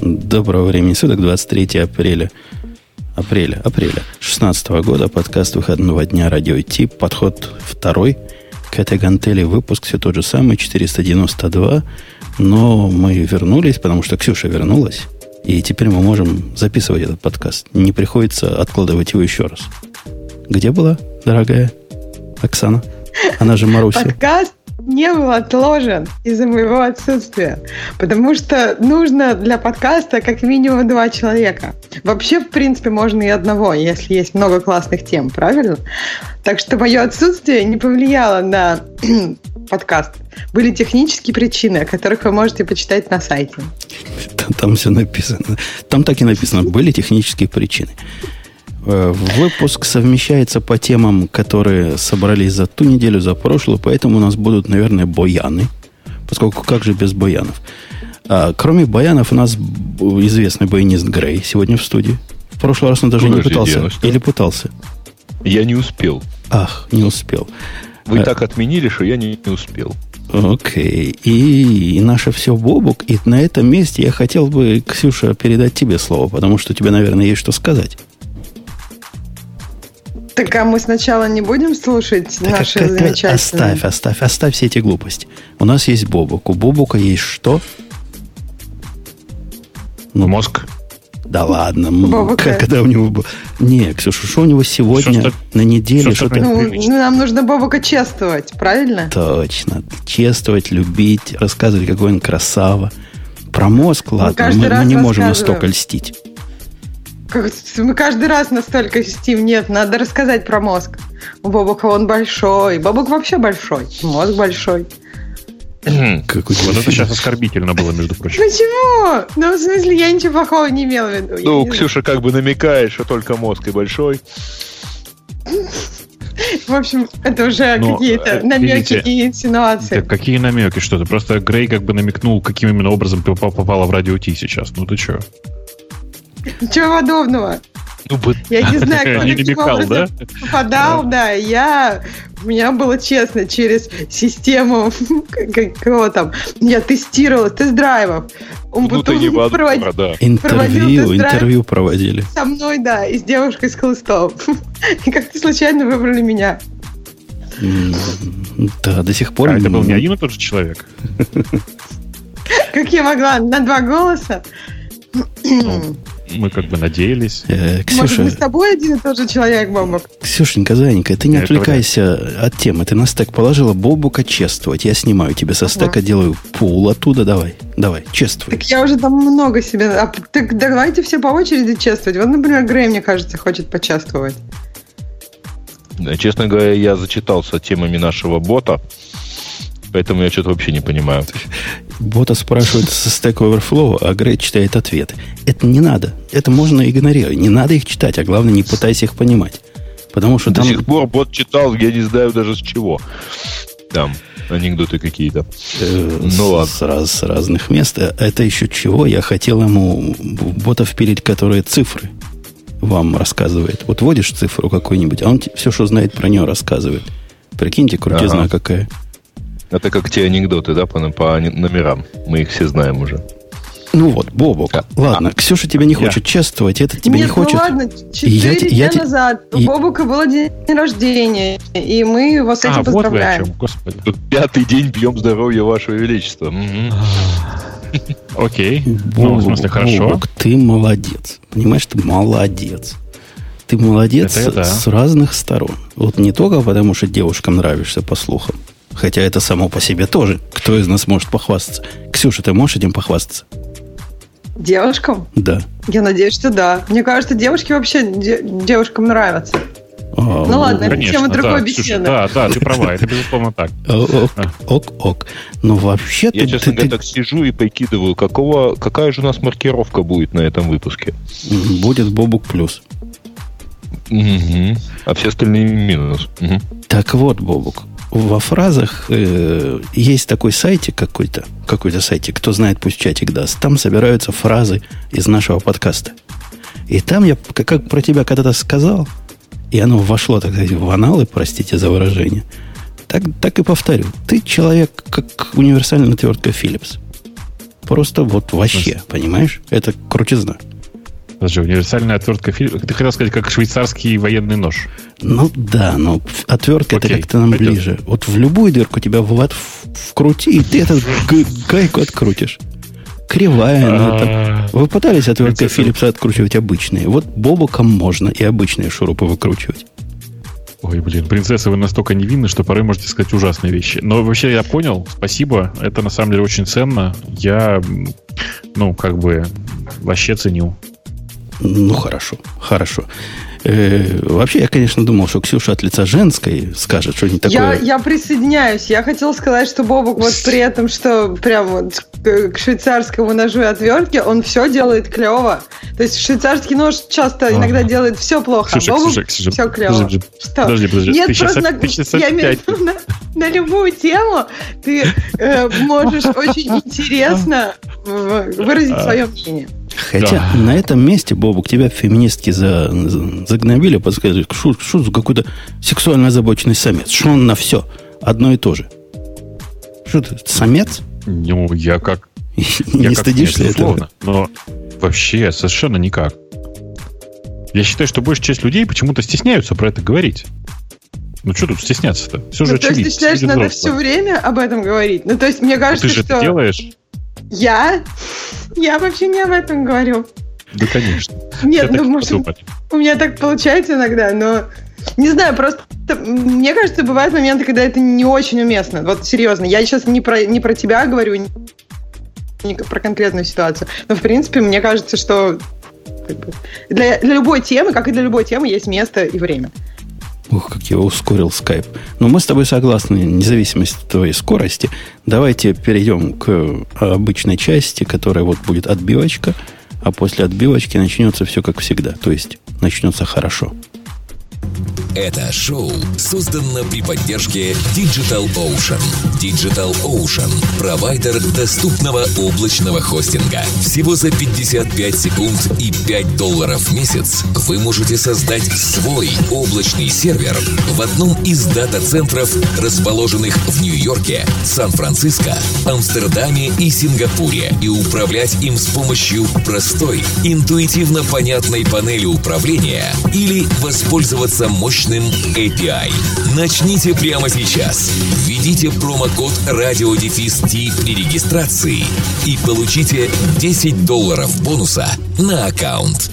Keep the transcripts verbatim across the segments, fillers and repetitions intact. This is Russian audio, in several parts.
Доброго времени суток, двадцать третьего апреля. Апреля, апреля шестнадцатого года, подкаст выходного дня Радио Ти, подход второй к этой гантели, выпуск все тот же самый, четыреста девяносто два, но мы вернулись, потому что Ксюша вернулась, и теперь мы можем записывать этот подкаст. Не приходится откладывать его еще раз. Где была, дорогая Оксана? Она же Маруся. Подкаст не был отложен из-за моего отсутствия, потому что нужно для подкаста как минимум два человека. Вообще, в принципе, можно и одного, если есть много классных тем, правильно? Так что мое отсутствие не повлияло на подкаст. Были технические причины, о которых вы можете почитать на сайте. Там, там все написано. Там так и написано. Были технические причины. Выпуск совмещается по темам, которые собрались за ту неделю, за прошлую, поэтому у нас будут, наверное, баяны, поскольку как же без баянов. А, кроме баянов у нас известный баянист Грей сегодня в студии. В прошлый раз он даже Подожди, не пытался. Диана, или пытался? Я не успел. Ах, не успел. Вы а, так отменили, что я не, не успел. Окей. И, и наше все Бобук. И на этом месте я хотел бы, Ксюша, передать тебе слово, потому что у тебя, наверное, есть что сказать. Так, а мы сначала не будем слушать так, наши как, замечательные... Оставь, оставь, оставь все эти глупости. У нас есть Бобук. У Бобука есть что? Ну, мозг. Да ладно. Бобука. Когда у него был... Не, Ксюша, что у него сегодня что, на неделе? Что-то... Ну, нам нужно Бобука чествовать, правильно? Точно. Чествовать, любить, рассказывать, какой он красава. Про мозг, ладно, мы, мы, мы не можем настолько льстить. Мы каждый раз настолько льстим. Нет, надо рассказать про мозг. У Бобука он большой. Бобук вообще большой. Мозг большой. Какой вот это сейчас оскорбительно было, между прочим. Почему? Ну, в смысле, я ничего плохого не имела в виду. Ну, Ксюша как бы намекает, что только мозг и большой. В общем, это уже Но, какие-то намеки видите, и инсинуации. Да, какие намеки? Что-то. Просто Грей как бы намекнул, каким именно образом попало в Радио Ти сейчас. Ну ты что? Ничего подобного. Ну, бы... Я не знаю, кто не каким намекал, образом да? попадал, да. да. Я... У меня было честно через систему какого там... Я тестировала тест-драйвов. Он ну, ты не провод... да. Интервью, интервью проводили. Со мной, да, и с девушкой с хлыстом. И как-то случайно выбрали меня. Да, до сих пор... А это был не один и тот же человек? Как я могла? На два голоса? Ну, мы как бы надеялись. Э, Ксюша, может, мы с тобой один и тот же человек, Бобук? Ксюшенька, зайенька, ты не я отвлекайся говорю. От темы. Ты на стек положила Бобука чествовать. Я снимаю тебе со стека, ага. делаю пул оттуда. Давай, давай, чествуй. Так я уже там много себе... А, так давайте все по очереди чествовать. Вот, например, Грей, мне кажется, хочет почествовать. Честно говоря, я зачитался темами нашего бота. Поэтому я что-то вообще не понимаю. Бота спрашивает со Stack Overflow, а Грей читает ответы. Это не надо. Это можно игнорировать. Не надо их читать, а главное, не пытайся их понимать. Потому что До там... сих пор бот читал, я не знаю даже с чего. Там анекдоты какие-то. Э, ну ладно. С, раз, с разных мест. Это еще чего? Я хотел ему бота впилить, которые цифры вам рассказывает. Вот вводишь цифру какую-нибудь, а он все, что знает про нее, рассказывает. Прикиньте, крутизна ага. какая. Это как те анекдоты, да, по, по номерам. Мы их все знаем уже. Ну вот, Бобок. А, ладно, а, Ксюша тебя не хочет я. чествовать, это тебе Нет, не хочет. Ну ладно, четыре дня я, назад я... у Бобука был день рождения, и мы его с этим а, поздравляем. Вот вы о чем, Господи. Тут пятый день пьем здоровье Вашего Величества. Окей. Ну, в смысле, хорошо. Бобок, ты молодец. Понимаешь, ты молодец. Ты молодец с разных сторон. Вот не только потому, что девушкам нравишься, по слухам. Хотя это само по себе тоже. Кто из нас может похвастаться? Ксюша, ты можешь этим похвастаться? Девушкам? Да. Я надеюсь, что да. Мне кажется, девушки вообще де- девушкам нравятся. А, ну ладно, это тема другой да, беседы. Да, да, ты права, это безусловно так. Ок, ок, ок. Но вообще... Я, честно говоря, так сижу и прикидываю, какого, какая же у нас маркировка будет на этом выпуске. Будет Бобук плюс. Угу. А все остальные минус. Угу. Так вот, Бобук, во фразах э, есть такой сайтик какой-то, какой-то сайтик, кто знает, пусть чатик даст. Там собираются фразы из нашего подкаста. И там я, как, как про тебя когда-то сказал, и оно вошло, так сказать, в аналы, простите за выражение, так, так и повторю. Ты человек, как универсальная отвертка Philips. просто вот вообще, понимаешь? Это крутизна. Подожди, универсальная отвертка Philips. Ты хотел сказать, как швейцарский военный нож. Ну да, но отвертка это как-то нам пойдет. Ближе. Вот в любую дырку тебя вот вкрути, и ты эту гайку открутишь. Кривая она там. Вы пытались отверткой Philips откручивать обычные? Вот бобоком можно и обычные шурупы выкручивать. Ой, блин, принцессы, вы настолько невинны, что порой можете сказать ужасные вещи. Но вообще я понял, спасибо. Это на самом деле очень ценно. Я, ну, как бы, вообще ценю. Ну, хорошо, хорошо. Э, вообще, я, конечно, думал, что Ксюша от лица женской скажет что-нибудь такое. Я, я присоединяюсь. Я хотела сказать, что Бобок вот при этом, что прям вот к швейцарскому ножу и отвертке, он все делает клево. То есть швейцарский нож часто ага. иногда делает все плохо, Ксюша, а Бобок Ксюша, Ксюша, все клево. Подожди, что? подожди, подожди. Нет, ты просто сейчас, на, ты я имею в виду, на, на любую тему ты э, можешь очень интересно выразить свое мнение. Хотя да. на этом месте, Бобук, тебя феминистки за, за, загнобили, подсказывают, что, что за какой-то сексуально озабоченный самец. Что он на все одно и то же. Что ты, самец? Ну, я как... Не я стыдишься как, этого? Но вообще совершенно никак. Я считаю, что большая часть людей почему-то стесняются про это говорить. Ну, что тут стесняться-то? Все же ну, очевидно. То есть ты считаешь, надо все время об этом говорить? Ну, то есть мне кажется, что... Ты же что... это делаешь? Я? Я вообще не об этом говорю. Да, конечно. Нет, ну, может, у меня так получается иногда, но не знаю, просто мне кажется, бывают моменты, когда это не очень уместно. Вот серьезно, я сейчас не про, не про тебя говорю, не про конкретную ситуацию, но, в принципе, мне кажется, что как бы, для, для любой темы, как и для любой темы, есть место и время. Ух, как я ускорил скайп. Но мы с тобой согласны, независимости от твоей скорости. Давайте перейдем к обычной части, которая вот будет отбивочка, а после отбивочки начнется все как всегда. То есть начнется хорошо. Это шоу создано при поддержке DigitalOcean. DigitalOcean – провайдер доступного облачного хостинга. Всего за пятьдесят пять секунд и пять долларов в месяц вы можете создать свой облачный сервер в одном из дата-центров, расположенных в Нью-Йорке, Сан-Франциско, Амстердаме и Сингапуре, и управлять им с помощью простой, интуитивно понятной панели управления или воспользоваться мощным эй пи ай. Начните прямо сейчас. Введите промокод радиодефис-ти при регистрации и получите десять долларов бонуса на аккаунт.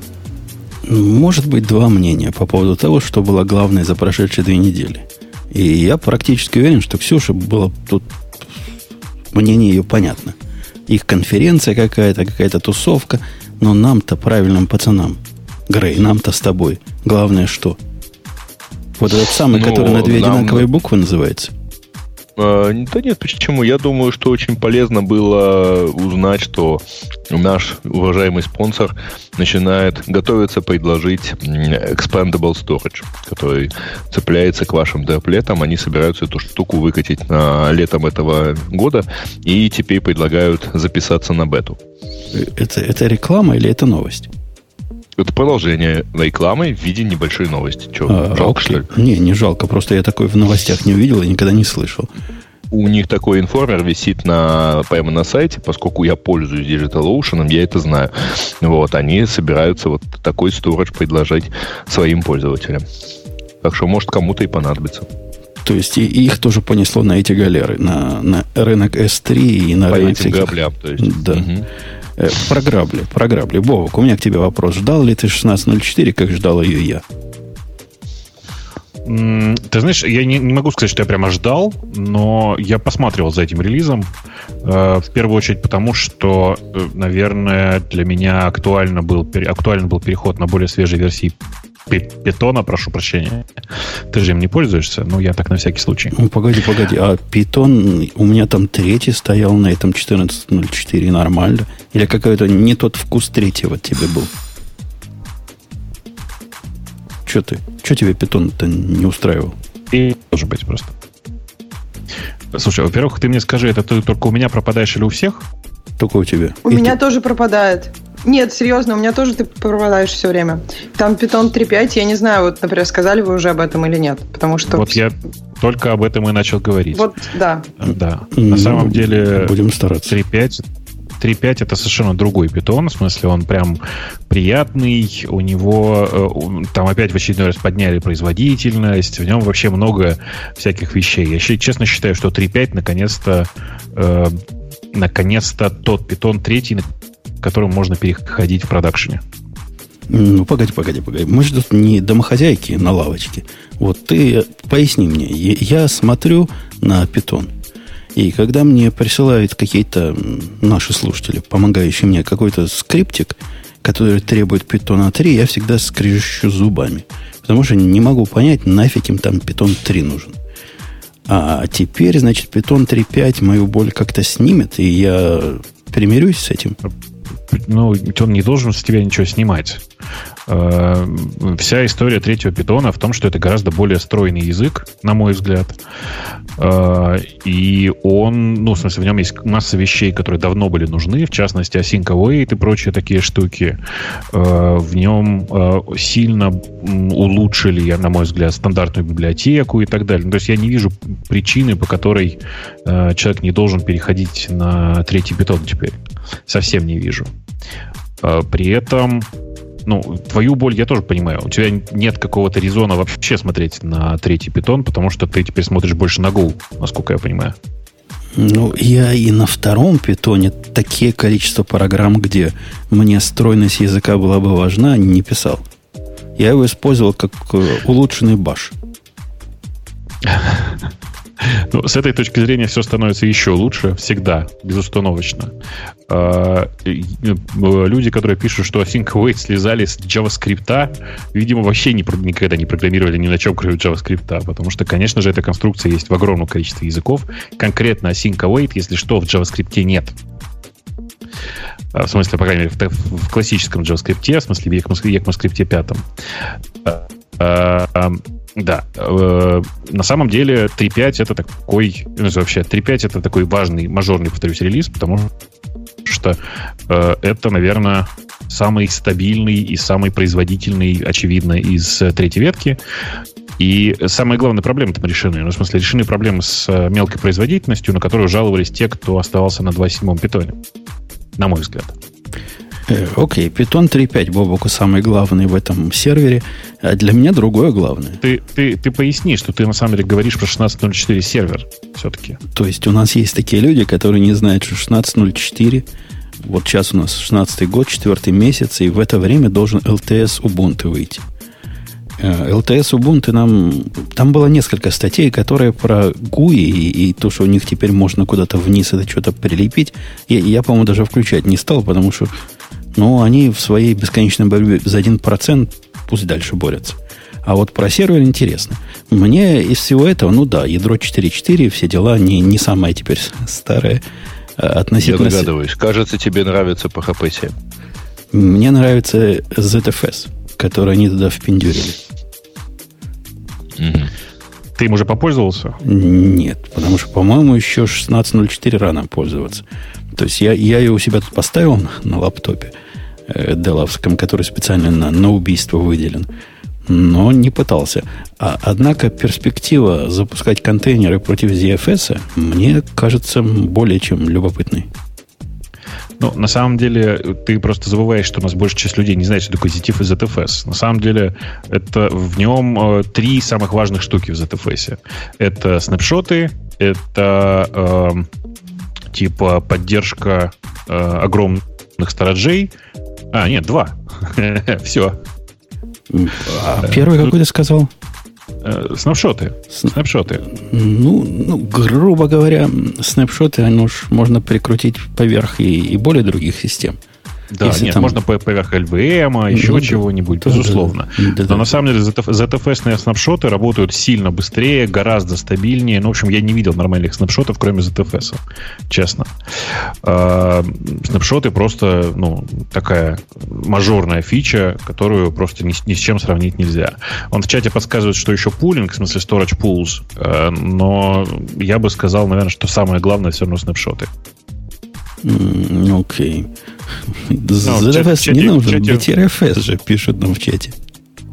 Может быть, два мнения по поводу того, что было главное за прошедшие две недели. И я практически уверен, что Ксюша было тут... Мнение ее понятно. Их конференция какая-то, какая-то тусовка. Но нам-то, правильным пацанам, Грей, нам-то с тобой, главное что? Вот этот самый, ну, который на две нам... одинаковые буквы называется? А, да нет, почему? Я думаю, что очень полезно было узнать, что наш уважаемый спонсор начинает готовиться предложить Expandable Storage, который цепляется к вашим дроплетам. Они собираются эту штуку выкатить на летом этого года и теперь предлагают записаться на бету. Это, это реклама или это новость? Это продолжение рекламы в виде небольшой новости. Че, а, жалко, окей. что ли? Не, не жалко. Просто я такой в новостях не увидел и никогда не слышал. У них такой информер висит на, прямо на сайте, поскольку я пользуюсь DigitalOcean, я это знаю. Вот, они собираются вот такой storage предложить своим пользователям. Так что, может, кому-то и понадобится. То есть и, и их тоже понесло на эти галеры, на, на рынок эс три и на По рынок этим всяких... граблям, то есть. Да. Угу. Про грабли, про грабли. Бобок, у меня к тебе вопрос. Ждал ли ты шестнадцать ноль четыре, как ждал ее я? Ты знаешь, я не, не могу сказать, что я прямо ждал, но я посматривал за этим релизом. Э, в первую очередь потому, что, э, наверное, для меня актуально был, актуально был переход на более свежие версии Питона, прошу прощения. Ты же им не пользуешься, но я так на всякий случай. Ну, погоди, погоди. А Питон, у меня там третий стоял на этом четырнадцать ноль четыре, нормально? Или какой-то не тот вкус третьего тебе был? Че ты? Че тебе Питон-то не устраивал? И может быть просто. Слушай, во-первых, ты мне скажи, это ты только у меня пропадаешь или у всех? Только у тебя. У И меня ты... тоже пропадает. Нет, серьезно, у меня тоже ты пропадаешь все время. Там Python три пять, я не знаю, вот, например, сказали вы уже об этом или нет, потому что... Вот я только об этом и начал говорить. Вот, да. Да. Ну, на самом деле... Будем стараться. три пять три точка пять это совершенно другой Python, в смысле он прям приятный, у него там опять в очередной раз подняли производительность, в нем вообще много всяких вещей. Я честно считаю, что три точка пять наконец-то э, наконец-то тот Python третий, на которым можно переходить в продакшене. Ну, погоди, погоди, погоди. Мы же тут не домохозяйки на лавочке. Вот ты поясни мне. Я смотрю на Python, и когда мне присылают какие-то наши слушатели, помогающие мне, какой-то скриптик, который требует Python три, я всегда скрежещу зубами. Потому что не могу понять, нафиг им там Python три нужен. А теперь, значит, Python три точка пять мою боль как-то снимет, и я примирюсь с этим. Ну, он не должен с тебя ничего снимать. Вся история третьего питона в том, что это гораздо более стройный язык, на мой взгляд. И он, ну, в смысле, в нем есть масса вещей, которые давно были нужны, в частности, async await и прочие такие штуки. В нем сильно улучшили, на мой взгляд, стандартную библиотеку и так далее. То есть я не вижу причины, по которой человек не должен переходить на третий питон теперь. Совсем не вижу. При этом, ну, твою боль я тоже понимаю. У тебя нет какого-то резона вообще смотреть на третий питон, потому что ты теперь смотришь больше на Go, насколько я понимаю. Ну, я и на втором питоне такие количество программ, где мне стройность языка была бы важна, не писал. Я его использовал как улучшенный баш. Ну, с этой точки зрения все становится еще лучше, всегда, безустановочно. Люди, которые пишут, что async await слезали с JavaScript, видимо, вообще не, никогда не программировали ни на чем, кроме JavaScript, потому что, конечно же, эта конструкция есть в огромном количестве языков. Конкретно async await, если что, в JavaScript нет. В смысле, по крайней мере, в, в классическом JavaScript, в смысле, в ECMAScript пять. Да, э, на самом деле три точка пять это такой, ну, вообще три точка пять это такой важный, мажорный, повторюсь, релиз, потому что э, это, наверное, самый стабильный и самый производительный, очевидно, из третьей ветки. И самая главная проблема там решены. Ну, в смысле, решены проблемы с мелкой производительностью, на которую жаловались те, кто оставался на два точка семь питоне. На мой взгляд. Окей, okay. Python три точка пять, Бобоку, самый главный в этом сервере. А для меня другое главное. Ты, ты, ты поясни, что ты на самом деле говоришь про шестнадцать ноль четыре сервер все-таки. То есть у нас есть такие люди, которые не знают, что шестнадцать ноль четыре, вот сейчас у нас шестнадцатый год, четвертый месяц, и в это время должен эл ти эс Ubuntu выйти. эл ти эс Ubuntu нам... Там было несколько статей, которые про гуи и, и то, что у них теперь можно куда-то вниз это что-то прилепить. Я, я, по-моему, даже включать не стал, потому что ну, они в своей бесконечной борьбе за один процент пусть дальше борются. А вот про сервер интересно. Мне из всего этого, ну да, ядро четыре точка четыре, все дела, не, не самое теперь старое. Относительно... Я догадываюсь. Кажется, тебе нравится пи эйч пи семь. Мне нравится зет эф эс, который они туда впендюрили. Mm-hmm. Ты им уже попользовался? Нет, потому что, по-моему, еще шестнадцать ноль четыре рано пользоваться. То есть я, я ее у себя тут поставил на, на лаптопе э, деловском, который специально на, на убийство выделен, но не пытался. А, однако перспектива запускать контейнеры против зет эф эс мне кажется более чем любопытной. Ну, на самом деле, ты просто забываешь, что у нас большая часть людей не знает, что такое зет и зет эф эс. На самом деле, это в нем э, три самых важных штуки в зет эф эс. Это снапшоты, это э, типа поддержка э, огромных стоrage'ей. А, нет, два. Все. А первый какой ты сказал? Снапшоты. Снапшоты. Ну, ну, грубо говоря, снапшоты, оно уж можно прикрутить поверх и, и более других систем. Да, если нет, там... можно поверх эл ви эм, еще ну, чего-нибудь, да, безусловно. Да, да, Но да. на самом деле зет эф эс-ные снапшоты работают сильно быстрее, гораздо стабильнее. Ну, в общем, я не видел нормальных снапшотов, кроме зет эф эс, честно. А, снапшоты просто, ну, такая мажорная фича, которую просто ни, ни с чем сравнить нельзя. Он в чате подсказывает, что еще пулинг, в смысле storage pools, но я бы сказал, наверное, что самое главное все равно снапшоты. Окей. зет эф эс не нужен, би ти ар эф эс же пишут нам в чате. В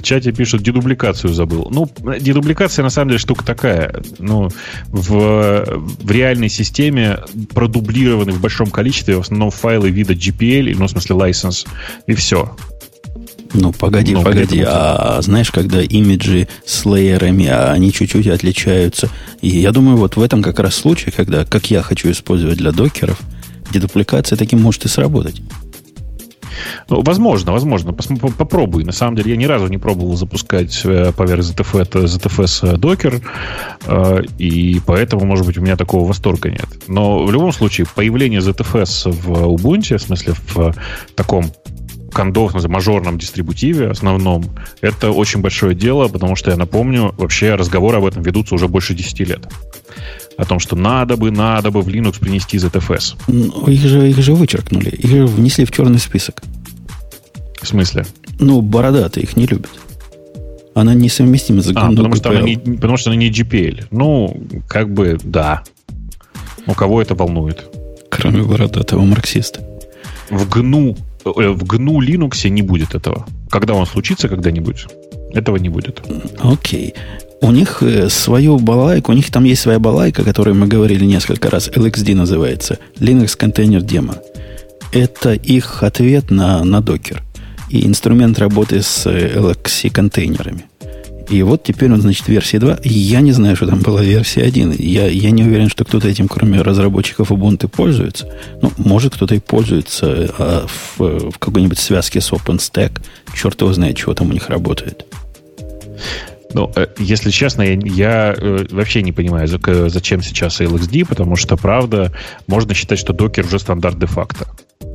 В чате пишут, дедубликацию забыл. Ну, дедубликация, на самом деле, штука такая. Ну, в, в реальной системе продублированы в большом количестве в основном файлы вида джи пи эл, ну, в смысле, license, и все. Ну, погоди, ну, погоди. А знаешь, когда имиджи с лейерами, а они чуть-чуть отличаются. И я думаю, вот в этом как раз случай, когда, как я хочу использовать для докеров, дедупликация таким может и сработать. Ну, возможно, возможно. Попробуй. На самом деле, я ни разу не пробовал запускать поверх зет эф эс докер, и поэтому, может быть, у меня такого восторга нет. Но в любом случае, появление зет эф эс в Ubuntu, в смысле, в таком кондов, мажорном дистрибутиве основном, это очень большое дело, потому что я напомню, вообще разговоры об этом ведутся уже больше десяти лет. О том, что надо бы, надо бы в Linux принести зет эф эс. Ну, их же, их же вычеркнули. Их же внесли в черный список. В смысле? Ну, бородатые их не любят. Она несовместима с а, потому что, она не, потому что она не джи пи эл. Ну, как бы, да. У кого это волнует? Кроме бородатого марксиста. В гну, в гну Linux не будет этого. Когда он случится когда-нибудь, этого не будет. Окей. У них свою балалайку, у них там есть своя балалайка, о которой мы говорили несколько раз, эл икс ди называется, Linux Container Demo. Это их ответ на, на докер и инструмент работы с эл икс си-контейнерами. И вот теперь он, значит, версия два. Я не знаю, что там была версия один. Я, я не уверен, что кто-то этим, кроме разработчиков Ubuntu, пользуется. Ну, может, кто-то и пользуется а в, в какой-нибудь связке с OpenStack. Черт его знает, чего там у них работает. Ну, если честно, я, я вообще не понимаю, зачем сейчас эл икс ди, потому что, правда, можно считать, что докер уже стандарт де-факто.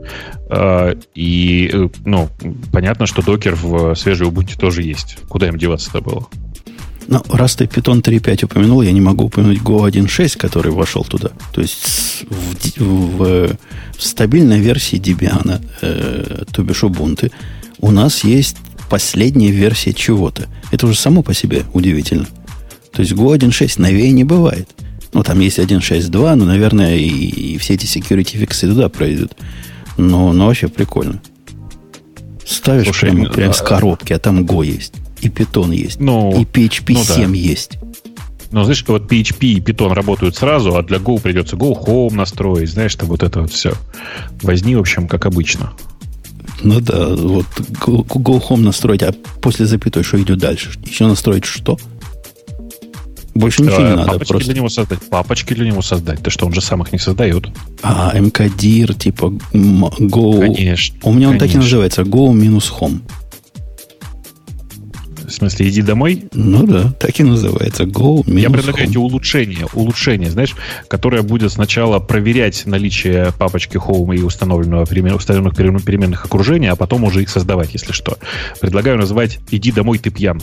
И, ну, понятно, что докер в свежей Ubuntu тоже есть. Куда им деваться-то было? Ну, раз ты Python три точка пять упомянул, я не могу упомянуть Go один точка шесть, который вошел туда. То есть в, в, в стабильной версии Debian, э, то бишь Ubuntu, у нас есть последняя версия чего-то. Это уже само по себе удивительно. То есть Go один точка шесть новее не бывает. Ну, там есть один точка шесть точка два, но, наверное, и, и все эти security фиксы туда пройдут. Но, но вообще прикольно. Ставишь Слушай, прямо, прямо а, с коробки, а там Go есть. И Python есть. Ну, и пи эйч пи ну, семь да. есть. Ну, знаешь, вот пи эйч пи и Python работают сразу, а для Go придется Go Home настроить. Знаешь, что вот это вот все. Возни, в общем, как обычно. Ну да, вот Go, Go Home настроить, а после запятой что идет дальше? Еще настроить что? Больше ничего а, не надо. Папочки просто. для него создать. Папочки для него создать. Ты что, он же сам их не создает. А, эмкадир, типа Go... Конечно. У меня он конечно. так и называется. Go-home. В смысле, иди домой? Ну да, так и называется. Go минус Я предлагаю тебе улучшение, улучшение, знаешь, которое будет сначала проверять наличие папочки Home и установленного установленных переменных окружений, а потом уже их создавать, если что. Предлагаю назвать «Иди домой, ты пьян».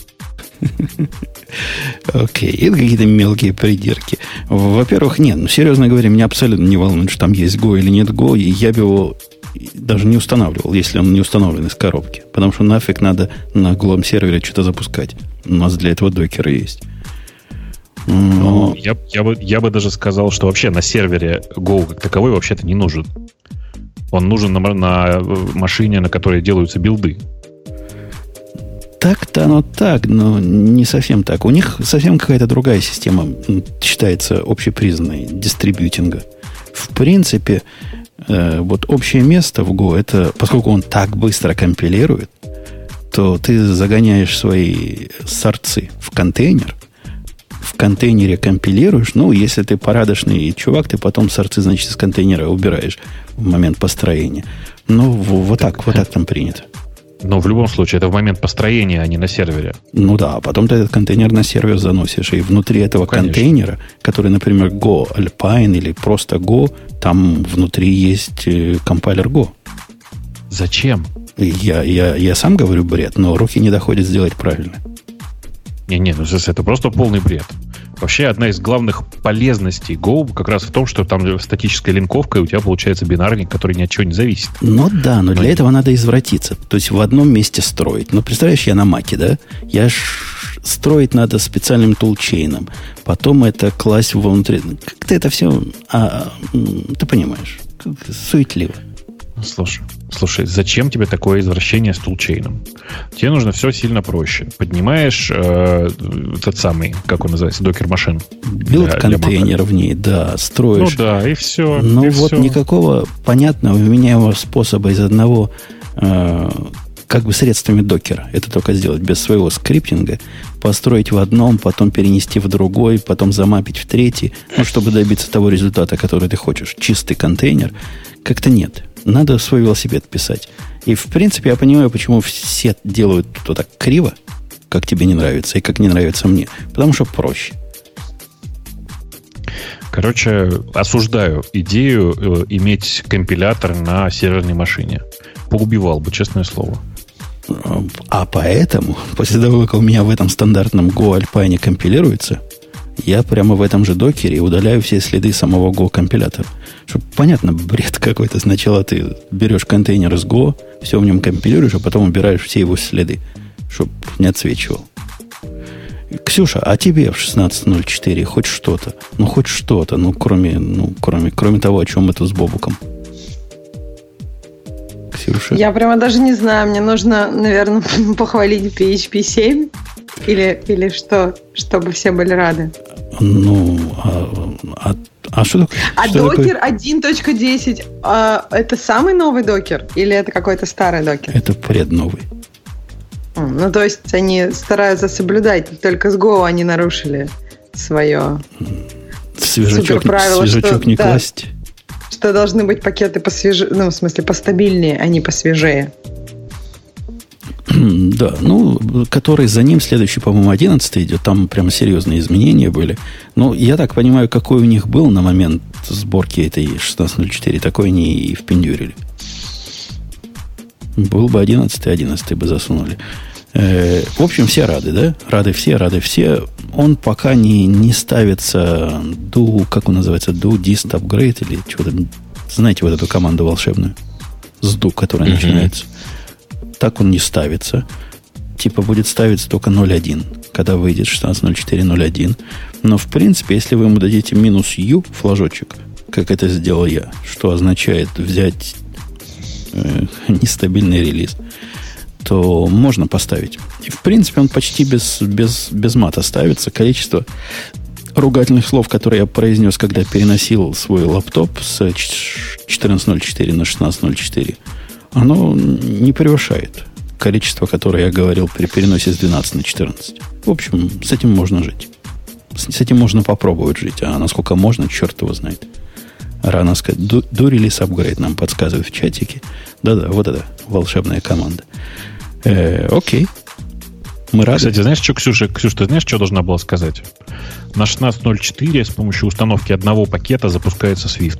Окей, okay. Это какие-то мелкие придирки. Во-первых, нет, ну, серьезно говоря, меня абсолютно не волнует, что там есть Go или нет Go, и я бы его даже не устанавливал, если он не установлен из коробки. Потому что нафиг надо на голом сервере что-то запускать. У нас для этого докеры есть. Но... Ну, я, я, бы, я бы даже сказал, что вообще на сервере Go как таковой вообще-то не нужен. Он нужен на, на машине, на которой делаются билды. Так-то оно так, но не совсем так. У них совсем какая-то другая система считается общепризнанной дистрибьютинга. В принципе, э, вот общее место в Go, это, поскольку он так быстро компилирует, то ты загоняешь свои сорцы в контейнер, в контейнере компилируешь, ну, если ты порядочный чувак, ты потом сорцы, значит, из контейнера убираешь в момент построения. Ну, вот так, так, вот так там принято. Но в любом случае, это в момент построения, а не на сервере. Ну да, а потом ты этот контейнер на сервер заносишь, и внутри этого Конечно. контейнера, который, например, Go Alpine или просто Go, там внутри есть компайлер Go. Зачем? Я, я, я сам говорю бред, но руки не доходят сделать правильно. Не-не, ну это просто полный бред. Вообще, одна из главных полезностей Go как раз в том, что там статическая линковка, и у тебя получается бинарник, который ни от чего не зависит. Ну да, но, но для нет. этого надо извратиться. То есть в одном месте строить. Ну, представляешь, я на Маке, да? Я ж... Строить надо специальным тулчейном. Потом это класть внутри. Как-то это все... А, ты понимаешь. Суетливо. Слушай, Слушай, зачем тебе такое извращение с тулчейном? Тебе нужно все сильно проще. Поднимаешь э, этот самый, как он называется, докер-машин. Билд-контейнер в ней, да, строишь. Ну да, и все. Но и вот все. никакого понятного вменяемого способа из одного э, как бы средствами докера. Это только сделать без своего скриптинга, построить в одном, потом перенести в другой, потом замапить в третий, ну, чтобы добиться того результата, который ты хочешь. Чистый контейнер. Как-то нет. Надо свой велосипед писать. И, в принципе, я понимаю, почему все делают то так криво, как тебе не нравится, и как не нравится мне. Потому что проще. Короче, осуждаю идею э, иметь компилятор на серверной машине. Поубивал бы, честное слово. А поэтому, после того, как у меня в этом стандартном Go Alpine компилируется, я прямо в этом же докере удаляю все следы самого Go компилятора. Чтобы, понятно, бред какой-то. Сначала ты берешь контейнер из Go, все в нем компилируешь, а потом убираешь все его следы, чтобы не отсвечивал. Ксюша, а тебе в шестнадцать ноль четыре хоть что-то? Ну, хоть что-то, ну, кроме, ну, кроме, кроме того, о чем мы тут с Бобуком. Ксюша? Я прямо даже не знаю. Мне нужно, наверное, похвалить пи эйч пи семь или, или что, чтобы все были рады. Ну, а, а, а что такое? А что докер такое? один точка десять а, это самый новый докер или это какой-то старый докер? Это предновый. Ну, то есть они стараются соблюдать, только с Go они нарушили свое Свежачок, суперправило, свежачок что, не да, класть. что должны быть пакеты посвеже, ну, в смысле, постабильнее, а не посвежее. Да, ну, который за ним, следующий, по-моему, одиннадцатый идет, там прям серьезные изменения были. Ну, я так понимаю, какой у них был на момент сборки этой шестнадцать ноль четыре, такой они и впендюрили. Был бы одиннадцатый, одиннадцатый бы засунули. Э, в общем, все рады, да? Рады все, рады все. Он пока не, не ставится do, как он называется, do dist upgrade или что-то. Знаете вот эту команду волшебную? С do, которая mm-hmm. начинается. Так он не ставится. Типа будет ставиться только ноль один, когда выйдет шестнадцать ноль четыре ноль один. Но, в принципе, если вы ему дадите минус U флажочек, как это сделал я, что означает взять э, нестабильный релиз, то можно поставить. И, в принципе, он почти без, без, без мата ставится. Количество ругательных слов, которые я произнес, когда переносил свой лаптоп с четырнадцать ноль четыре на шестнадцать ноль четыре, оно не превышает количество, которое я говорил при переносе с двенадцати на четырнадцать. В общем, с этим можно жить. С, с этим можно попробовать жить. А насколько можно, черт его знает. Рано сказать. Do release upgrade нам подсказывают в чатике. Да-да, вот это волшебная команда. Э, окей. Мы рады. Кстати, знаешь, что, Ксюша, Ксюша, ты знаешь, что должна была сказать? На шестнадцать ноль четыре с помощью установки одного пакета запускается Swift.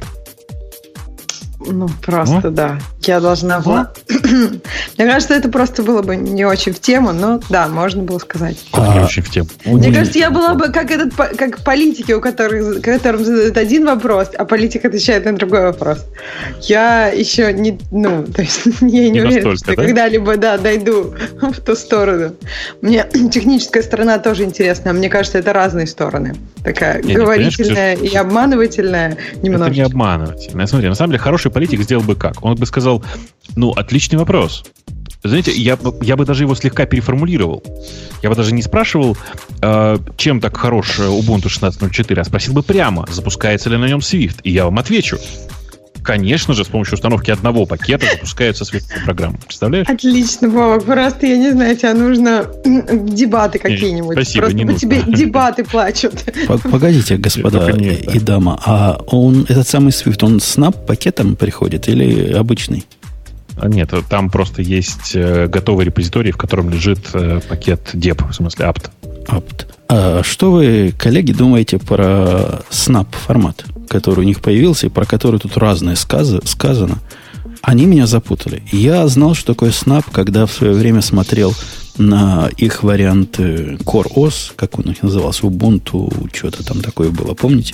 Ну, просто, ну? да. Я должна была... Мне кажется, это просто было бы не очень в тему, но да, можно было сказать. Как А, не очень в тему. Мне кажется, я была бы как этот, как политики, у которых, которым задают один вопрос, а политик отвечает на другой вопрос. Я еще не, ну, то есть я не, Не уверена, настолько, что да? когда-либо, да, дойду в ту сторону. Мне техническая сторона тоже интересна. Мне кажется, это разные стороны. Такая Не, не, говорительная понимаешь, и обманывательная немножко. Это не обманывательно. Смотри, на самом деле, хороший политик сделал бы как? Он бы сказал, ну, отличный вопрос. Знаете, я, я бы даже его слегка переформулировал. Я бы даже не спрашивал, э, чем так хорош Ubuntu шестнадцать ноль четыре, а спросил бы прямо, запускается ли на нем Swift. И я вам отвечу. Конечно же, с помощью установки одного пакета запускается Swift программа. Представляешь? Отлично, Вова. Просто, я не знаю, тебе нужно дебаты какие-нибудь. Спасибо, Просто не по нужно. тебе дебаты плачут. Погодите, господа Только не и, это. и дама, а он, этот самый Swift, он с нап пакетом приходит или обычный? А нет, там просто есть э, готовый репозиторий, в котором лежит э, пакет dep, в смысле apt. Apt. А что вы, коллеги, думаете про Snap формат, который у них появился и про который тут разное сказ- сказано? Они меня запутали. Я знал, что такое Snap, когда в свое время смотрел на их вариант э, CoreOS, как он их назывался, Ubuntu, что-то там такое было, помните?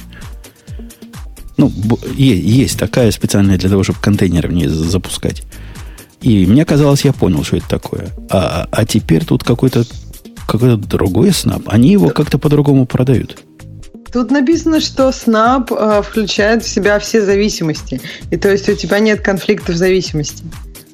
Ну, б- е- есть такая специальная для того, чтобы контейнеры в ней запускать. И мне казалось, я понял, что это такое. А, а теперь тут какой-то какой-то другой Snap. Они его как-то по-другому продают. Тут написано, что Snap э, включает в себя все зависимости. И то есть у тебя нет конфликтов зависимости.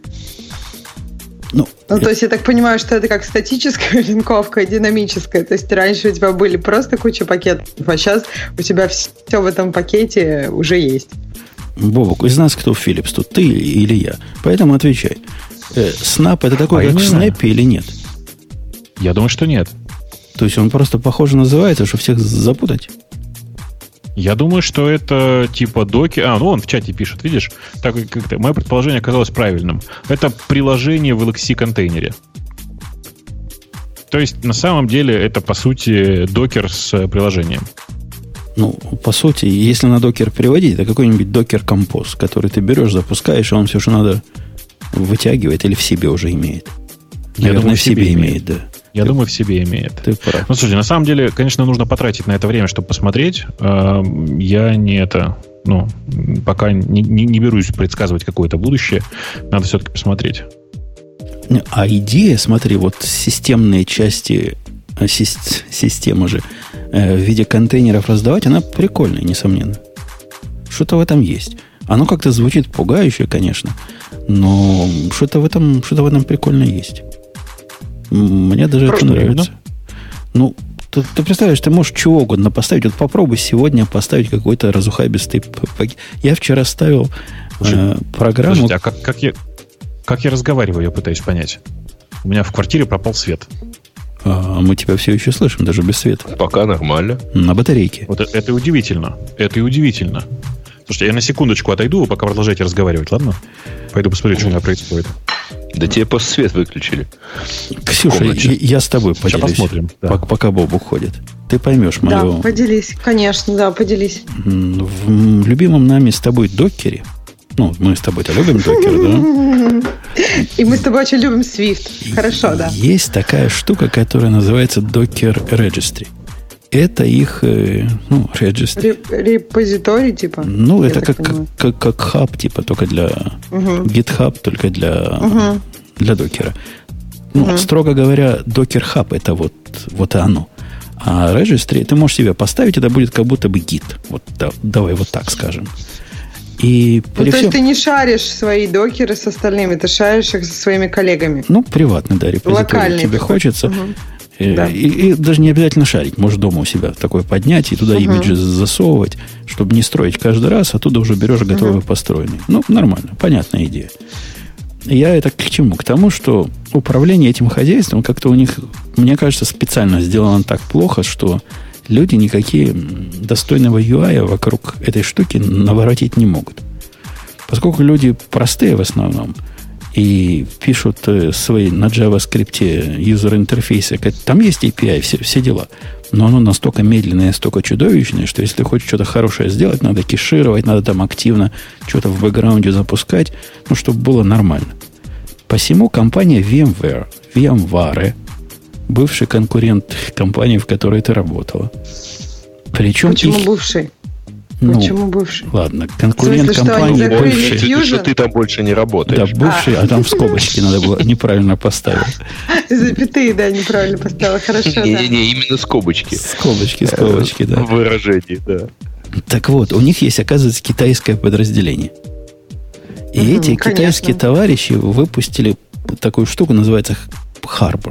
Ну, ну, то есть я так понимаю, что это как статическая линковка и динамическая. То есть раньше у тебя были просто куча пакетов, а сейчас у тебя все в этом пакете уже есть. Бобок, из нас кто Philips тут, ты или я? Поэтому отвечай. Э, Snap это такой, а как Snap или нет? Я думаю, что нет. То есть он просто похоже называется, чтобы всех запутать? Я думаю, что это типа доки... А, ну он в чате пишет, видишь? Так, как-то мое предположение оказалось правильным. Это приложение в эл икс си-контейнере. То есть, на самом деле, это, по сути, докер с приложением. Ну, по сути, если на докер переводить, это какой-нибудь докер композ, который ты берешь, запускаешь, и он все, что надо, вытягивает или в себе уже имеет. Я Наверное, думаю, в себе имеет, имеет да. Я ты, думаю, в себе имеет. Ты прав. Ну, слушай, на самом деле, конечно, нужно потратить на это время, чтобы посмотреть. Я не это... Ну, пока не, не, не берусь предсказывать какое-то будущее. Надо все-таки посмотреть. А идея, смотри, вот системные части системы же в виде контейнеров раздавать, она прикольная, несомненно. Что-то в этом есть. Оно как-то звучит пугающе, конечно, но что-то в этом, что-то в этом прикольно есть. Мне даже Просто это нравится. Ну, ты, ты представляешь, ты можешь чего угодно поставить. Вот попробуй сегодня поставить какой-то разухабистый пакет. Я вчера ставил э, программу... Подождите, а как, как, я, как я разговариваю, я пытаюсь понять. У меня в квартире пропал свет. А мы тебя все еще слышим, даже без света. Пока нормально. На батарейке. Вот это, это удивительно. Это и удивительно. Слушайте, я на секундочку отойду, вы пока продолжаете разговаривать, ладно? Пойду посмотрю, что у меня происходит. Да тебе просто свет выключили. Ксюша, я, я с тобой поделюсь. Сейчас посмотрим. Да. Пока, пока Боб уходит. Ты поймешь мое... Да, поделись. Конечно, да, поделись. В любимом нами с тобой докере. Ну, мы с тобой-то любим докер, да? И мы с тобой очень любим Swift. Хорошо, да. Есть такая штука, которая называется Docker Registry. Это их, ну, registry. Репозиторий, типа? Ну, это как, как, как, как хаб, типа, только для... Uh-huh. GitHub, только для, uh-huh. для докера. Ну, uh-huh. строго говоря, Docker Hub это вот, вот и оно. А registry ты можешь себе поставить, это будет как будто бы гит. Вот, да, давай вот так скажем. И ну, то всем... есть ты не шаришь свои докеры с остальными, ты шаришь их со своими коллегами. Ну, приватный, да, репозиторий. Тебе хочется. Uh-huh. И, да. и, и даже не обязательно шарить. Можешь дома у себя такое поднять и туда uh-huh. имиджи засовывать, чтобы не строить каждый раз, оттуда уже берешь готовые uh-huh. построенные. Ну, нормально, понятная идея. Я это к чему? К тому, что управление этим хозяйством как-то у них, мне кажется, специально сделано так плохо, что люди никакие достойного ю ай вокруг этой штуки наворотить не могут. Поскольку люди простые в основном, и пишут свои на JavaScript юзер-интерфейсы. Там есть эй пи ай, все, все дела. Но оно настолько медленное, настолько чудовищное, что если хочешь что-то хорошее сделать, надо кешировать, надо там активно что-то в бэкграунде запускать, ну, чтобы было нормально. Посему компания VMware, VMware, бывший конкурент компании, в которой ты работала. Причем Почему их... бывший? Ну, Почему бывший? Ладно, конкурент смысле, компании бывший. Что, что ты там больше не работаешь. Да, бывший, а, а там в скобочке надо было неправильно поставить. Запятые, да, неправильно поставила. Хорошо, Не-не-не, именно скобочки. Скобочки, скобочки, да. Выражение, да. Так вот, у них есть, оказывается, китайское подразделение. И угу, эти конечно. китайские товарищи выпустили такую штуку, называется Harbor.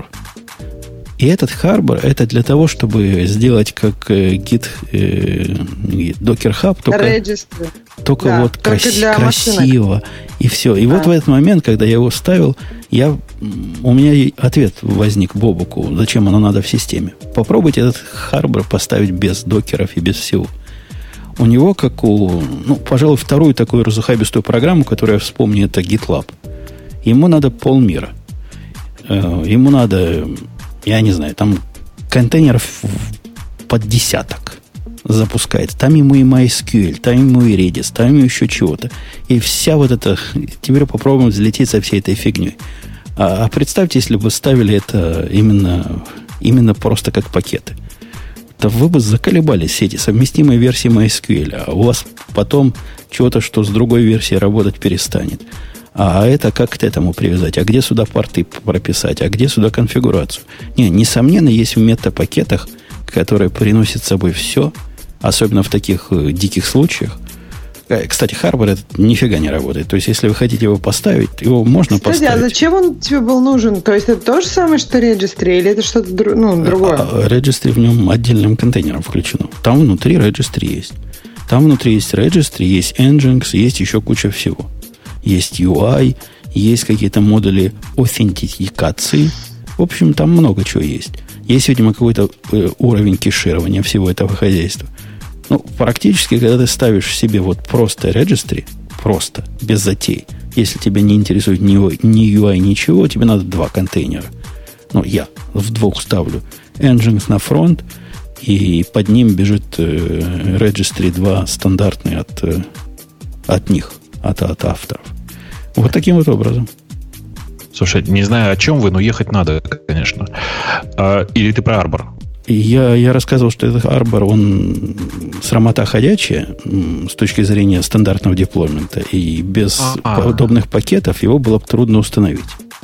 И этот Harbor это для того, чтобы сделать как э, Git, э, Docker Hub, только, только да, вот только крас- красиво машинок. И все. И а. вот в этот момент, когда я его ставил, я, у меня ответ возник Бобуку, зачем оно надо в системе. Попробуйте этот Harbor поставить без докеров и без всего. У него, как у, ну, пожалуй, вторую такую разухабистую программу, которую я вспомню, это GitLab. Ему надо полмира. Ему надо... Я не знаю, там контейнеров под десяток запускает. Там ему и MySQL, там ему и Redis, там ему еще чего-то. И вся вот эта... Теперь попробуем взлететь со всей этой фигней. А, а представьте, если бы ставили это именно, именно просто как пакеты. То вы бы заколебались все эти совместимые версии MySQL. А у вас потом чего-то, что с другой версией работать перестанет. А это как к этому привязать? А где сюда порты прописать? А где сюда конфигурацию? Не, несомненно, есть в метапакетах, которые приносят с собой все, особенно в таких диких случаях, Кстати, Harbor это нифига не работает. То есть, если вы хотите его поставить, его можно Кстати, поставить. А зачем он тебе был нужен? То есть, это то же самое, что Registry, или это что-то дру... ну, другое? А, Registry в нем отдельным контейнером включено. Там внутри Registry есть. Там внутри есть Registry, есть Nginx, есть еще куча всего. Есть ю ай, есть какие-то модули аутентификации. В общем, там много чего есть. Есть, видимо, какой-то э, уровень кеширования всего этого хозяйства. Ну, практически, когда ты ставишь себе вот просто registry, просто, без затей, если тебя не интересует ни, ни ю ай, ничего, тебе надо два контейнера. Ну, я в двух ставлю. Nginx на фронт, и под ним бежит э, registry два стандартный от, э, от них, от, от авторов. Вот таким вот образом. Слушай, не знаю, о чем вы, но ехать надо, конечно. А, или ты про Arbor? Я, я рассказывал, что этот Arbor, он срамота ходячая с точки зрения стандартного деплоймента. И без А-а. подобных пакетов его было бы трудно установить.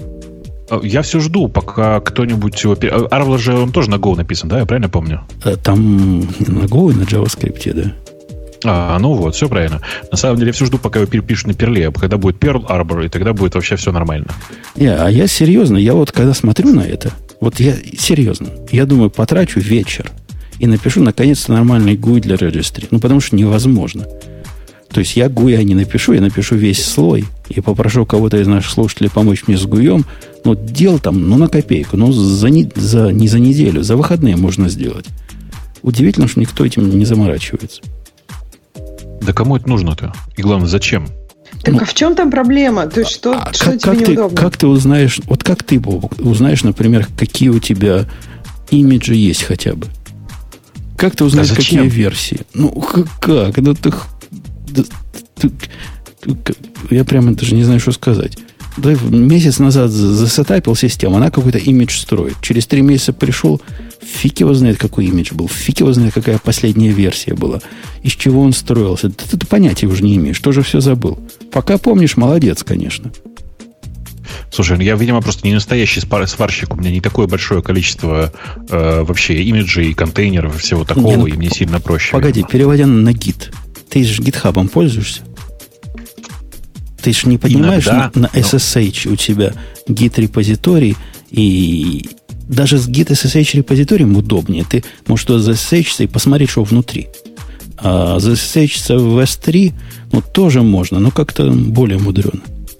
Я все жду, пока кто-нибудь его... Arbor же он тоже на Go написан, да? Я правильно помню? Там на Go и на JavaScript, да. А, ну вот, все правильно. На самом деле, я все жду, пока его перепишут на перле, когда будет Perl Arbor, и тогда будет вообще все нормально. Не, а я серьезно, я вот когда смотрю на это, вот я серьезно, я думаю, потрачу вечер и напишу наконец-то нормальный гуй для Registry. Ну, потому что невозможно. То есть я гуя не напишу, я напишу весь слой и попрошу кого-то из наших слушателей помочь мне с гуем. Ну, дел там, ну, на копейку, ну, за не, за, не за неделю, за выходные можно сделать. Удивительно, что никто этим не заморачивается. Да кому это нужно-то? И главное, зачем? Так ну, а в чем там проблема? То есть, что, а что как, тебе как неудобно? Ты, как ты узнаешь, вот как ты, Боб, узнаешь, например, какие у тебя имиджи есть хотя бы? Как ты узнаешь, а какие версии? Ну, как? Ну, ты, ты, ты, ты, я прямо даже не знаю, что сказать. Да, месяц назад засетапил систему, она какой-то имидж строит. Через три месяца пришел, фиг его знает, какой имидж был, фиг его знает, какая последняя версия была, из чего он строился. Ты, ты понятия уже не имеешь, тоже все забыл. Пока помнишь, молодец, конечно. Слушай, ну я, видимо, просто не настоящий сварщик, у меня не такое большое количество э, вообще имиджей, контейнеров и всего такого, не, ну, и мне сильно проще. Погоди, видимо. Переводя на гит, ты же гитхабом пользуешься? Ты же не понимаешь, Иногда, на, на эс эс эйч но... у тебя гит-репозиторий, и даже с гит-эс эс эйч-репозиторием удобнее. Ты можешь туда за эс эс эйч и посмотреть, что внутри. А за эс эс эйч в эс три ну, тоже можно, но как-то более мудрено.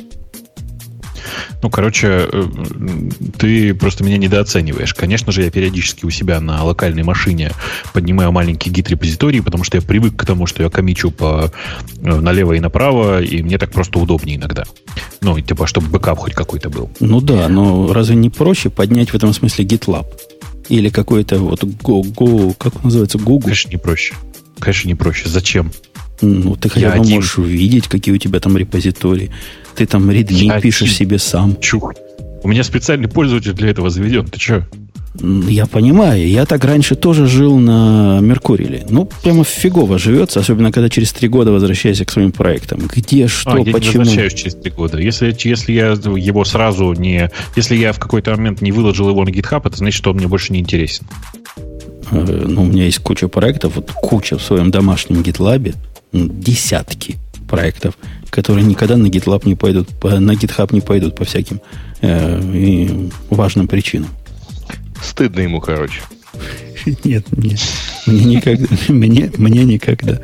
Ну, короче, ты просто меня недооцениваешь. Конечно же, я периодически у себя на локальной машине поднимаю маленький гит-репозиторий, потому что я привык к тому, что я коммичу по, налево и направо, и мне так просто удобнее иногда. Ну, типа, чтобы бэкап хоть какой-то был. Ну да, но разве не проще поднять в этом смысле GitLab? Или какой-то вот Go, Go, как он называется, Google? Конечно, не проще. Конечно, не проще. Зачем? Ну, ты хотя бы один... можешь увидеть, какие у тебя там репозитории. Ты там readme я пишешь один... себе сам. Чух. У меня специальный пользователь для этого заведен. Ты что? Я понимаю. Я так раньше тоже жил на Меркурии. Ну, прямо фигово живется, особенно когда через три года возвращаешься к своим проектам. Где, что, а, я почему? Я не возвращаюсь через три года. Если, если я его сразу не... Если я в какой-то момент не выложил его на GitHub, это значит, что он мне больше не интересен. Ну, у меня есть куча проектов, вот куча в своем домашнем GitLab, десятки проектов, которые никогда на GitLab не пойдут, на GitHub не пойдут по всяким э, и важным причинам. Стыдно ему, короче. Нет, нет, мне никогда, мне, мне никогда.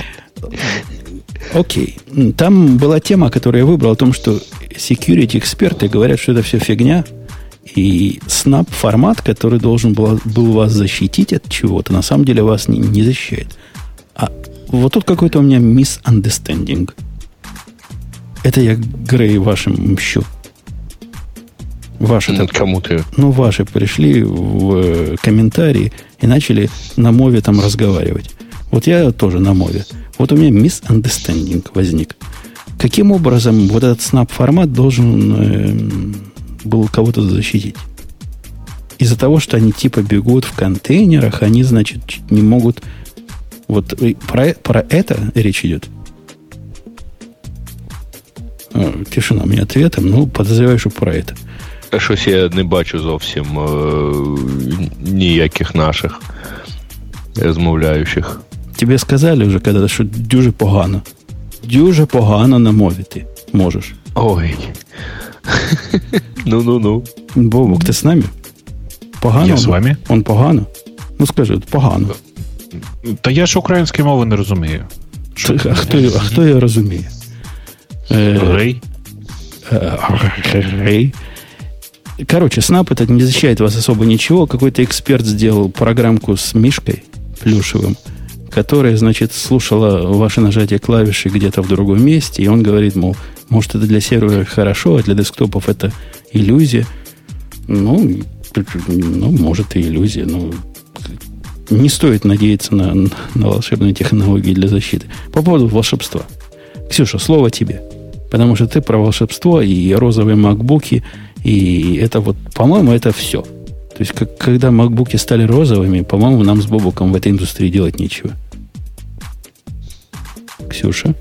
Окей. Там была тема, которую я выбрал, о том, что security-эксперты говорят, что это все фигня, и снап формат, который должен был, был вас защитить от чего-то, на самом деле вас не, не защищает. А вот тут какой-то у меня misunderstanding. Это я, Грей, вашим мщу. Ваши, кому ты? Ну, ваши пришли в комментарии и начали на мове там разговаривать. Вот я тоже на мове. Вот у меня misunderstanding возник. Каким образом вот этот снап-формат должен э, был кого-то защитить? Из-за того, что они типа бегут в контейнерах, они, значит, не могут... Вот про, про это речь идет? О, тишина мне ответом. Ну, подозреваю, що про это. А щось я не бачу зовсім е- ніяких наших розмовляючих. Тебе сказали вже, когда що дуже погано дуже погано намовити можеш. Ой. Ну-ну-ну. Бобок, ти з нами? Погано? Я з вами. Он погано? Ну скажи, погано. Та я ж української мови не розумію. Що? А хто, а хто її розуміє? Грей? Грей. Короче, Snap этот не защищает вас особо ничего. Какой-то эксперт сделал программку с мишкой плюшевым, которая, значит, слушала ваше нажатие клавиши где-то в другом месте, и он говорит, мол, может, это для сервера хорошо, а для десктопов это иллюзия. Ну, ну может, и иллюзия, но не стоит надеяться на, на волшебные технологии для защиты. По поводу волшебства. Ксюша, слово тебе. Потому что ты про волшебство и розовые макбуки, и это вот, по-моему, это все. То есть, как, когда макбуки стали розовыми, по-моему, нам с Бобуком в этой индустрии делать нечего. Ксюша?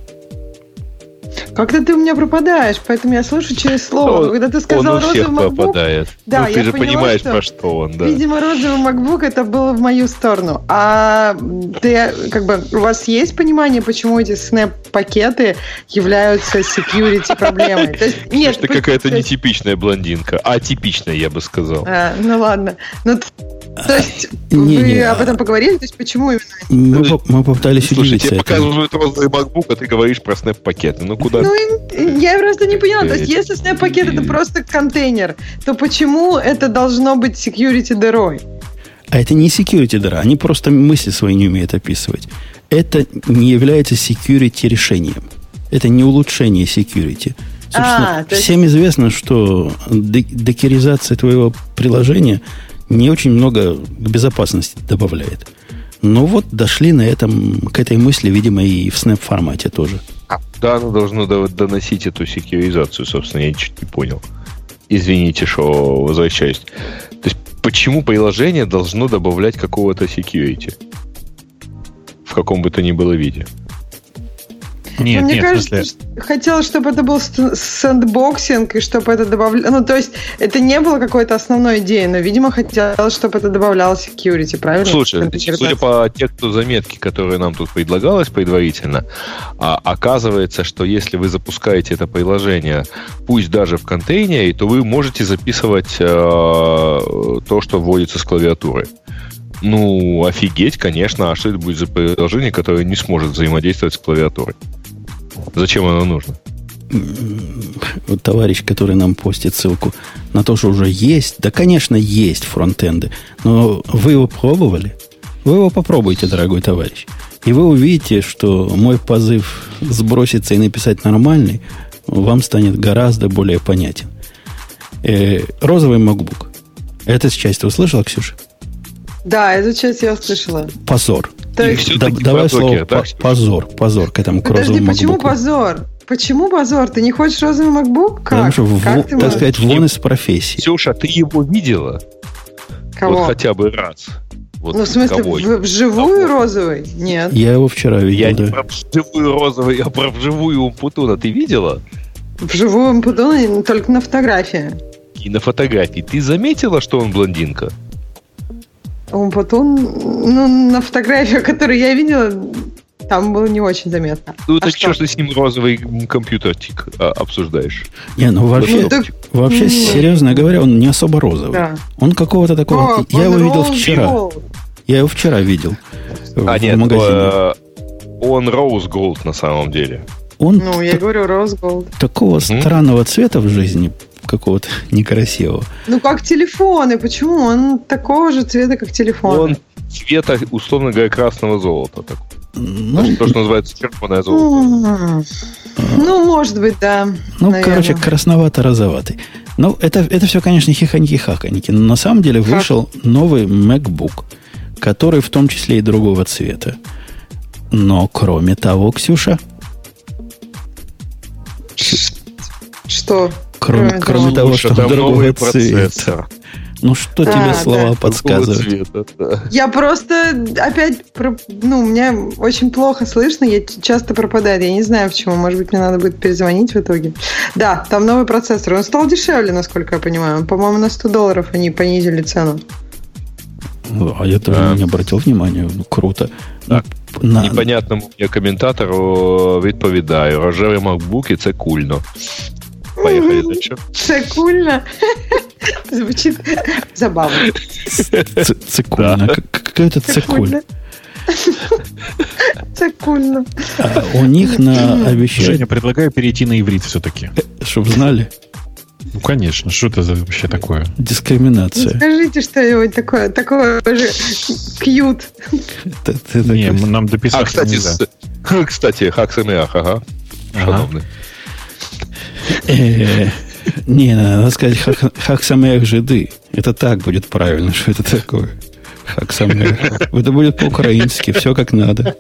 Как-то ты у меня пропадаешь, поэтому я слышу через слово. Он, Когда ты сказал он у всех розовый MacBook, попадает. да, ну, ты я же поняла, понимаешь, что, про что он, да. Видимо, розовый MacBook это было в мою сторону. А ты, как бы, у вас есть понимание, почему эти Snap-пакеты являются security проблемой? То есть, нет, это какая-то нетипичная блондинка, а типичная, я бы сказал. А, ну ладно. Ну, то есть не, вы не, об этом поговорили? То есть почему именно? Мы, мы попытались Слушай, удивиться тебе этому. показывают розовый MacBook, а ты говоришь про Snap-пакеты. Ну куда? Ну, я просто не поняла. То есть если Snap-пакет это просто контейнер, то почему это должно быть security дырой? А это не security дыра, они просто мысли свои не умеют описывать. Это не является security решением. Это не улучшение security. Собственно, А, то есть... всем известно, что докеризация твоего приложения не очень много к безопасности добавляет. Но вот дошли на этом, к этой мысли, видимо, и в Snap формате тоже. А, да, оно должно доносить эту секьюризацию, собственно, я чуть не понял. Извините, что возвращаюсь. То есть, почему приложение должно добавлять какого-то security? В каком бы то ни было виде. Нет, ну, мне нет, кажется, в смысле... хотелось, чтобы это был сэндбоксинг, и чтобы это добавляло... Ну, то есть, это не было какой-то основной идеей, но, видимо, хотелось, чтобы это добавляло security, правильно? Слушай, судя по тексту заметки, которые нам тут предлагалось предварительно, а, оказывается, что если вы запускаете это приложение, пусть даже в контейнере, то вы можете записывать э, то, что вводится с клавиатуры. Ну, офигеть, конечно, а что это будет за приложение, которое не сможет взаимодействовать с клавиатурой? Зачем оно нужно? Вот товарищ, который нам постит ссылку на то, что уже есть, да, конечно, есть фронтенды, но вы его пробовали? Вы его попробуйте, дорогой товарищ. И вы увидите, что мой позыв сброситься и написать нормальный вам станет гораздо более понятен. Э, розовый MacBook. Эту часть ты услышала, Ксюша? Да, эту часть я услышала. Позор. То есть... Да, давай слово по- позор, позор к этому, к Подожди, розовому почему MacBook. позор? Почему позор? Ты не хочешь розовый MacBook? Как? Потому что, как в, ты так можешь? сказать, вон из профессии. Ксюша, ты его видела? Кого? Вот хотя бы раз. Вот ну, в смысле, кого? в, вживую Кого? розовый? Нет. Я его вчера видел, Я да. не про вживую розовый, а про вживую Умпутуна. Ты видела? Вживую Умпутуна только на фотографии. И на фотографии. Ты заметила, что он блондинка? Умпутун, ну, на фотографии, которую я видела, там было не очень заметно. Ну, а так что? что ж ты с ним розовый компьютерчик а, обсуждаешь? Не, ну вообще, Ну, так- вообще ну, серьезно говоря, он не особо розовый. Да. Он какого-то такого... О, я он его видел Rose вчера. Gold. Я его вчера видел в, А, в нет, магазине. э, он Rose Gold на самом деле. Он Ну, я так- говорю, Rose Gold. такого странного цвета в жизни, какого-то некрасивого. Ну, как телефоны. Почему? Он такого же цвета, как телефон. Он цвета, условно говоря, красного золота. Так. Ну, То, что называется червоное золото. Ну, может быть, да. ну наверное. короче, красновато-розоватый. Ну, это, это все, конечно, хихоньки-хаконьки. Но на самом деле вышел новый MacBook, который в том числе и другого цвета. Но кроме того, Ксюша, Что? кроме, Кроме кроме того, что там другого новый цвета. процессор. Ну, что Да, тебе слова да. подсказывают? Цвета, да. Я просто опять, про- ну, меня очень плохо слышно, я часто пропадает, я не знаю почему, может быть, мне надо будет перезвонить в итоге. Да, там новый процессор, он стал дешевле, насколько я понимаю, по-моему, на сто долларов они понизили цену. А я тоже Да. не обратил внимания. Ну, круто. Так. На... Непонятному мені коментатору відповідаю. Рожеві макбуки – це кульно. Поїхали далі. Це кульно. Звучит забавно. Цикульно. Какое-то цикульно. Цикульно. У них на обещание... Женя, предлагаю перейти на иврит все-таки. Чтоб знали. Ну, конечно. Что это за вообще такое? Дискриминация. Ну, скажите что-нибудь такое, такое же кьют. Не, нам дописать а, кстати, с... кстати, Хаксамеах, ага. Шановный. Не, надо сказать Хаксамеах жиды. Это так будет правильно, что это такое. Хаксамеах. Это будет по-украински, все как надо.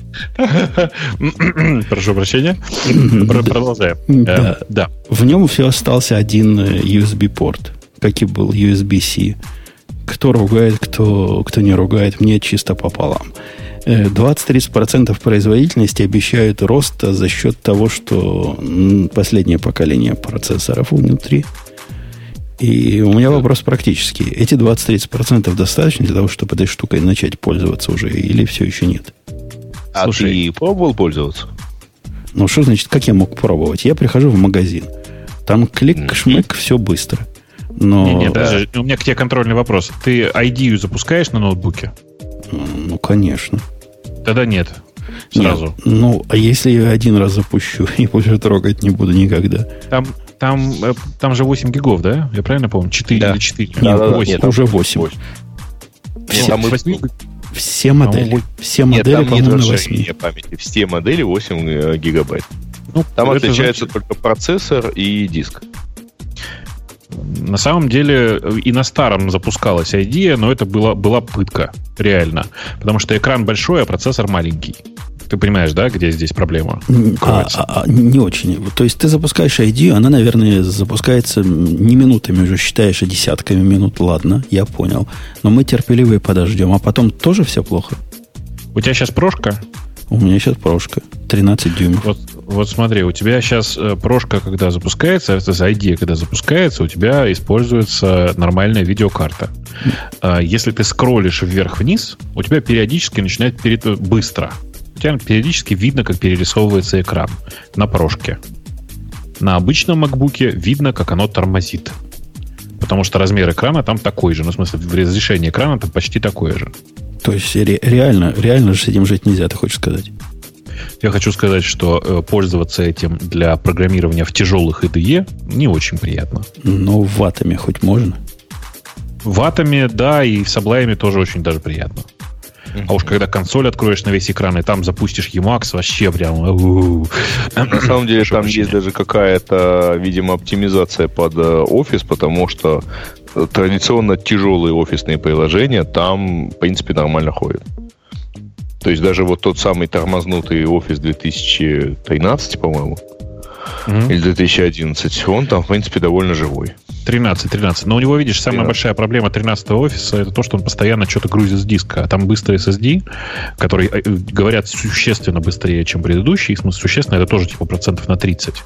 Прошу прощения. Продолжаем. Да. да. В нем все остался один ю эс би-порт, как и был ю эс би-C. Кто ругает, кто, кто не ругает, мне чисто пополам. двадцать-тридцать процентов производительности обещают роста за счет того, что последнее поколение процессоров внутри. И у меня вопрос практический. Эти двадцать-тридцать процентов достаточно для того, чтобы этой штукой начать пользоваться уже, или все еще нет? А Слушай, ты пробовал пользоваться? Ну, что значит, как я мог пробовать? Я прихожу в магазин. Там клик-шмык, mm-hmm. все быстро. Но... Не, не, даже, у меня к тебе контрольный вопрос. Ты ай ди ю запускаешь на ноутбуке? Ну, конечно. Тогда нет. Сразу. Нет. Ну, а если я один раз запущу и больше трогать не буду никогда? Там, там, там же восемь гигов, да? Я правильно помню? четыре да. или четыре? Нет, да, восемь. Нет, уже восемь. восемь. Все, там восемь? Все модели. Там, все модели, нет, по-моему, на восемь. Памяти. Все модели восемь гигабайт. Ну, там отличается же... только процессор и диск. На самом деле и на старом запускалась ай ди, но это была, была пытка, реально. Потому что экран большой, а процессор маленький. Ты понимаешь, да, где здесь проблема? А, а, а, не очень. То есть ты запускаешь ай ди, она, наверное, запускается не минутами, уже считаешь, а десятками минут. Ладно, я понял. Но мы терпеливые подождем. А потом тоже все плохо? У тебя сейчас прошка? У меня сейчас прошка. тринадцать дюймов. Вот, вот смотри, у тебя сейчас прошка, когда запускается, это ай ди, когда запускается, у тебя используется нормальная видеокарта. Mm. Если ты скроллишь вверх-вниз, у тебя периодически начинает перед... быстро. У тебя периодически видно, как перерисовывается экран на прошке. На обычном макбуке видно, как оно тормозит. Потому что размер экрана там такой же. Ну, в смысле, разрешение экрана там почти такое же. То есть ре- реально, реально же с этим жить нельзя, ты хочешь сказать? Я хочу сказать, что э, пользоваться этим для программирования в тяжелых ай ди и не очень приятно. Но в ватами хоть можно? В атоме, да, и в Sublime тоже очень даже приятно. А уж когда консоль откроешь на весь экран и там запустишь Emacs, вообще прям... На самом деле там есть даже какая-то, видимо, оптимизация под офис, потому что традиционно тяжелые офисные приложения там, в принципе, нормально ходят. То есть даже вот тот самый тормознутый Office две тысячи тринадцать, по-моему, mm-hmm. или две тысячи одиннадцать, он там, в принципе, довольно живой. тринадцать, тринадцать. Но у него, видишь, самая тринадцать. Большая проблема тринадцатого офиса — это то, что он постоянно что-то грузит с диска. А там быстрый эс эс ди, который, говорят, существенно быстрее, чем предыдущий. В смысле, существенно, это тоже типа процентов на тридцать.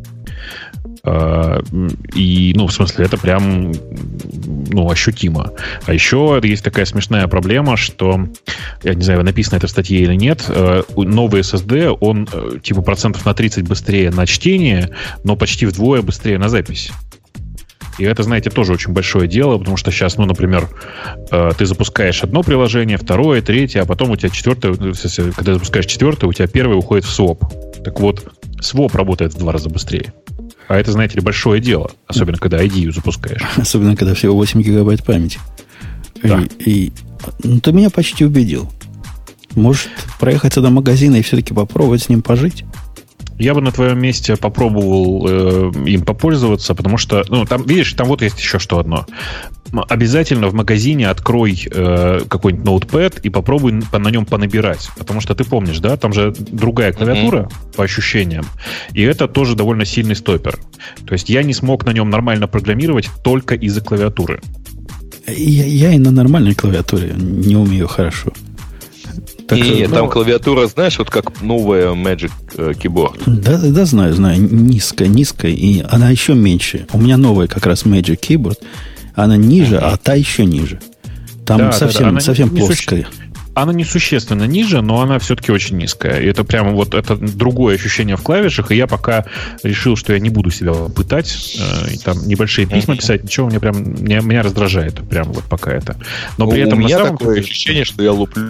И, ну, в смысле, это прям, ну, ощутимо. А еще есть такая смешная проблема, что, я не знаю, написано это в статье или нет, новый эс эс ди, он типа процентов на тридцать быстрее на чтение, но почти вдвое быстрее на запись. И это, знаете, тоже очень большое дело, потому что сейчас, ну, например, ты запускаешь одно приложение, второе, третье, а потом у тебя четвертое, когда запускаешь четвертое, у тебя первое уходит в своп. Так вот, своп работает в два раза быстрее. А это, знаете ли, большое дело. Особенно, когда ай ди ю запускаешь. Особенно, когда всего восемь гигабайт памяти. Да. И, и, ну, ты меня почти убедил. Может, проехаться до магазина и все-таки попробовать с ним пожить? Я бы на твоем месте попробовал э, им попользоваться, потому что, ну, там, видишь, там вот есть еще что одно. Обязательно в магазине открой э, какой-нибудь ноутпэд и попробуй на нем понабирать. Потому что ты помнишь, да, там же другая клавиатура, mm-hmm. по ощущениям. И это тоже довольно сильный стопер. То есть я не смог на нем нормально программировать только из-за клавиатуры. Я, я и на нормальной клавиатуре не умею хорошо. Так, и ну, там клавиатура, знаешь, вот как новая Magic Keyboard. Да, да, знаю, знаю. Низкая, низкая. И она еще меньше. У меня новая как раз Magic Keyboard. Она ниже, uh-huh. а та еще ниже. Там да, совсем, да, да. совсем не, плоская. она несущественно ниже, но она все-таки очень низкая. И это прямо вот это другое ощущение в клавишах. И я пока решил, что я не буду себя пытать, э, и там небольшие письма писать, ничего, мне прям меня, меня раздражает. Прямо вот пока это. Но при у этом меня на самом такое деле... ощущение, что я луплю.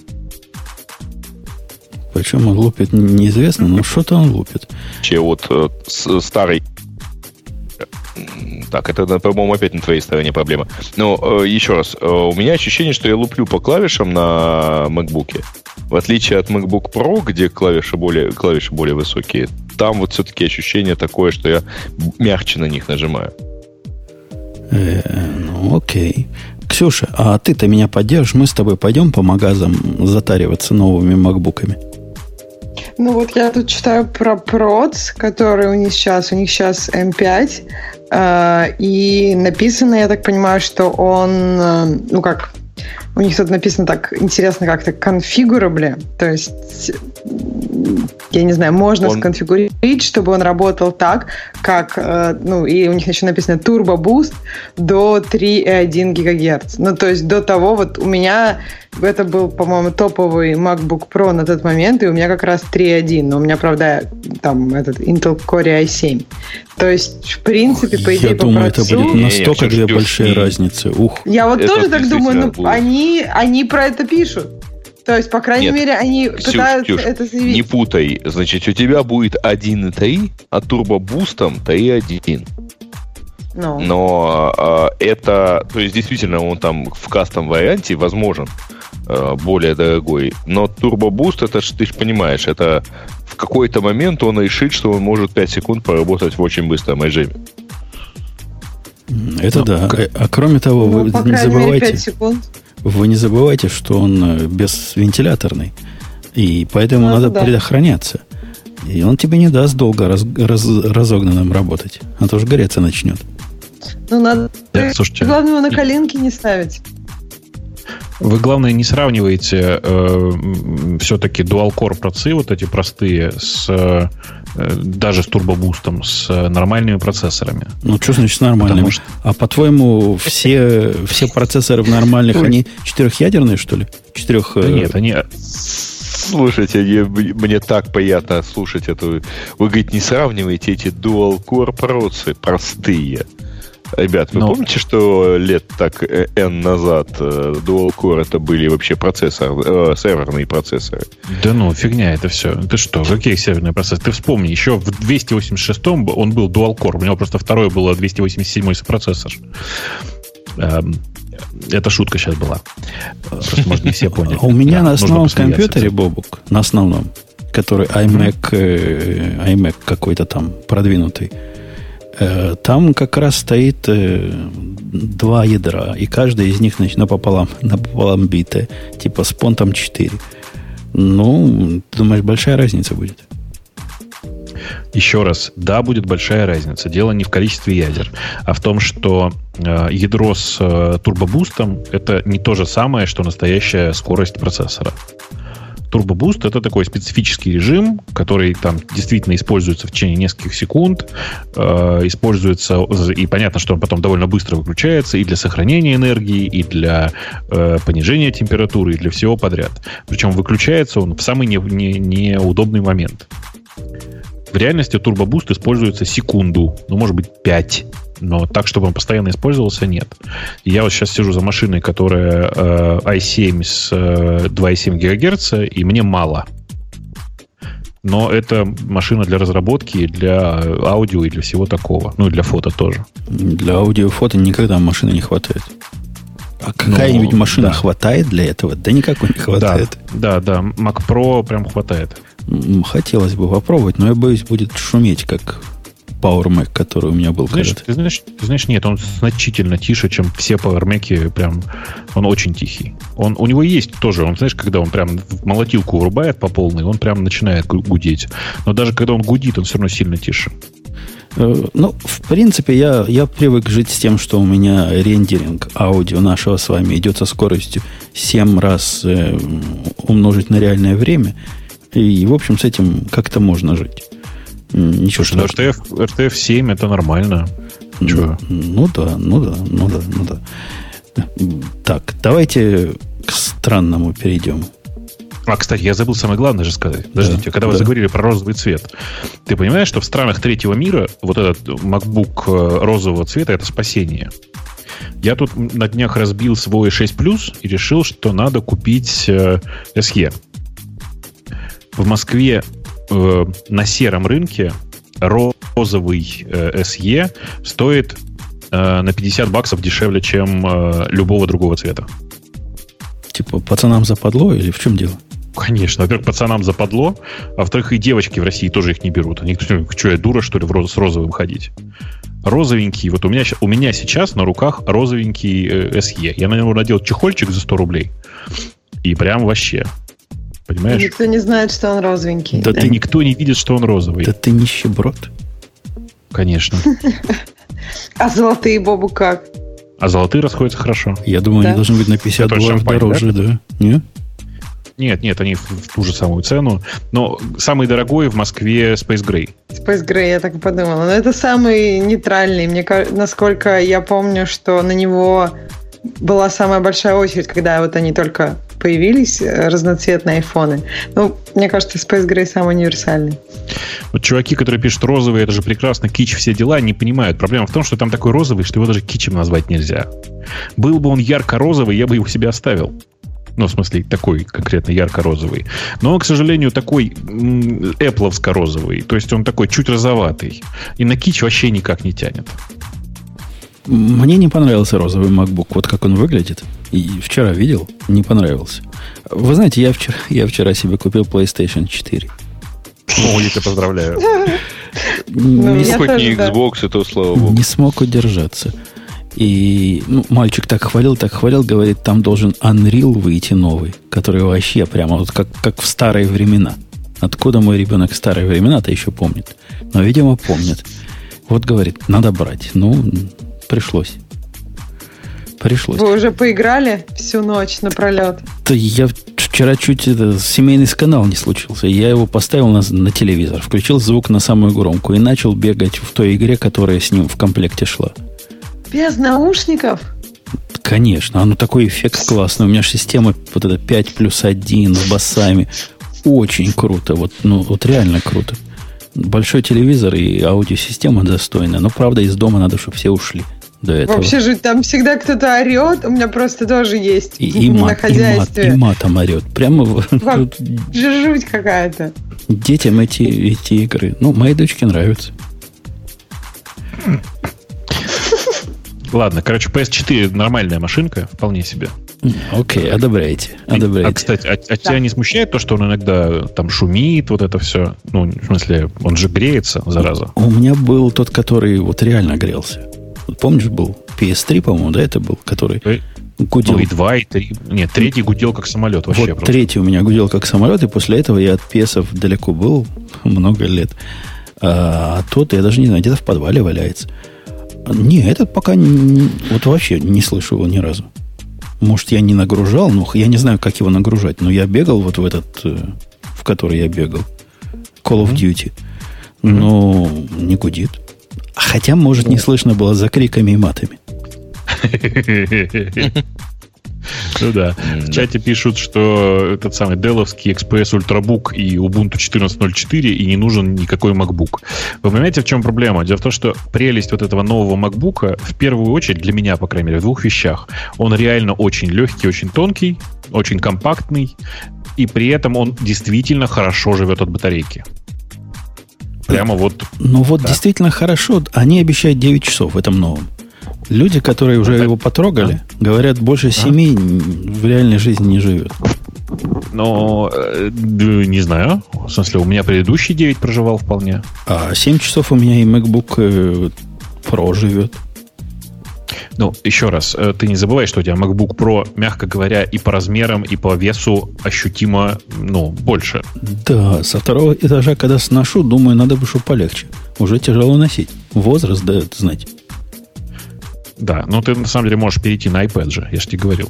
Причем он лупит неизвестно, но что-то он лупит. Че вот э, с, старый... Так, это, по-моему, опять на твоей стороне проблема. Но э, еще раз, э, у меня ощущение, что я луплю по клавишам на MacBook. В отличие от MacBook Pro, где клавиши более, клавиши более высокие, там вот все-таки ощущение такое, что я мягче на них нажимаю. Э, ну, окей. Ксюша, а ты-то меня поддержишь? Мы с тобой пойдем по магазам затариваться новыми макбуками? Ну вот я тут читаю про проц, который у них сейчас, у них сейчас эм пять, э, и написано, я так понимаю, что он, э, ну как, у них тут написано так интересно как-то configurable, то есть, я не знаю, можно он... сконфигурировать, чтобы он работал так, как, э, ну и у них еще написано Turbo Boost до три и один гигагерц. Ну то есть до того, вот у меня это был, по-моему, топовый MacBook Pro на тот момент, и у меня как раз три и один, но у меня, правда, там этот Intel Core ай семь. То есть, в принципе, по идее, я по думаю, процессу... это будет настолько не, не, две большие разницы. Ух. Я вот это тоже так думаю, но они, будет. они про это пишут. То есть, по крайней Нет, мере, они Ксюш, пытаются Ксюш, это заявить. Не путай. Значит, у тебя будет один и три, а турбобустом три и один. No. Но э, это... То есть, действительно, он там в кастом-варианте возможен э, более дорогой. Но турбобуст, это ж, ты же понимаешь, это в какой-то момент он решит, что он может пять секунд поработать в очень быстром режиме. Это ну, да. К... А кроме того, ну, вы не забывайте... пять секунд. Вы не забывайте, что он безвентиляторный. И поэтому ну, надо да. предохраняться. И он тебе не даст долго раз, раз, разогнанным работать. А то уж гореться начнет. Ну, надо... Да, слушайте, главное, его на коленки не ставить. Вы, главное, не сравниваете э, все-таки dual-core процы, вот эти простые, с, э, даже с турбобустом, с нормальными процессорами. Ну, что значит с нормальными? Что... А по-твоему, все, все процессоры нормальных, они четырехъядерные, что ли? Четырех... Да нет, они... Слушайте, мне, мне так приятно слушать эту... Вы, говорите, не сравниваете эти dual-core процы простые. Ребят, вы Но... помните, что лет так N назад dual-core это были вообще процессоры, э, серверные процессоры? Да ну, фигня это все. Ты что, какие серверные процессоры? Ты вспомни, еще в двести восемьдесят шестом он был dual-core, у него просто второй был двести восемьдесят седьмой процессор. Эм, это шутка сейчас была. Просто, может, не все поняли. А у меня на основном компьютере, Бобук, на основном, который iMac, iMac какой-то там продвинутый, там как раз стоит э, два ядра, и каждое из них значит, напополам, напополам битое, типа с понтом четыре. Ну, ты думаешь, большая разница будет? Еще раз, да, будет большая разница. Дело не в количестве ядер, а в том, что э, ядро с э, турбобустом это не то же самое, что настоящая скорость процессора. Turbo-Boost — это такой специфический режим, который там действительно используется в течение нескольких секунд, э, используется, и понятно, что он потом довольно быстро выключается и для сохранения энергии, и для э, понижения температуры, и для всего подряд. Причем выключается он в самый не, не, неудобный момент. В реальности Turbo-Boost используется секунду, ну, может быть, пять. Но так, чтобы он постоянно использовался, нет. Я вот сейчас сижу за машиной, которая э, ай семь с э, два и семь гигагерца, и мне мало. Но это машина для разработки, для аудио и для всего такого. Ну, и для фото тоже. Для аудио и фото никогда машины не хватает. А какая-нибудь ну, машина да. хватает для этого? Да никакой не хватает. Да, да, да. Mac Pro прям хватает. Хотелось бы попробовать, но я боюсь, будет шуметь, как Power Mac, который у меня был знаешь, когда-то. Ты знаешь, ты знаешь, нет, он значительно тише, чем все Power Mac. Прям, он очень тихий. Он, у него есть тоже, он, знаешь, когда он прям в молотилку врубает по полной, он прям начинает гудеть. Но даже когда он гудит, он все равно сильно тише. Ну, в принципе, я, я привык жить с тем, что у меня рендеринг аудио нашего с вами идет со скоростью семь раз э, умножить на реальное время. И, в общем, с этим как-то можно жить. Ничего Слушай, эр ти эф, эр ти эф семь это нормально. Ну, ну да, ну да, ну да, ну да. Так, давайте к странному перейдем. А, кстати, я забыл самое главное же сказать. Подождите, да, когда да. вы заговорили про розовый цвет, ты понимаешь, что в странах третьего мира вот этот MacBook розового цвета — это спасение. Я тут на днях разбил свой шесть плюс и решил, что надо купить э, эс и. В Москве э, на сером рынке розовый э, эс и стоит э, на пятьдесят баксов дешевле, чем э, любого другого цвета. Типа пацанам западло или в чем дело? Конечно. Во-первых, пацанам западло, а во-вторых, и девочки в России тоже их не берут. Они, что, я дура, что ли, в роз, с розовым ходить? Розовенький. Вот у меня, у меня сейчас на руках розовенький э, эс и. Я на него надел чехольчик за сто рублей. И прям вообще. Понимаешь? Никто не знает, что он розовенький. Да, да ты никто не видит, что он розовый. Да ты нищеброд. Конечно. А золотые, Бобу, как? А золотые расходятся хорошо. Я думаю, да? Они должны быть на пятьдесят долларов дороже, да? да? Нет? Нет, нет, они в, в ту же самую цену. Но самый дорогой в Москве Space Gray. Space Gray, я так и подумала. Но это самый нейтральный. Мне кажется, насколько я помню, что на него была самая большая очередь, когда вот они только появились, разноцветные айфоны. Ну, мне кажется, Space Gray самый универсальный. Вот чуваки, которые пишут розовый, это же прекрасно, кич, все дела, не понимают. Проблема в том, что там такой розовый, что его даже кичем назвать нельзя. Был бы он ярко-розовый, я бы его себе оставил. Ну, в смысле, такой конкретно ярко-розовый. Но он, к сожалению, такой эппловско-розовый. То есть он такой чуть розоватый. И на кич вообще никак не тянет. Мне не понравился розовый MacBook. Вот как он выглядит. И вчера видел, не понравился. Вы знаете, я вчера, я вчера себе купил PlayStation четыре. О, я тебя поздравляю. Не хоть не Xbox, это слава богу. Не смог удержаться. И ну, мальчик так хвалил, так хвалил, говорит, там должен Unreal выйти новый, который вообще прямо вот как, как в старые времена. Откуда мой ребенок старые времена-то еще помнит? Но, видимо, помнит. Вот, говорит, надо брать. Ну, пришлось. Пришлось. Вы уже поиграли всю ночь напролет? Да я вчера чуть это, семейный скандал не случился. Я его поставил на, на телевизор, включил звук на самую громкую и начал бегать в той игре, которая с ним в комплекте шла. Без наушников? Конечно, оно такой эффект классный. У меня же система вот эта пять плюс один с басами. Очень круто. Вот, ну, вот реально круто. Большой телевизор и аудиосистема достойная. Но, правда, из дома надо, чтобы все ушли до этого. Вообще же там всегда кто-то орет. У меня просто тоже есть и, и на мат, хозяйстве. И, мат, и матом орет. Прямо Вам жуть какая-то. Детям эти, эти игры. Ну, моей дочке нравятся. Ладно, короче, пи эс четыре нормальная машинка, вполне себе. Окей, okay, одобряйте, одобряйте. А, кстати, а, а тебя не смущает то, что он иногда там шумит, вот это все? Ну, в смысле, он же греется, зараза. У меня был тот, который вот реально грелся. Вот помнишь, был пи эс три, по-моему, да, это был, который и, гудел. Ну, и два, и три. Нет, третий гудел как самолет вообще. Вот просто. Третий у меня гудел как самолет, и после этого я от пи эсов далеко был много лет. А, а тот, я даже не знаю, где-то в подвале валяется. Не, этот пока не, вот вообще не слышу его ни разу. Может, я не нагружал, но я не знаю, как его нагружать. Но я бегал вот в этот, в который я бегал. Call of Duty. Но mm-hmm. не гудит. Хотя, может, mm-hmm. не слышно было за криками и матами. Ну да. В чате пишут, что этот самый Dell-овский экс пи эс Ultrabook и Ubuntu четырнадцать ноль четыре, и не нужен никакой MacBook. Вы понимаете, в чем проблема? Дело в том, что прелесть вот этого нового MacBook, в первую очередь, для меня, по крайней мере, в двух вещах. Он реально очень легкий, очень тонкий, очень компактный, и при этом он действительно хорошо живет от батарейки. Прямо вот... Ну вот да. Действительно хорошо. Они обещают девять часов в этом новом. Люди, которые уже а его потрогали, а? говорят, больше семи а? в реальной жизни не живет. Но, э, не знаю. В смысле, у меня предыдущий девять проживал вполне. А семь часов у меня и MacBook Pro живет. Ну, еще раз, ты не забывай, что у тебя MacBook Pro, мягко говоря, и по размерам, и по весу ощутимо, ну, больше. Да, со второго этажа, когда сношу, думаю, надо бы, чтобы полегче. Уже тяжело носить. Возраст дает знать. Да, но ты на самом деле можешь перейти на iPad же, я же тебе говорил.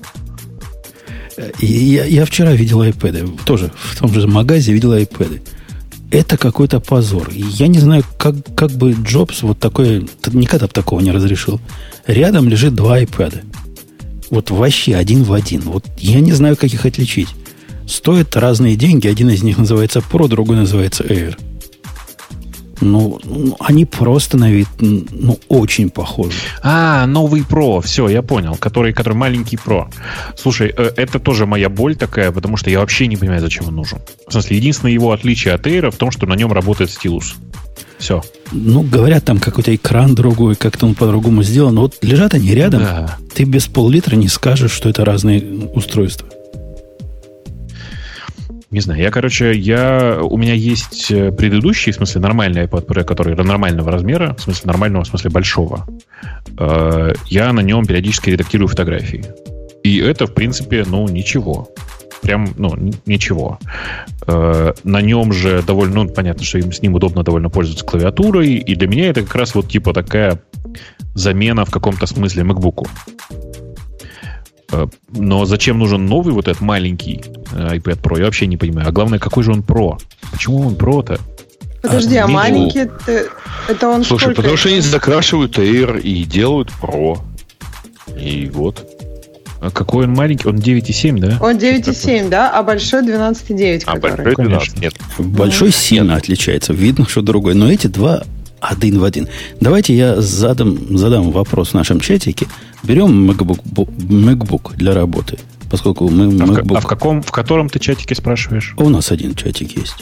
Я, я вчера видел iPad, тоже в том же магазе видел iPad. Это какой-то позор. Я не знаю, как, как бы Джобс вот такой, никогда бы такого не разрешил. Рядом лежит два iPad. Вот вообще один в один. Вот я не знаю, как их отличить. Стоят разные деньги. Один из них называется Pro, другой называется Air. Ну, они просто на вид, ну, очень похожи. А, новый Pro, все, я понял, который, который маленький Pro. Слушай, это тоже моя боль такая, потому что я вообще не понимаю, зачем он нужен. В смысле, единственное его отличие от Air в том, что на нем работает стилус. Все. Ну, говорят, там какой-то экран другой, как-то он по-другому сделан. Но вот лежат они рядом, да. Ты без пол-литра не скажешь, что это разные устройства. Не знаю, я, короче, я, у меня есть предыдущий, в смысле, нормальный iPad Pro, который нормального размера, в смысле, нормального, в смысле, большого. Я на нем периодически редактирую фотографии. И это, в принципе, ну, ничего. Прям, ну, ничего. На нем же довольно, ну, понятно, что им, с ним удобно довольно пользоваться клавиатурой, и для меня это как раз вот, типа, такая замена в каком-то смысле MacBook'у. Но зачем нужен новый вот этот маленький iPad Pro, я вообще не понимаю. А главное, какой же он Pro? Почему он Pro-то? Подожди, а, а маленький это, это он Слушай, сколько? потому что они закрашивают Air и делают Pro. И вот. А какой он маленький? Он девять и семь, да? Он девять и семь, да? А большой двенадцать и девять. А большой двенадцать, нет. Большой сильно нет. Отличается. Видно, что другой. Но эти два один в один. Давайте я задам, задам вопрос в нашем чатике. Берем MacBook, MacBook для работы, поскольку мы а MacBook... В, а в каком, в котором ты чатике спрашиваешь? У нас один чатик есть.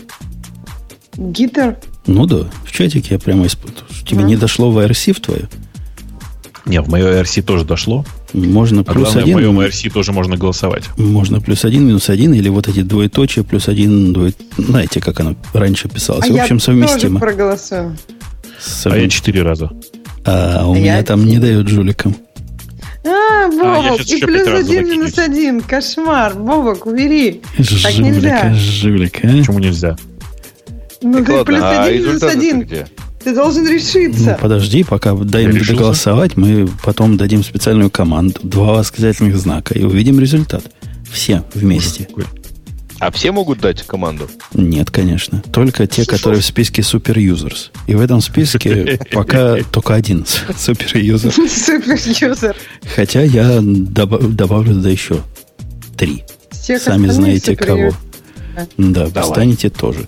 Гитер? Ну да, в чатике я прямо испытываю. Тебе а? не дошло в ай ар си в твое? Не, в мое ай ар си тоже дошло. Можно а плюс главное, один. В моем ай ар си тоже можно голосовать. Можно плюс один, минус один, или вот эти двоеточия, плюс один, двоеточие. Знаете, как оно раньше писалось. А в общем, я совместимо. Тоже проголосую. Совместимо. А я четыре раза. А у а меня я... там не дают жуликам. А, Бобок, а, и плюс один, минус один. Кошмар. Бобок, убери. Жулика, так нельзя. Жулика. Почему нельзя? Ну, так ты ладно, плюс а один, минус один. Ты должен решиться. Ну, подожди, пока даем доголосовать, мы потом дадим специальную команду. Два восклицательных знака и увидим результат. Все вместе. А все могут дать команду? Нет, конечно. Только те, которые в списке суперюзерс. И в этом списке пока только один суперюзер. Суперюзер. Хотя я добавлю туда еще три. Сами знаете кого. Да, вы станете тоже.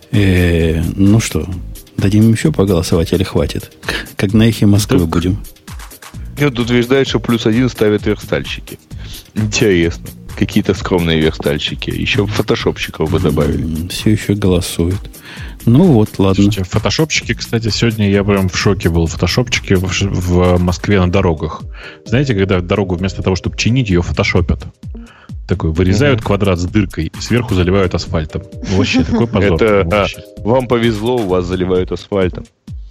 Ну что, дадим еще поголосовать или хватит? Как на эхе Москвы будем? Нет, утверждает, что плюс один ставят верстальщики. Интересно. Какие-то скромные верстальщики. Еще фотошопщиков бы добавили. Все еще голосуют. Ну вот, ладно. Слушайте, фотошопщики, кстати, сегодня я прям в шоке был. Фотошопщики в, в Москве на дорогах. Знаете, когда дорогу вместо того, чтобы чинить, ее фотошопят. Такой, вырезают угу. квадрат с дыркой и сверху заливают асфальтом. Вообще, такой позор. Это вам повезло, у вас заливают асфальтом.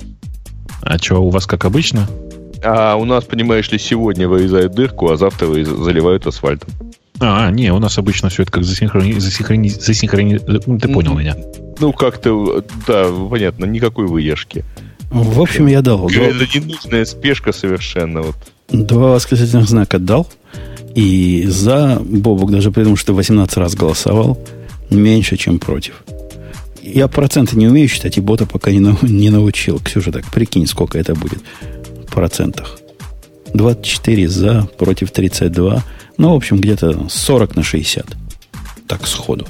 А что, у вас как обычно? А у нас, понимаешь ли, сегодня вырезают дырку, а завтра заливают асфальтом. А, не, у нас обычно все это как засинхрони... засинхрони... засинхрони... Ну, ты понял меня. Ну, как-то, да, понятно, никакой выдержки. В общем, я дал. Это ненужная спешка совершенно. Вот. Два восклицательных знака дал. И за Бобок даже при том, что восемнадцать раз голосовал, меньше, чем против. Я проценты не умею считать, и бота пока не, на... не научил. Ксюша, так прикинь, сколько это будет в процентах. двадцать четыре за, против тридцать два. Ну, в общем, где-то сорок на шестьдесят. Так, сходу.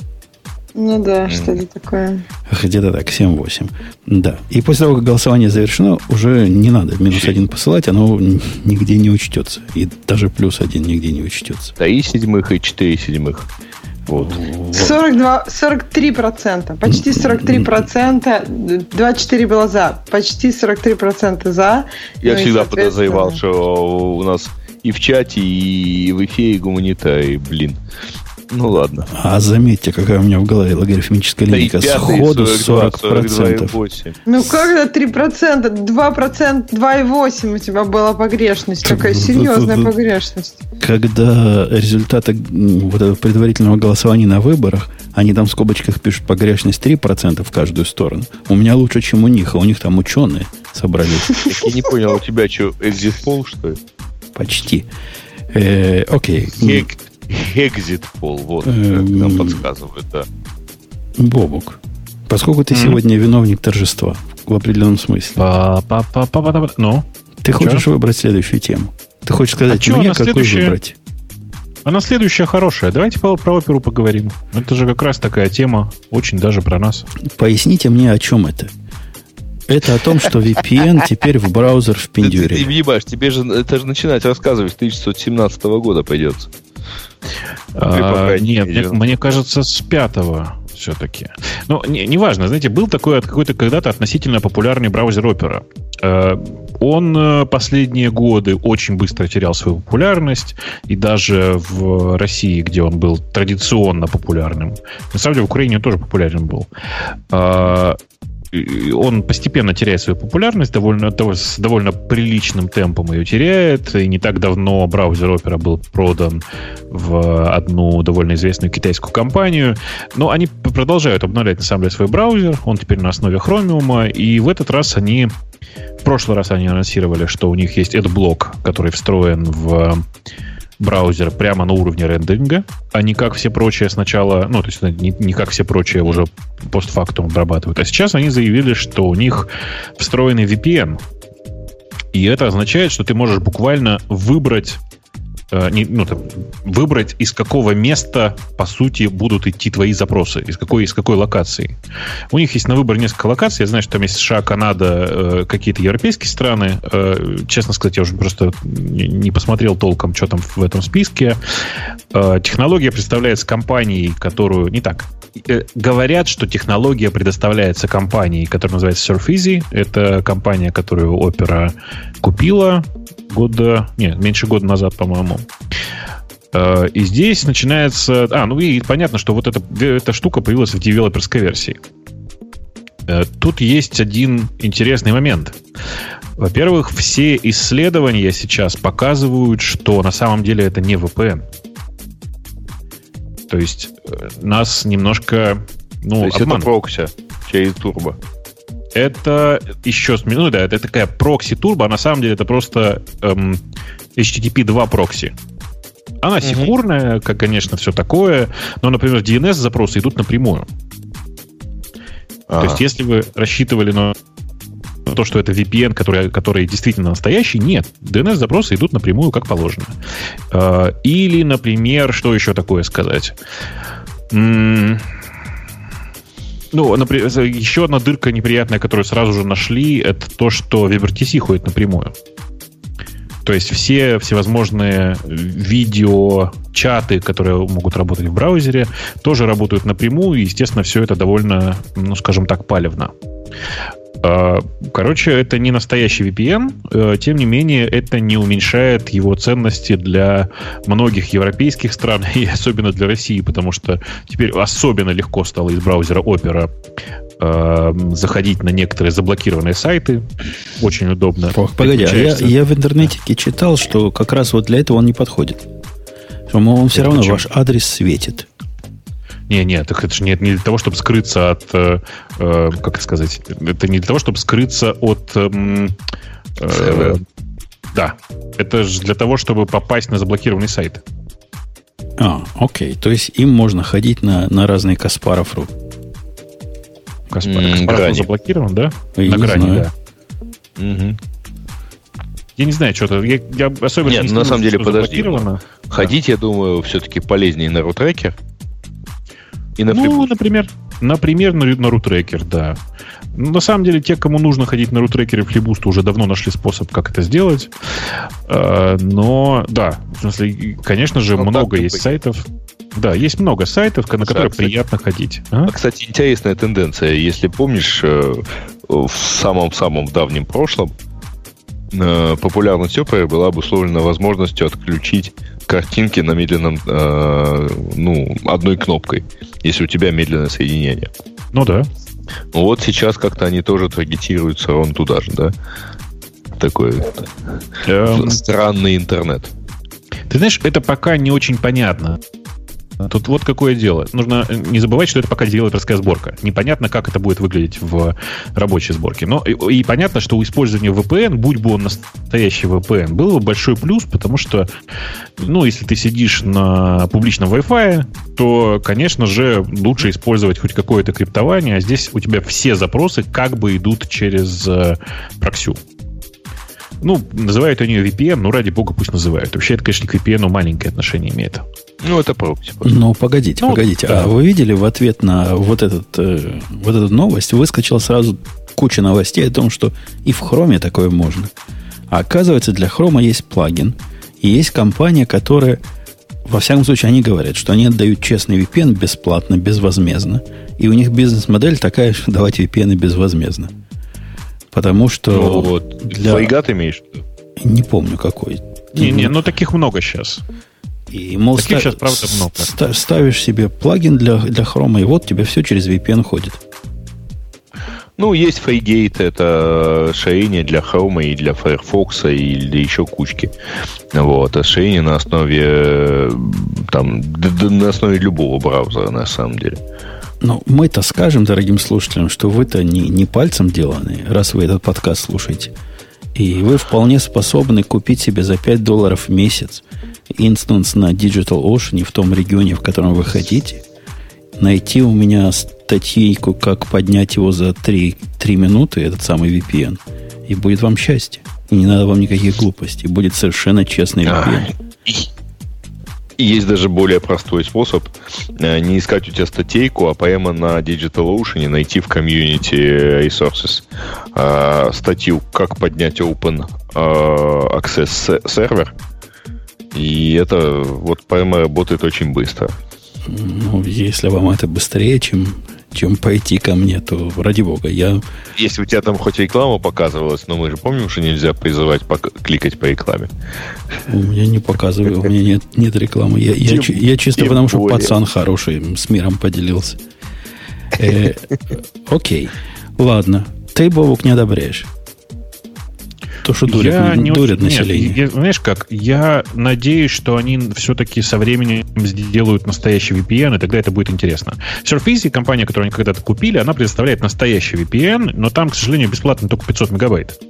Ну да, mm. что-то такое. Где-то так, семь-восемь. Да. И после того, как голосование завершено, уже не надо минус один посылать, оно нигде не учтется. И даже плюс один нигде не учтется. три седьмых и четыре седьмых. Вот. сорок два, сорок три процента. Почти сорок три процента. двадцать четыре было за. Почти сорок три процента за. Я ну всегда подозревал, что у нас и в чате, и в эфире гуманитарии, блин. Ну ладно. А заметьте, какая у меня в голове логарифмическая линейка. Да сходу сорок процентов. Ну как это три процента? два процента, два и восемь у тебя была погрешность. Такая серьезная погрешность. Когда результаты вот этого предварительного голосования на выборах, они там в скобочках пишут погрешность три процента в каждую сторону. У меня лучше, чем у них, а у них там ученые собрались. Я не понял, у тебя что, exit poll, что ли? Почти. Э, окей. Exit poll, вот, нам подсказывают, да. Бобук, поскольку ты mm-hmm. сегодня виновник торжества, в определенном смысле. Ну? Ты хочешь выбрать следующую тему? Ты хочешь сказать, а мне какую следующее... выбрать? Она следующая хорошая. Давайте про, про оперу поговорим. Это же как раз такая тема, очень даже про нас. Поясните мне, о чем это. Это о том, что ви пи эн теперь в браузер впендюрили. Ты, ты, ты понимаешь, тебе же это же начинать рассказывать с тысяча девятьсот семнадцатого года придется. А, нет, мне, мне кажется, с пятого все-таки. Но не, неважно, знаете, был такой какой-то когда-то относительно популярный браузер Opera. Он последние годы очень быстро терял свою популярность, и даже в России, где он был традиционно популярным, на самом деле в Украине он тоже популярен был, он постепенно теряет свою популярность, довольно, с довольно приличным темпом ее теряет. И не так давно браузер Opera был продан в одну довольно известную китайскую компанию. Но они продолжают обновлять, на самом деле, свой браузер. Он теперь на основе Chromium. И в этот раз они... В прошлый раз они анонсировали, что у них есть AdBlock, который встроен в браузер прямо на уровне рендеринга, а не как все прочие сначала, ну, то есть не, не как все прочие уже постфактум обрабатывают. А сейчас они заявили, что у них встроенный ви пи эн. И это означает, что ты можешь буквально выбрать, э, не, ну, там, выбрать, из какого места, по сути, будут идти твои запросы, из какой, из какой локации. У них есть на выбор несколько локаций. Я знаю, что там есть США, Канада, э, какие-то европейские страны. Э, честно сказать, я уже просто не посмотрел толком, что там в этом списке. Э, технология представляется компанией, которую... Не так. Э, говорят, что технология предоставляется компанией, которая называется SurfEasy. Это компания, которую Opera купила года... Нет, меньше года назад, по-моему. И здесь начинается... А, ну и понятно, что вот эта, эта штука появилась в девелоперской версии. Тут есть один интересный момент. Во-первых, все исследования сейчас показывают, что на самом деле это не ви пи эн. То есть нас немножко... Ну, То есть обманывают. Это прокси через турбо. Это еще... Ну да, это такая прокси-турбо, а на самом деле это просто эм, эйч ти ти пи два прокси. Она секурная, uh-huh. как, конечно, все такое, но, например, ди эн эс-запросы идут напрямую. Uh-huh. То есть, если вы рассчитывали на то, что это ви пи эн, который, который действительно настоящий, нет. ди эн эс-запросы идут напрямую, как положено. Или, например, что еще такое сказать? Ну, например, еще одна дырка неприятная, которую сразу же нашли, это то, что WebRTC ходит напрямую. То есть все всевозможные видео, чаты, которые могут работать в браузере, тоже работают напрямую, и, естественно, все это довольно, ну, скажем так, палевно. Короче, это не настоящий ви пи эн, тем не менее, это не уменьшает его ценности для многих европейских стран, и особенно для России, потому что теперь особенно легко стало из браузера Opera заходить на некоторые заблокированные сайты. Очень удобно. Ох, погоди, а я, я в интернете читал, что как раз вот для этого он не подходит. Что, мол, он все равно почему? Ваш адрес светит. Не, нет, так это же не, не для того, чтобы скрыться от, э, э, как сказать, это не для того, чтобы скрыться от, э, э, да, это же для того, чтобы попасть на заблокированный сайт. А, окей, то есть им можно ходить на, на разные Каспаров точка ру. Каспар, mm, Каспаров заблокирован, да? Я на грани, знаю. да. Угу. Я не знаю, что-то. Я, я особенно Нет, не на самом деле, подожди. Ну, ходить, да. Я думаю, все-таки полезнее на рутрекер. И на ну, например, например, на, на рутрекер, да. На самом деле, те, кому нужно ходить на рутрекер и флибуст, уже давно нашли способ, как это сделать. Но, да, в смысле, конечно же, Но много есть быть. сайтов. Да, есть много сайтов, на которые кстати, приятно ходить. А? А, кстати, интересная тенденция. Если помнишь, в самом-самом давнем прошлом популярность Opera была обусловлена возможностью отключить картинки на медленном, ну, одной кнопкой, если у тебя медленное соединение. Ну да. Вот сейчас как-то они тоже таргетируются ровно туда же, да? Такой эм... странный интернет. Ты знаешь, это пока не очень понятно. Тут вот какое дело. Нужно не забывать, что это пока девелоперская сборка. Непонятно, как это будет выглядеть в рабочей сборке. Но и, и понятно, что у использования ви пи эн, будь бы он настоящий ви пи эн, был бы большой плюс, потому что, ну, если ты сидишь на публичном Wi-Fi, то, конечно же, лучше использовать хоть какое-то криптование, а здесь у тебя все запросы как бы идут через э, проксю. Ну, называют они ее ви пи эн, ну, ради бога, пусть называют. Вообще, это, конечно, к ви пи эн маленькое отношение имеет. Ну, это прокси. Ну, погодите, ну, погодите. Да. А вы видели в ответ на вот, этот, э, вот эту новость, выскочила сразу куча новостей о том, что и в Chrome такое можно. А оказывается, для Chrome есть плагин, и есть компания, которая, во всяком случае, они говорят, что они отдают честный ви пи эн бесплатно, безвозмездно. И у них бизнес-модель такая, что давать ви пи эн безвозмездно. Потому что... Ну, вот, для... Флейгат имеешь? Не помню, какой. Не-не, ну таких много сейчас. И, мол, таких ста- сейчас, правда, много. Ста- ставишь себе плагин для, для Chrome, и вот тебе все через ви пи эн ходит. Ну, есть FreeGate, это ширение для Chrome и для Firefox, и для еще кучки. Вот. А ширение на основе, там, на основе любого браузера, на самом деле. Ну, мы-то скажем дорогим слушателям, что вы-то не, не пальцем деланы, раз вы этот подкаст слушаете. И вы вполне способны купить себе за пять долларов в месяц инстанс на DigitalOcean в том регионе, в котором вы хотите. Найти у меня статейку, как поднять его за три, три минуты, этот самый ви пи эн, и будет вам счастье. И не надо вам никаких глупостей. Будет совершенно честный ви пи эн. И есть даже более простой способ не искать у тебя статейку, а прямо на DigitalOcean найти в комьюнити Resources э, статью, как поднять Open э, Access сервер. И это вот прямо работает очень быстро. Ну, если вам это быстрее, чем, чем пойти ко мне, то ради бога, я... Если у тебя там хоть реклама показывалась, но мы же помним, что нельзя призывать пок- кликать по рекламе. У меня не показываю, у меня нет, нет рекламы. Я, я, я чисто потому, что пацан хороший, с миром поделился. Э, окей, ладно. Ты, Бобук, не одобряешь. То, что дурят, я не дурят очень, население. Нет, я, знаешь как, я надеюсь, что они все-таки со временем сделают настоящий ви пи эн, и тогда это будет интересно. Surface, компания, которую они когда-то купили, она предоставляет настоящий ви пи эн, но там, к сожалению, бесплатно только пятьсот мегабайт.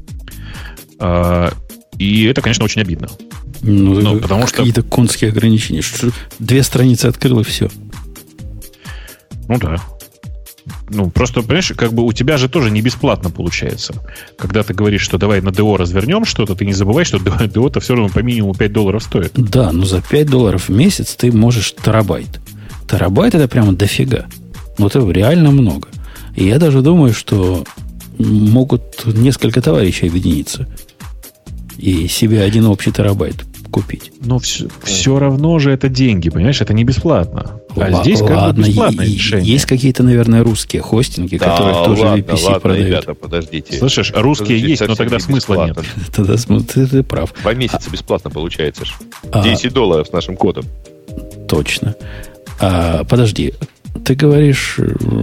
И это, конечно, очень обидно. Ну, ну, потому что... Какие-то конские ограничения. Две страницы открыл, и все. Ну да. Ну, просто, понимаешь, как бы у тебя же тоже не бесплатно получается. Когда ты говоришь, что давай на ди о развернем что-то, ты не забывай, что ди о-то все равно по минимуму пять долларов стоит. Да, но за пять долларов в месяц ты можешь терабайт. Терабайт это прямо дофига. Ну, это реально много. И я даже думаю, что могут несколько товарищей объединиться и себе один общий терабайт купить. Но все, все равно же это деньги, понимаешь? Это не бесплатно. А Л- здесь как ладно, бы бесплатное и, решение. Есть какие-то, наверное, русские хостинги, да, которые тоже ладно, ви пи си ладно, продают. Ребята, подождите. Слышишь, русские Подождите, есть, но тогда смысла бесплатно. нет. Тогда ты, ты прав. Два месяца бесплатно получается. А, десять долларов с нашим кодом. Точно. А, подожди, ты говоришь...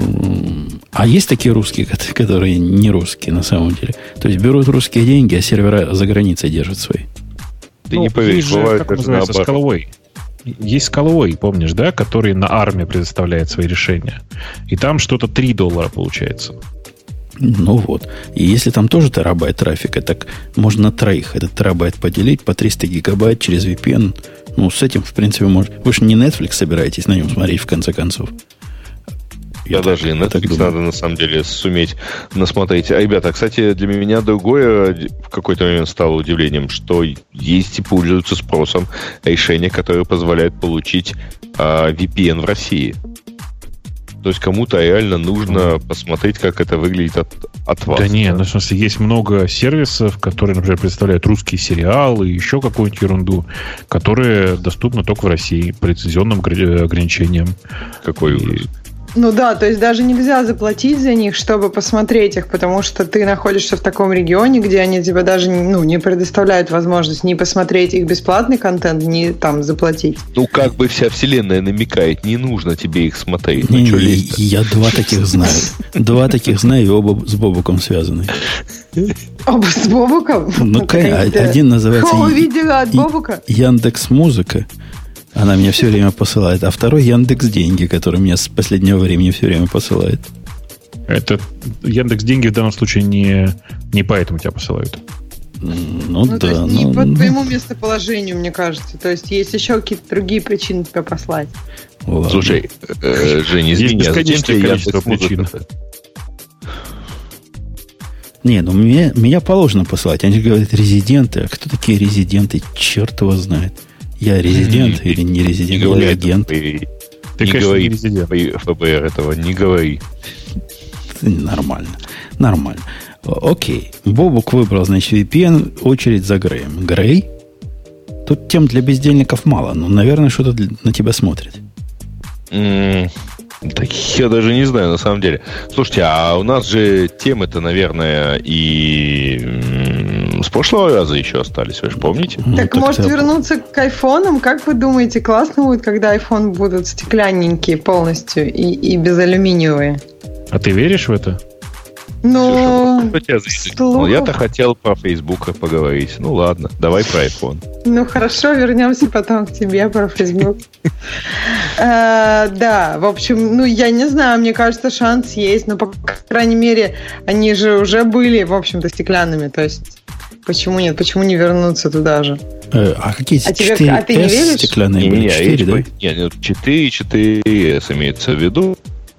А есть такие русские, которые не русские на самом деле? То есть берут русские деньги, а сервера за границей держат свои? Ты ну, не поверишь, же, бывает как даже называется, наоборот. Scalaway. Есть Scalaway, помнишь, да? Который на армии предоставляет свои решения. И там что-то три доллара получается. Ну вот. И если там тоже терабайт трафика, так можно на троих этот терабайт поделить по триста гигабайт через ви пи эн. Ну, с этим, в принципе, можно... Вы же не Netflix собираетесь на нем смотреть, в конце концов. Я, я даже и Netflix надо, на самом деле, суметь насмотреть. А, ребята, кстати, для меня другое в какой-то момент стало удивлением, что есть и пользуются спросом решения, которые позволяют получить а, ви пи эн в России. То есть кому-то реально нужно посмотреть, как это выглядит от, от вас. Да нет, ну, в смысле, есть много сервисов, которые, например, представляют русские сериалы, еще какую-нибудь ерунду, которые доступны только в России по лицензионным ограничениям. Какой ужас. И... Ну да, то есть даже нельзя заплатить за них, чтобы посмотреть их, потому что ты находишься в таком регионе, где они тебе даже ну, не предоставляют возможность ни посмотреть их бесплатный контент, ни там заплатить. Ну как бы вся вселенная намекает, не нужно тебе их смотреть. Не, ну, не, я два таких знаю. Два таких знаю, и оба с Бобуком связаны. Оба с Бобуком? Ну, один называется Какого видео от Бобука? Яндекс.Музыка. Она меня все время посылает. А второй Яндекс Деньги, который меня с последнего времени все время посылает. Это Яндекс Деньги в данном случае не, не поэтому тебя посылают. Ну, ну да. То есть ну, не по ну, твоему местоположению, мне кажется. То есть есть еще какие-то другие причины тебя послать. Ладно. Слушай, э, Женя, извини, есть бесконечное количество причин. Не, ну меня, меня положено посылать. Они говорят резиденты. А кто такие резиденты? Черт его знает. Я резидент mm-hmm. или не резидент, не или агент? Ты, ты не конечно, говори, не резидент. эф бэ эр этого, не говори. Нормально. Нормально. Окей. Бобук выбрал, значит, ви пи эн, очередь за Греем. Грей? Тут тем для бездельников мало, но, наверное, что-то для, на тебя смотрит. Mm, так я даже не знаю, на самом деле. Слушайте, а у нас же темы-то, наверное, и м- с прошлого раза еще остались, вы же помните? Ну, так, так может это... вернуться к айфонам? Как вы думаете, классно будет, когда айфоны будут стеклянненькие полностью и, и без алюминиевые? А ты веришь в это? Ну, ну, я-то хотел про Facebook поговорить. Ну ладно, давай про iPhone. Ну хорошо, вернемся потом к тебе про Facebook. Да, в общем, ну я не знаю, мне кажется, шанс есть, но по крайней мере они же уже были, в общем-то, стеклянными, то есть почему нет, почему не вернуться туда же? А какие а четыре эс а ты не веришь? Стеклянные были? четыре, да? Нет, четыре, четыре эс имеется в виду.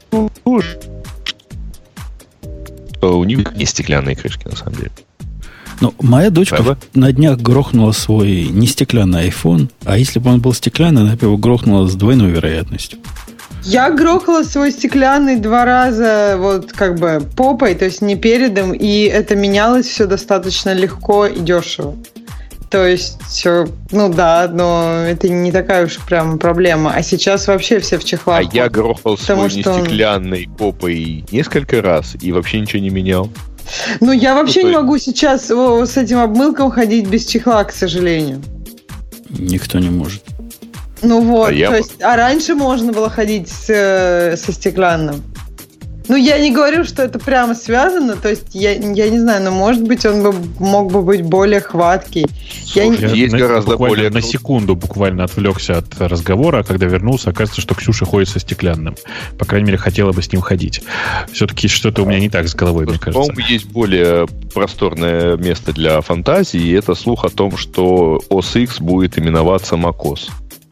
У них не стеклянные крышки, на самом деле. Ну, моя дочка Правда? на днях грохнула свой не стеклянный iPhone, а если бы он был стеклянный, она бы его грохнула с двойной вероятностью. Я грохала свой стеклянный два раза вот как бы попой, то есть не передом, и это менялось все достаточно легко и дешево. То есть, ну да, но это не такая уж прям проблема. А сейчас вообще все в чехлах. А я грохал свой что... нестеклянный попой несколько раз и вообще ничего не менял. Ну, я вообще ну, не могу сейчас о, с этим обмылком ходить без чехла, к сожалению. Никто не может. Ну вот, а, то я... есть, а раньше можно было ходить с, со стеклянным. Ну, я не говорю, что это прямо связано, то есть, я, я не знаю, но, может быть, он бы мог бы быть более хваткий. Слушай, я я есть на, гораздо более... На секунду буквально отвлекся от разговора, а когда вернулся, оказывается, что Ксюша ходит со стеклянным. По крайней мере, хотела бы с ним ходить. Все-таки что-то у меня не так с головой, мне кажется. По-моему, есть более просторное место для фантазии, и это слух о том, что о эс икс будет именоваться macOS.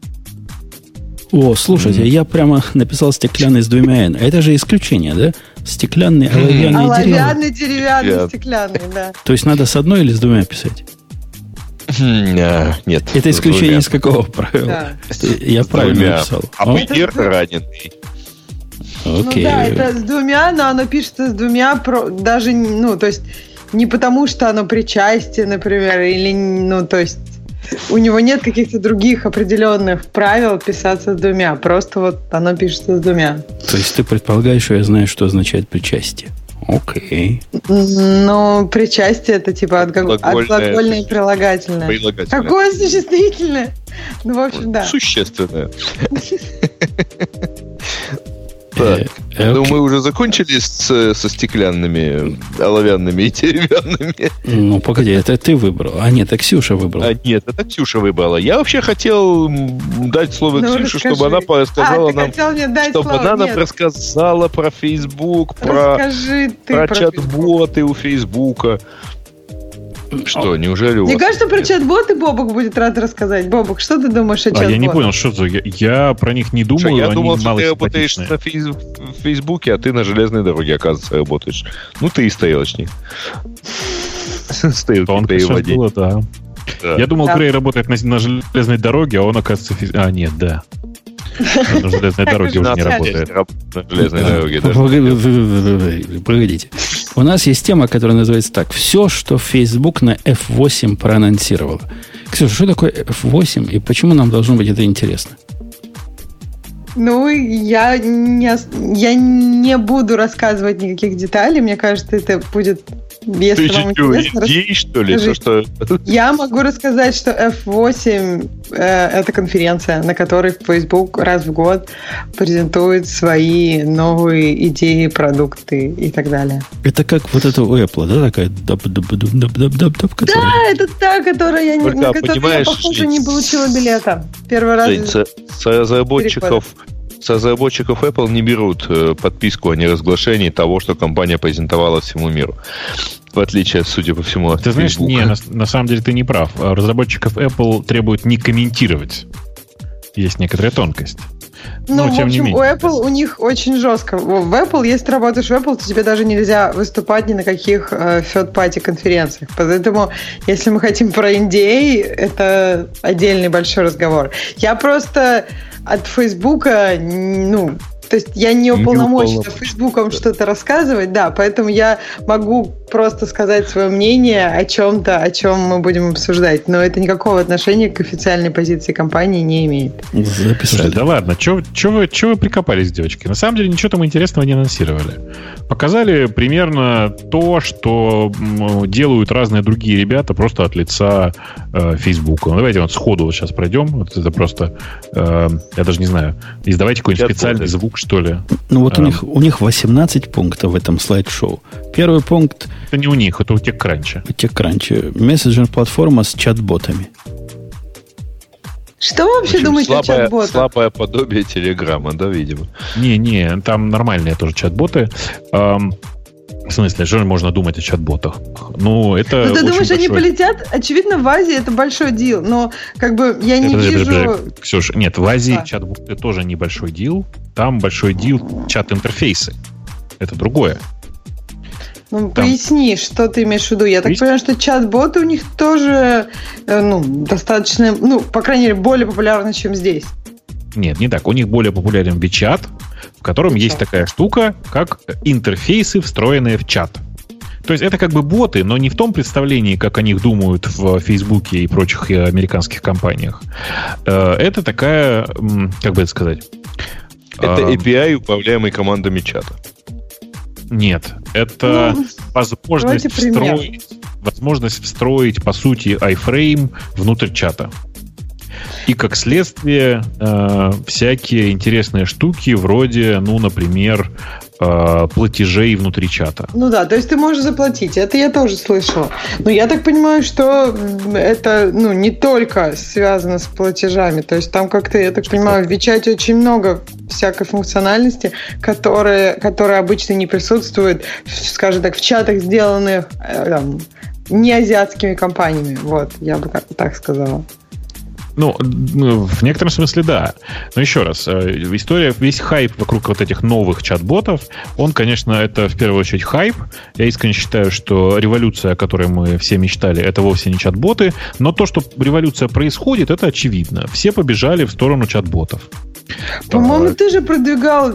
О, слушайте, mm-hmm. я прямо написал стеклянный с двумя «н». Это же исключение, да? Стеклянный, оловянный, mm-hmm. деревянный. Оловянный, деревянный, yeah. стеклянный, да. То есть надо с одной или с двумя писать? Mm-hmm. Нет. Это исключение из какого правила? Да. Я с правильно двумя. написал. А пример раненый. Okay. Ну да, это с двумя, но оно пишется с двумя, даже, ну, то есть не потому, что оно причастие, например, или, ну, то есть у него нет каких-то других определенных правил писаться с двумя. Просто вот оно пишется с двумя. То есть ты предполагаешь, что я знаю, что означает причастие? Окей. Ну, причастие это типа отглагольное и прилагательное. прилагательное. Какое существительное? Ну, в общем, да. Существенное. Так, okay. Ну мы уже закончили с, со стеклянными, оловянными и деревянными. Ну, погоди, это ты выбрал. А нет, это Ксюша выбрала. А нет, это Ксюша выбрала. Я вообще хотел дать слово ну, Ксюше, расскажи. чтобы она рассказала а, нам, чтобы слово? она нет. нам рассказала про Facebook, про, про, про чат-боты у Фейсбука. Что, неужели у Мне вас... кажется, про чат-боты Бобок будет рад рассказать. Бобок, что ты думаешь о чат-ботах? А я не понял, что за... Я, я про них не думаю, что, я они думал, что ты работаешь на фейс... в Фейсбуке, а ты на железной дороге, оказывается, работаешь. Ну, ты и стрелочник. Тонко все было, да. Я думал, Грей работает на железной дороге, а он, оказывается... А, нет, да. На железной дороге уже не работает. На железной дороге, да. Погодите. У нас есть тема, которая называется так. Все, что Facebook на эф восемь проанонсировало. Ксюша, что такое эф восемь и почему нам должно быть это интересно? Ну, я не, я не буду рассказывать никаких деталей. Мне кажется, это будет... Если Ты вам интересно, идей, что ли? То, что... Я могу рассказать, что эф восемь э, это конференция, на которой Facebook раз в год презентует свои новые идеи, продукты и так далее. Это как вот это у Apple, да, такая даб-даб-даб-даб-даб, которая... Да, это та, которая я, Только, на которую я, похоже, не получила билета. Первый раз. С, с разработчиков... С разработчиков Apple не берут подписку о неразглашении того, что компания презентовала всему миру. В отличие, судя по всему, от Ты знаешь, Facebook. не, на, на самом деле ты не прав. Разработчиков Apple требуют не комментировать. Есть некоторая тонкость. Ну, в общем, у Apple у них очень жестко. В Apple, если ты работаешь в Apple, то тебе даже нельзя выступать ни на каких э, third-party конференциях. Поэтому, если мы хотим про эн ди эй, это отдельный большой разговор. Я просто от Фейсбука, ну... То есть я не уполномочена Фейсбуком что-то рассказывать, да, поэтому я могу просто сказать свое мнение о чем-то, о чем мы будем обсуждать, но это никакого отношения к официальной позиции компании не имеет. Записали. Да ладно, что вы, вы прикопались, девочки? На самом деле ничего там интересного не анонсировали. Показали примерно то, что делают разные другие ребята просто от лица э, Фейсбука. Ну, давайте вот сходу вот сейчас пройдем. Вот это просто, э, я даже не знаю, издавайте какой-нибудь специальный звук, что ли. Ну вот а, у них у них восемнадцать пунктов в этом слайд-шоу. Первый пункт... Это не у них, это у TechCrunch. У TechCrunch. Мессенджер-платформа с чат-ботами. Что вы вообще общем, думаете слабое, о чат-ботах? Слабое подобие Телеграма, да, видимо? Не-не, там нормальные тоже чат-боты. Эм, в смысле, что можно думать о чат-ботах? Ну, это Ну, ты думаешь, большой... они полетят? Очевидно, в Азии это большой дил, но как бы я не подожди, вижу... Подожди, подожди. Ксюш, нет, в Азии а. чат-боты тоже небольшой дил. Там большой дил чат-интерфейсы. Это другое. Ну, там... поясни, что ты имеешь в виду. Я так понимаю, что чат-боты у них тоже ну, достаточно, ну, по крайней мере, более популярны, чем здесь. Нет, не так. У них более популярен WeChat, в котором WeChat. Есть такая штука, как интерфейсы, встроенные в чат. То есть это как бы боты, но не в том представлении, как о них думают в Фейсбуке и прочих американских компаниях. Это такая, как бы это сказать... Это эй пи ай, управляемый командами чата. Нет, это ну, возможность встроить, возможность встроить, по сути, iFrame внутрь чата. И, как следствие, э, всякие интересные штуки вроде, ну, например, э, платежей внутри чата. Ну да, то есть ты можешь заплатить. Это я тоже слышала. Но я так понимаю, что это ну, не только связано с платежами. То есть там как-то, я так что понимаю, в WeChat очень много всякой функциональности, которая, которая обычно не присутствует, скажем так, в чатах, сделанных там, не азиатскими компаниями. Вот, я бы так, так сказала. Ну, в некотором смысле, да. Но еще раз, история, весь хайп вокруг вот этих новых чат-ботов, он, конечно, это в первую очередь хайп. Я искренне считаю, что революция, о которой мы все мечтали, это вовсе не чат-боты. Но то, что революция происходит, это очевидно. Все побежали в сторону чат-ботов. По-моему, а... ты же продвигал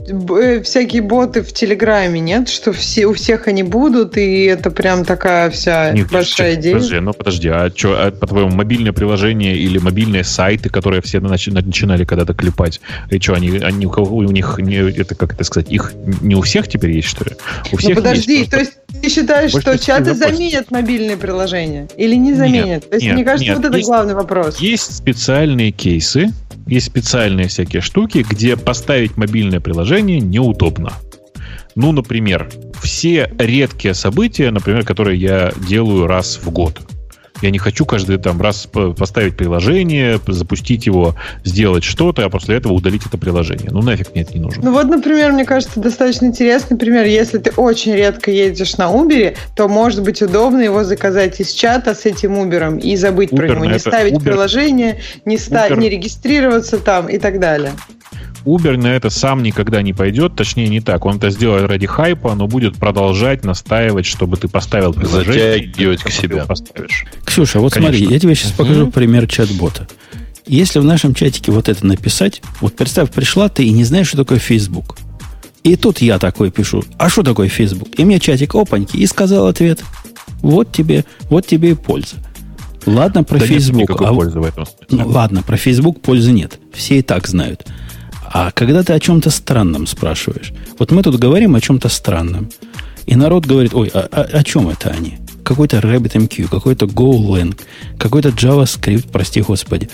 всякие боты в Телеграме, нет? Что все, у всех они будут, и это прям такая вся не, большая что, идея. Подожди, ну подожди, а что, а, по-твоему, мобильное приложение или мобильные сайты, которые все начинали когда-то клепать, и что, они, они у, кого, у них, не, это как это сказать, их не у всех теперь есть, что ли? У всех ну подожди, есть, то есть ты считаешь, что чаты заменят мобильные приложения? Или не заменят? Нет, то есть, нет, мне кажется, нет, вот это есть, главный вопрос. Есть специальные кейсы, есть специальные всякие штуки, где поставить мобильное приложение неудобно. Ну, например, все редкие события, например, которые я делаю раз в год. Я не хочу каждый там раз поставить приложение, запустить его, сделать что-то, а после этого удалить это приложение. Ну, нафиг мне это не нужно. Ну, вот, например, мне кажется, достаточно интересный пример. Если ты очень редко едешь на Uber, то может быть удобно его заказать из чата с этим Uber и забыть Uber про него. Не ставить Uber... приложение, не, ста... Uber... не регистрироваться там и так далее. Uber на это сам никогда не пойдет, точнее не так. Он это сделает ради хайпа, но будет продолжать настаивать, чтобы ты поставил приложение. Затягивать к себе. Поставишь. Ксюша, вот Конечно. Смотри, я тебе сейчас покажу пример чат-бота. Если в нашем чатике вот это написать, вот представь, пришла ты и не знаешь, что такое Facebook. И тут я такой пишу, а что такое Facebook? И мне чатик опаньки, и сказал ответ, вот тебе, вот тебе и польза. Ладно про да Facebook. А, пользы в этом. Ну, ладно, про Facebook пользы нет. Все и так знают. А когда ты о чем-то странном спрашиваешь, вот мы тут говорим о чем-то странном, и народ говорит, ой, а, а, о чем это они? Какой-то RabbitMQ, какой-то GoLang, какой-то JavaScript, прости господи.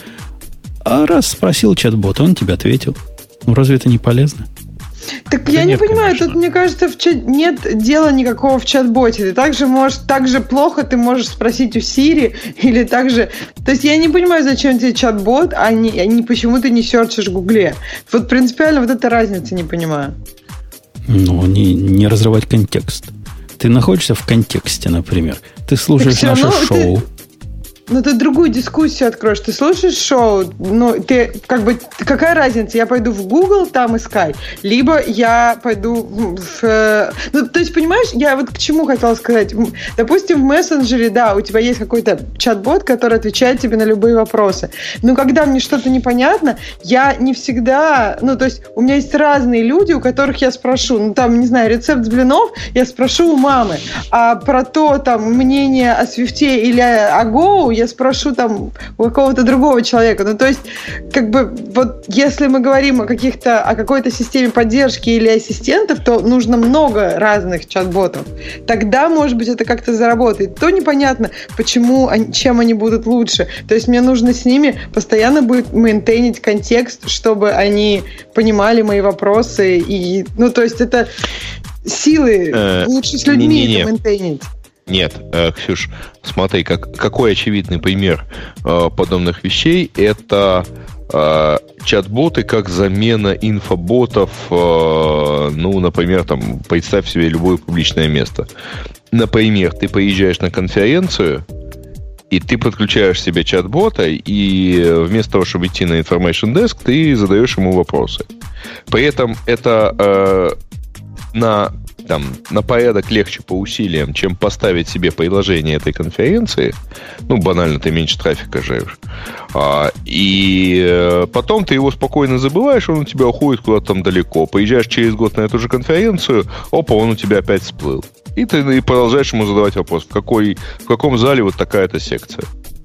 А раз спросил чат-бот, он тебе ответил. Ну, разве это не полезно? Так да я нет, не понимаю, конечно. Тут, мне кажется, в чат... нет дела никакого в чат-боте. Ты также можешь, так же плохо ты можешь спросить у Siri, или так же... То есть я не понимаю, зачем тебе чат-бот, а не, а не почему ты не серчишь в Гугле. Вот принципиально вот эта разница не понимаю. Ну, не, не разрывать контекст. Ты находишься в контексте, например. Ты слушаешь наше шоу. Ты... Ну, ты другую дискуссию откроешь. Ты слушаешь шоу, ну, ты, как бы, какая разница? Я пойду в Google там искать, либо я пойду в... Ну, то есть, понимаешь, я вот к чему хотела сказать. Допустим, в мессенджере, да, у тебя есть какой-то чат-бот, который отвечает тебе на любые вопросы. Но когда мне что-то непонятно, я не всегда... Ну, то есть, у меня есть разные люди, у которых я спрошу, ну, там, не знаю, рецепт блинов, я спрошу у мамы, а про то, там, мнение о Свифте или о Go я спрошу там у какого-то другого человека. Ну, то есть, как бы, вот если мы говорим о каких-то, о какой-то системе поддержки или ассистентов, то нужно много разных чат-ботов. Тогда, может быть, это как-то заработает. То непонятно, почему, чем они будут лучше. То есть, мне нужно с ними постоянно будет мейнтейнить контекст, чтобы они понимали мои вопросы. И, ну, то есть, это силы. Э, лучше с людьми не, не, не. это мейнтейнить. Нет, э, Ксюш, смотри, как, какой очевидный пример э, подобных вещей – это э, чат-боты как замена инфоботов, э, ну, например, там, представь себе любое публичное место. Например, ты поезжаешь на конференцию, и ты подключаешь себе чат-бота, и вместо того, чтобы идти на Information Desk, ты задаешь ему вопросы. При этом это э, на... Там, на порядок легче по усилиям, чем поставить себе приложение этой конференции. Ну, банально, ты меньше трафика жрешь. А, и потом ты его спокойно забываешь, он у тебя уходит куда-то там далеко. Поезжаешь через год на эту же конференцию, опа, он у тебя опять всплыл. И ты и продолжаешь ему задавать вопрос, в, какой, в каком зале вот такая-то секция.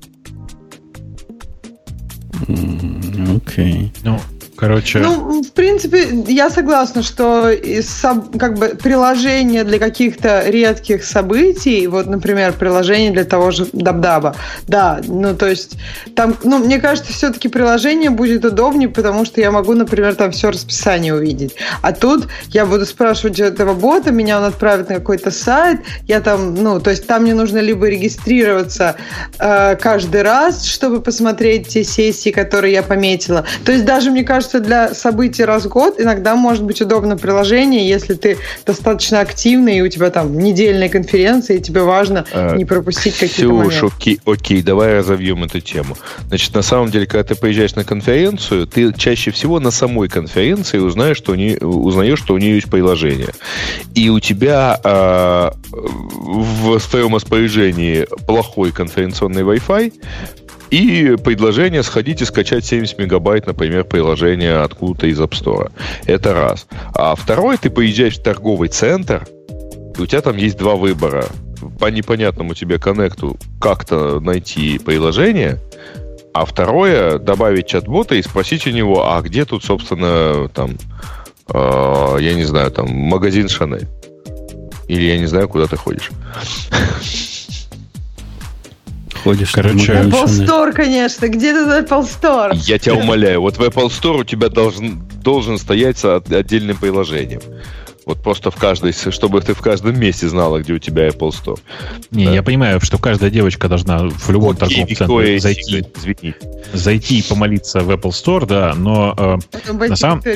Окей. Okay. Ну, короче... Ну, в принципе, я согласна, что как бы приложение для каких-то редких событий, вот, например, приложение для того же Дабдаба, да, ну, то есть, там, ну, мне кажется, все-таки приложение будет удобнее, потому что я могу, например, там все расписание увидеть. А тут я буду спрашивать этого бота, меня он отправит на какой-то сайт, я там, ну, то есть, там мне нужно либо регистрироваться э, каждый раз, чтобы посмотреть те сессии, которые я пометила. То есть, даже, мне кажется, для событий раз в год иногда может быть удобно приложение, если ты достаточно активный, и у тебя там недельная конференция, и тебе важно а, не пропустить какие-то моменты. Окей, окей, давай разовьем эту тему. Значит, на самом деле, когда ты поезжаешь на конференцию, ты чаще всего на самой конференции узнаешь, что у нее, узнаешь, что у нее есть приложение. И у тебя а, в своем распоряжении плохой конференционный Wi-Fi, и предложение сходить и скачать семьдесят мегабайт, например, приложение откуда-то из App Store. Это раз. А второй, ты поезжаешь в торговый центр, и у тебя там есть два выбора. По непонятному тебе коннекту как-то найти приложение, а второе, добавить чат-бота и спросить у него, а где тут, собственно, там, э, я не знаю, там, магазин Шанель. Или я не знаю, куда ты ходишь. Ходишь, короче, Apple Store, конечно. Где тут Apple Store? Я тебя умоляю, вот в Apple Store у тебя должен, должен стоять с отдельным приложением. Вот просто в каждой, чтобы ты в каждом месте знала, где у тебя Apple Store. Не, да. Я понимаю, что каждая девочка должна в любом вот, торговом центре зайти, зайти и помолиться в Apple Store, да, но э, на самом...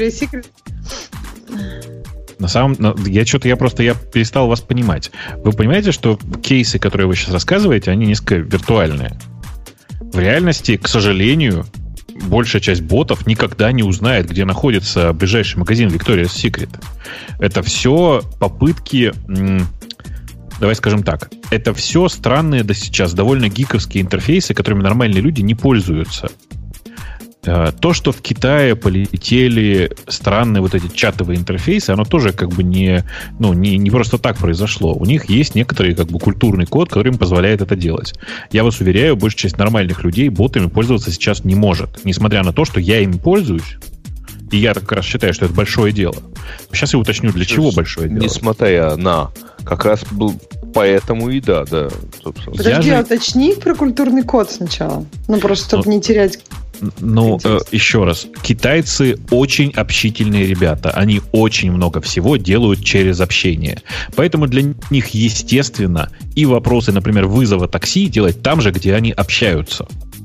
На самом я что-то я просто я перестал вас понимать. Вы понимаете, что кейсы, которые вы сейчас рассказываете, они несколько виртуальные. В реальности, к сожалению, большая часть ботов никогда не узнает, где находится ближайший магазин Victoria's Secret. Это все попытки, давай скажем так, это все странные до сейчас довольно гиковские интерфейсы, которыми нормальные люди не пользуются. То, что в Китае полетели странные вот эти чатовые интерфейсы, оно тоже как бы не, ну, не, не просто так произошло. У них есть некоторый как бы культурный код, который им позволяет это делать. Я вас уверяю, большая часть нормальных людей ботами пользоваться сейчас не может. Несмотря на то, что я ими пользуюсь, и я как раз считаю, что это большое дело. Сейчас я уточню, для чего большое дело. Несмотря на... Как раз был... Поэтому и да, да. Собственно. Подожди, же... уточни про культурный код сначала. Ну, просто, чтобы ну, не терять... Ну, э, еще раз. Китайцы очень общительные ребята. Они очень много всего делают через общение. Поэтому для них, естественно, и вопросы, например, вызова такси делать там же, где они общаются.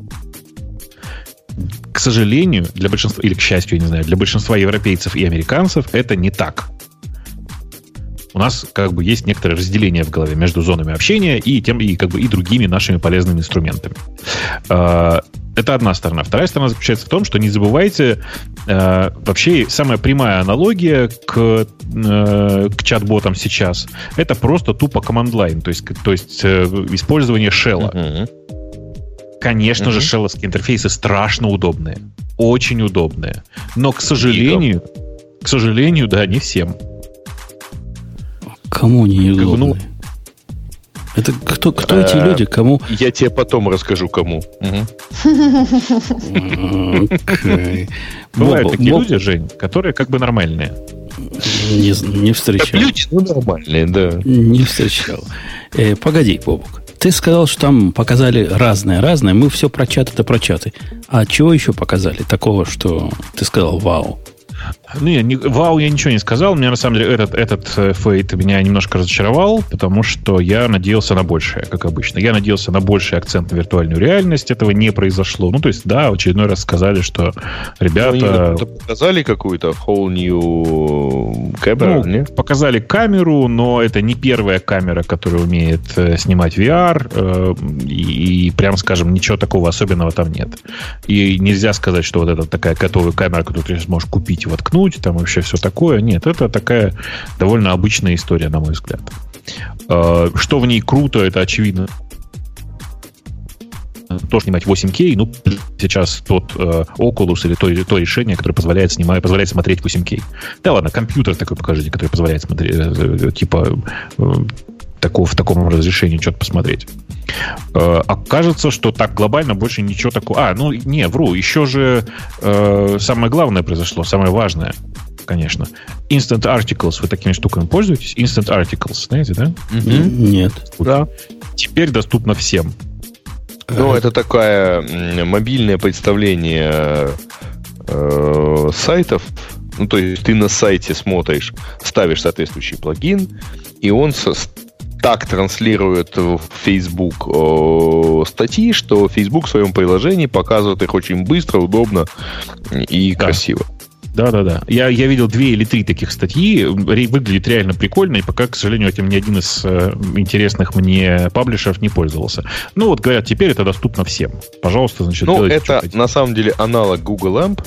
К сожалению, для большинства, или к счастью, я не знаю, для большинства европейцев и американцев это не так. У нас как бы есть некоторое разделение в голове между зонами общения и тем, и как бы и другими нашими полезными инструментами. Это одна сторона. Вторая сторона заключается в том, что не забывайте, э, вообще самая прямая аналогия к, э, к чат-ботам сейчас — это просто тупо command-line, то есть, то есть э, использование шелла. Uh-huh. Конечно uh-huh. же, шелловские интерфейсы страшно удобные, очень удобные, но, к сожалению, к сожалению, да, не всем. Кому не удобные? Ну, это кто, кто эти люди? Кому? Я тебе потом расскажу, кому. Бывают такие люди, Жень, которые как бы нормальные. Не, не встречал. Люди, ну, нормальные, да. Не встречал. Э, погоди, Бобук. Ты сказал, что там показали разное-разное. Мы все про чат, это про чаты. А чего еще показали такого, что ты сказал вау? Ну, я не, вау, я ничего не сказал. Мне, на самом деле, этот, этот фейт меня немножко разочаровал, потому что я надеялся на большее, как обычно. Я надеялся на больший акцент на виртуальную реальность. Этого не произошло. Ну, то есть, да, в очередной раз сказали, что ребята... Ну, показали какую-то whole new camera, ну, нет? Показали камеру, но это не первая камера, которая умеет э, снимать ви ар. Э, и, и, прям скажем, ничего такого особенного там нет. И нельзя сказать, что вот это такая готовая камера, которую ты сможешь купить и воткнуть, там вообще все такое. Нет, это такая довольно обычная история, на мой взгляд. Что в ней круто, это очевидно. То снимать восемь кей, ну, сейчас тот э, Oculus или то, то решение, которое позволяет снимать, позволяет смотреть восемь кей. Да ладно, компьютер такой покажите, который позволяет смотреть, э, типа, э, такого, в таком разрешении что-то посмотреть. Э, а кажется, что так глобально больше ничего такого... А, ну, не, вру, еще же э, самое главное произошло, самое важное, конечно. Instant Articles. Вы такими штуками пользуетесь? Instant Articles, знаете, да? Mm-hmm. Нет. Да. Теперь доступно всем. Ну, это такое мобильное представление э, сайтов. Ну, то есть ты на сайте смотришь, ставишь соответствующий плагин, и он со, так транслирует в Facebook э, статьи, что Facebook в своем приложении показывает их очень быстро, удобно и да. красиво. Да-да-да. Я, я видел две или три таких статьи. Выглядит реально прикольно, и пока, к сожалению, этим ни один из э, интересных мне паблишеров не пользовался. Ну, вот говорят, теперь это доступно всем. Пожалуйста, значит, ну, это на самом деле аналог Google Amp,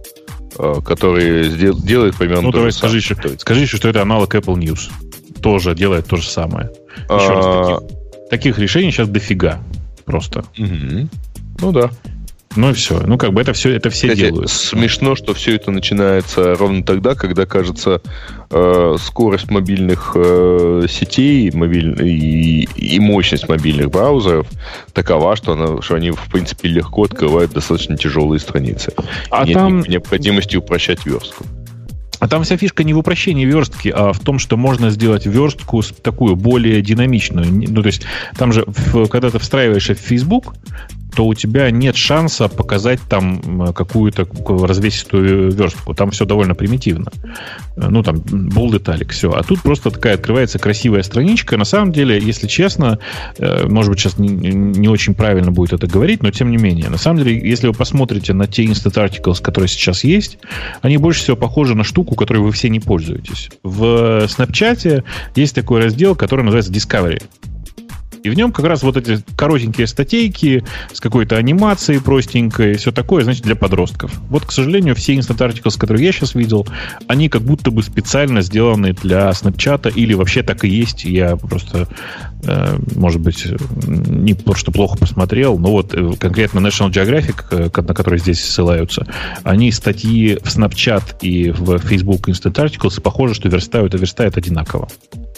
э, который сдел, делает примерно ну, то давай же скажи самое. Еще, скажи еще, что это аналог Apple News. Тоже делает то же самое. Еще а... раз, таких, таких решений сейчас дофига. Просто. Угу. Ну, да. Ну и все. Ну, как бы это все, это все Кстати, делают. Смешно, что все это начинается ровно тогда, когда, кажется, э, скорость мобильных э, сетей мобиль... и, и мощность мобильных браузеров такова, что, она, что они, в принципе, легко открывают достаточно тяжелые страницы. А Нет там... необходимости упрощать верстку. А там вся фишка не в упрощении верстки, а в том, что можно сделать верстку такую более динамичную. Ну, то есть, там же, когда ты встраиваешься в Facebook, то у тебя нет шанса показать там какую-то развесистую верстку. Там все довольно примитивно. Ну, там, bold italic, все. А тут просто такая открывается красивая страничка. На самом деле, если честно, может быть, сейчас не, не очень правильно будет это говорить, но тем не менее. На самом деле, если вы посмотрите на те Instant Articles, которые сейчас есть, они больше всего похожи на штуку, которой вы все не пользуетесь. В Snapchat есть такой раздел, который называется Discovery. И в нем как раз вот эти коротенькие статейки с какой-то анимацией простенькой, все такое, значит, для подростков. Вот, к сожалению, все Instant Articles, которые я сейчас видел, они как будто бы специально сделаны для Snapchat, или вообще так и есть. Я просто, э, может быть, не просто плохо посмотрел, но вот конкретно National Geographic, на который здесь ссылаются, они статьи в Snapchat и в Facebook Instant Articles похоже, что верстают и верстают одинаково.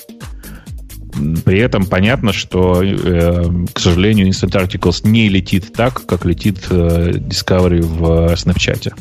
При этом понятно, что, э, к сожалению, Instant Articles не летит так, как летит э, Discovery в Snapchat.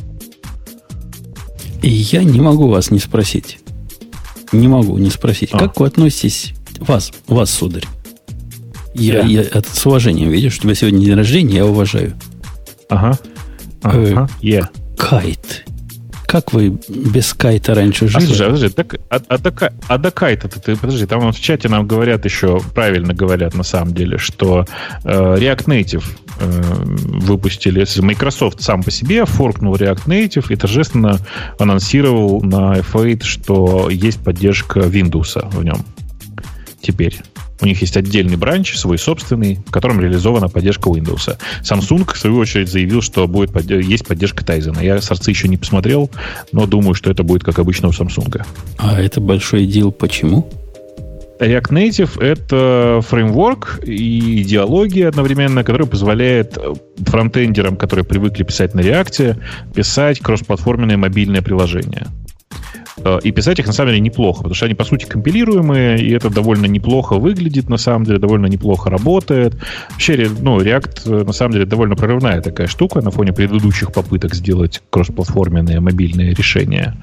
И я не могу вас не спросить. Не могу не спросить. А. Как вы относитесь... Вас, вас, сударь. Я, я это с уважением, видишь, у тебя сегодня день рождения, я уважаю. Ага. ага. Э, yeah. Кайт. как вы без кайта раньше жили? А, слушай, подожди, так, а, а, до, а до кайта-то ты, подожди, там в чате нам говорят еще, правильно говорят на самом деле, что э, React Native э, выпустили, Microsoft сам по себе форкнул React Native и торжественно анонсировал на эф восемь, что есть поддержка Windows в нем теперь. У них есть отдельный бранч, свой собственный, в котором реализована поддержка Windows. Samsung, в свою очередь, заявил, что будет под... есть поддержка Tizen. Я сорцы еще не посмотрел, но думаю, что это будет, как обычно, у Samsung. А это большой дел почему? React Native — это фреймворк и идеология одновременно, которая позволяет фронтендерам, которые привыкли писать на React, писать кроссплатформенное мобильное приложение. И писать их, на самом деле, неплохо, потому что они, по сути, компилируемые, и это довольно неплохо выглядит, на самом деле, довольно неплохо работает. Вообще, ну, React, на самом деле, довольно прорывная такая штука на фоне предыдущих попыток сделать кроссплатформенные мобильные решения.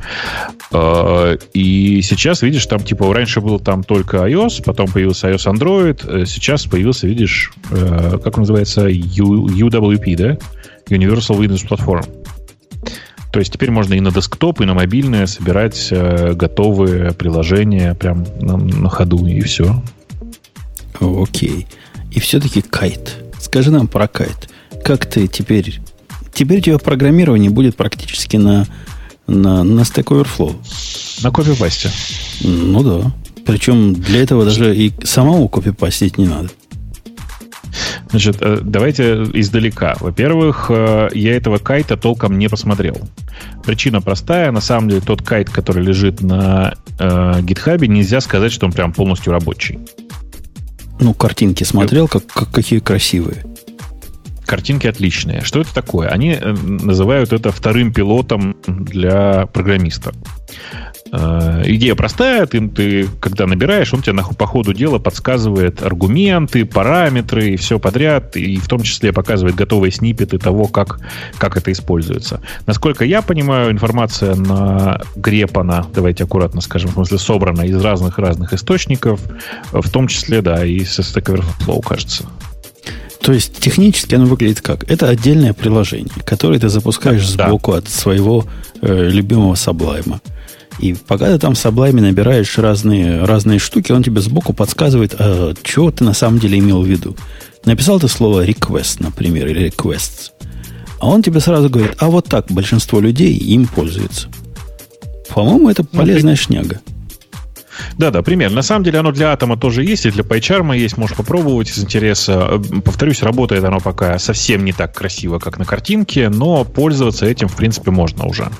И сейчас, видишь, там, типа, раньше был там только iOS, потом появился iOS Android, сейчас появился, видишь, как он называется, ю дабл ю пи, да? Universal Windows Platform. То есть теперь можно и на десктоп, и на мобильное собирать э, готовые приложения прям на, на ходу, и все. Окей. И все-таки кайт. Скажи нам про кайт. Как ты теперь... Теперь у тебя программирование будет практически на, на, на Stack Overflow. На копипасте. Ну да. Причем для этого даже и самому копипастить не надо. Значит, давайте издалека. Во-первых, я этого кайта толком не посмотрел. Причина простая. На самом деле, тот кайт, который лежит на э, GitHub, нельзя сказать, что он прям полностью рабочий. Ну, картинки смотрел, как, как, какие красивые. Картинки отличные. Что это такое? Они называют это вторым пилотом для программиста. Э, идея простая. Ты, ты, когда набираешь, он тебе на, по ходу дела подсказывает аргументы, параметры и все подряд. И в том числе показывает готовые сниппеты того, как, как это используется. Насколько я понимаю, информация на грепана, давайте аккуратно скажем, в смысле собрана из разных-разных источников. В том числе, да, и со Stack Overflow, кажется. То есть технически оно выглядит как? Это отдельное приложение, которое ты запускаешь да, сбоку да. от своего э, любимого Sublime. И пока ты там в Sublime набираешь разные, разные штуки, он тебе сбоку подсказывает, а, что ты на самом деле имел в виду. Написал ты слово request, например, или requests. А он тебе сразу говорит, а вот так большинство людей им пользуются. По-моему, это полезная ну, шняга. Да-да, примерно. На самом деле оно для Атома тоже есть, и для PyCharm есть, можешь попробовать из интереса. Повторюсь, работает оно пока совсем не так красиво, как на картинке, но пользоваться этим, в принципе, можно уже.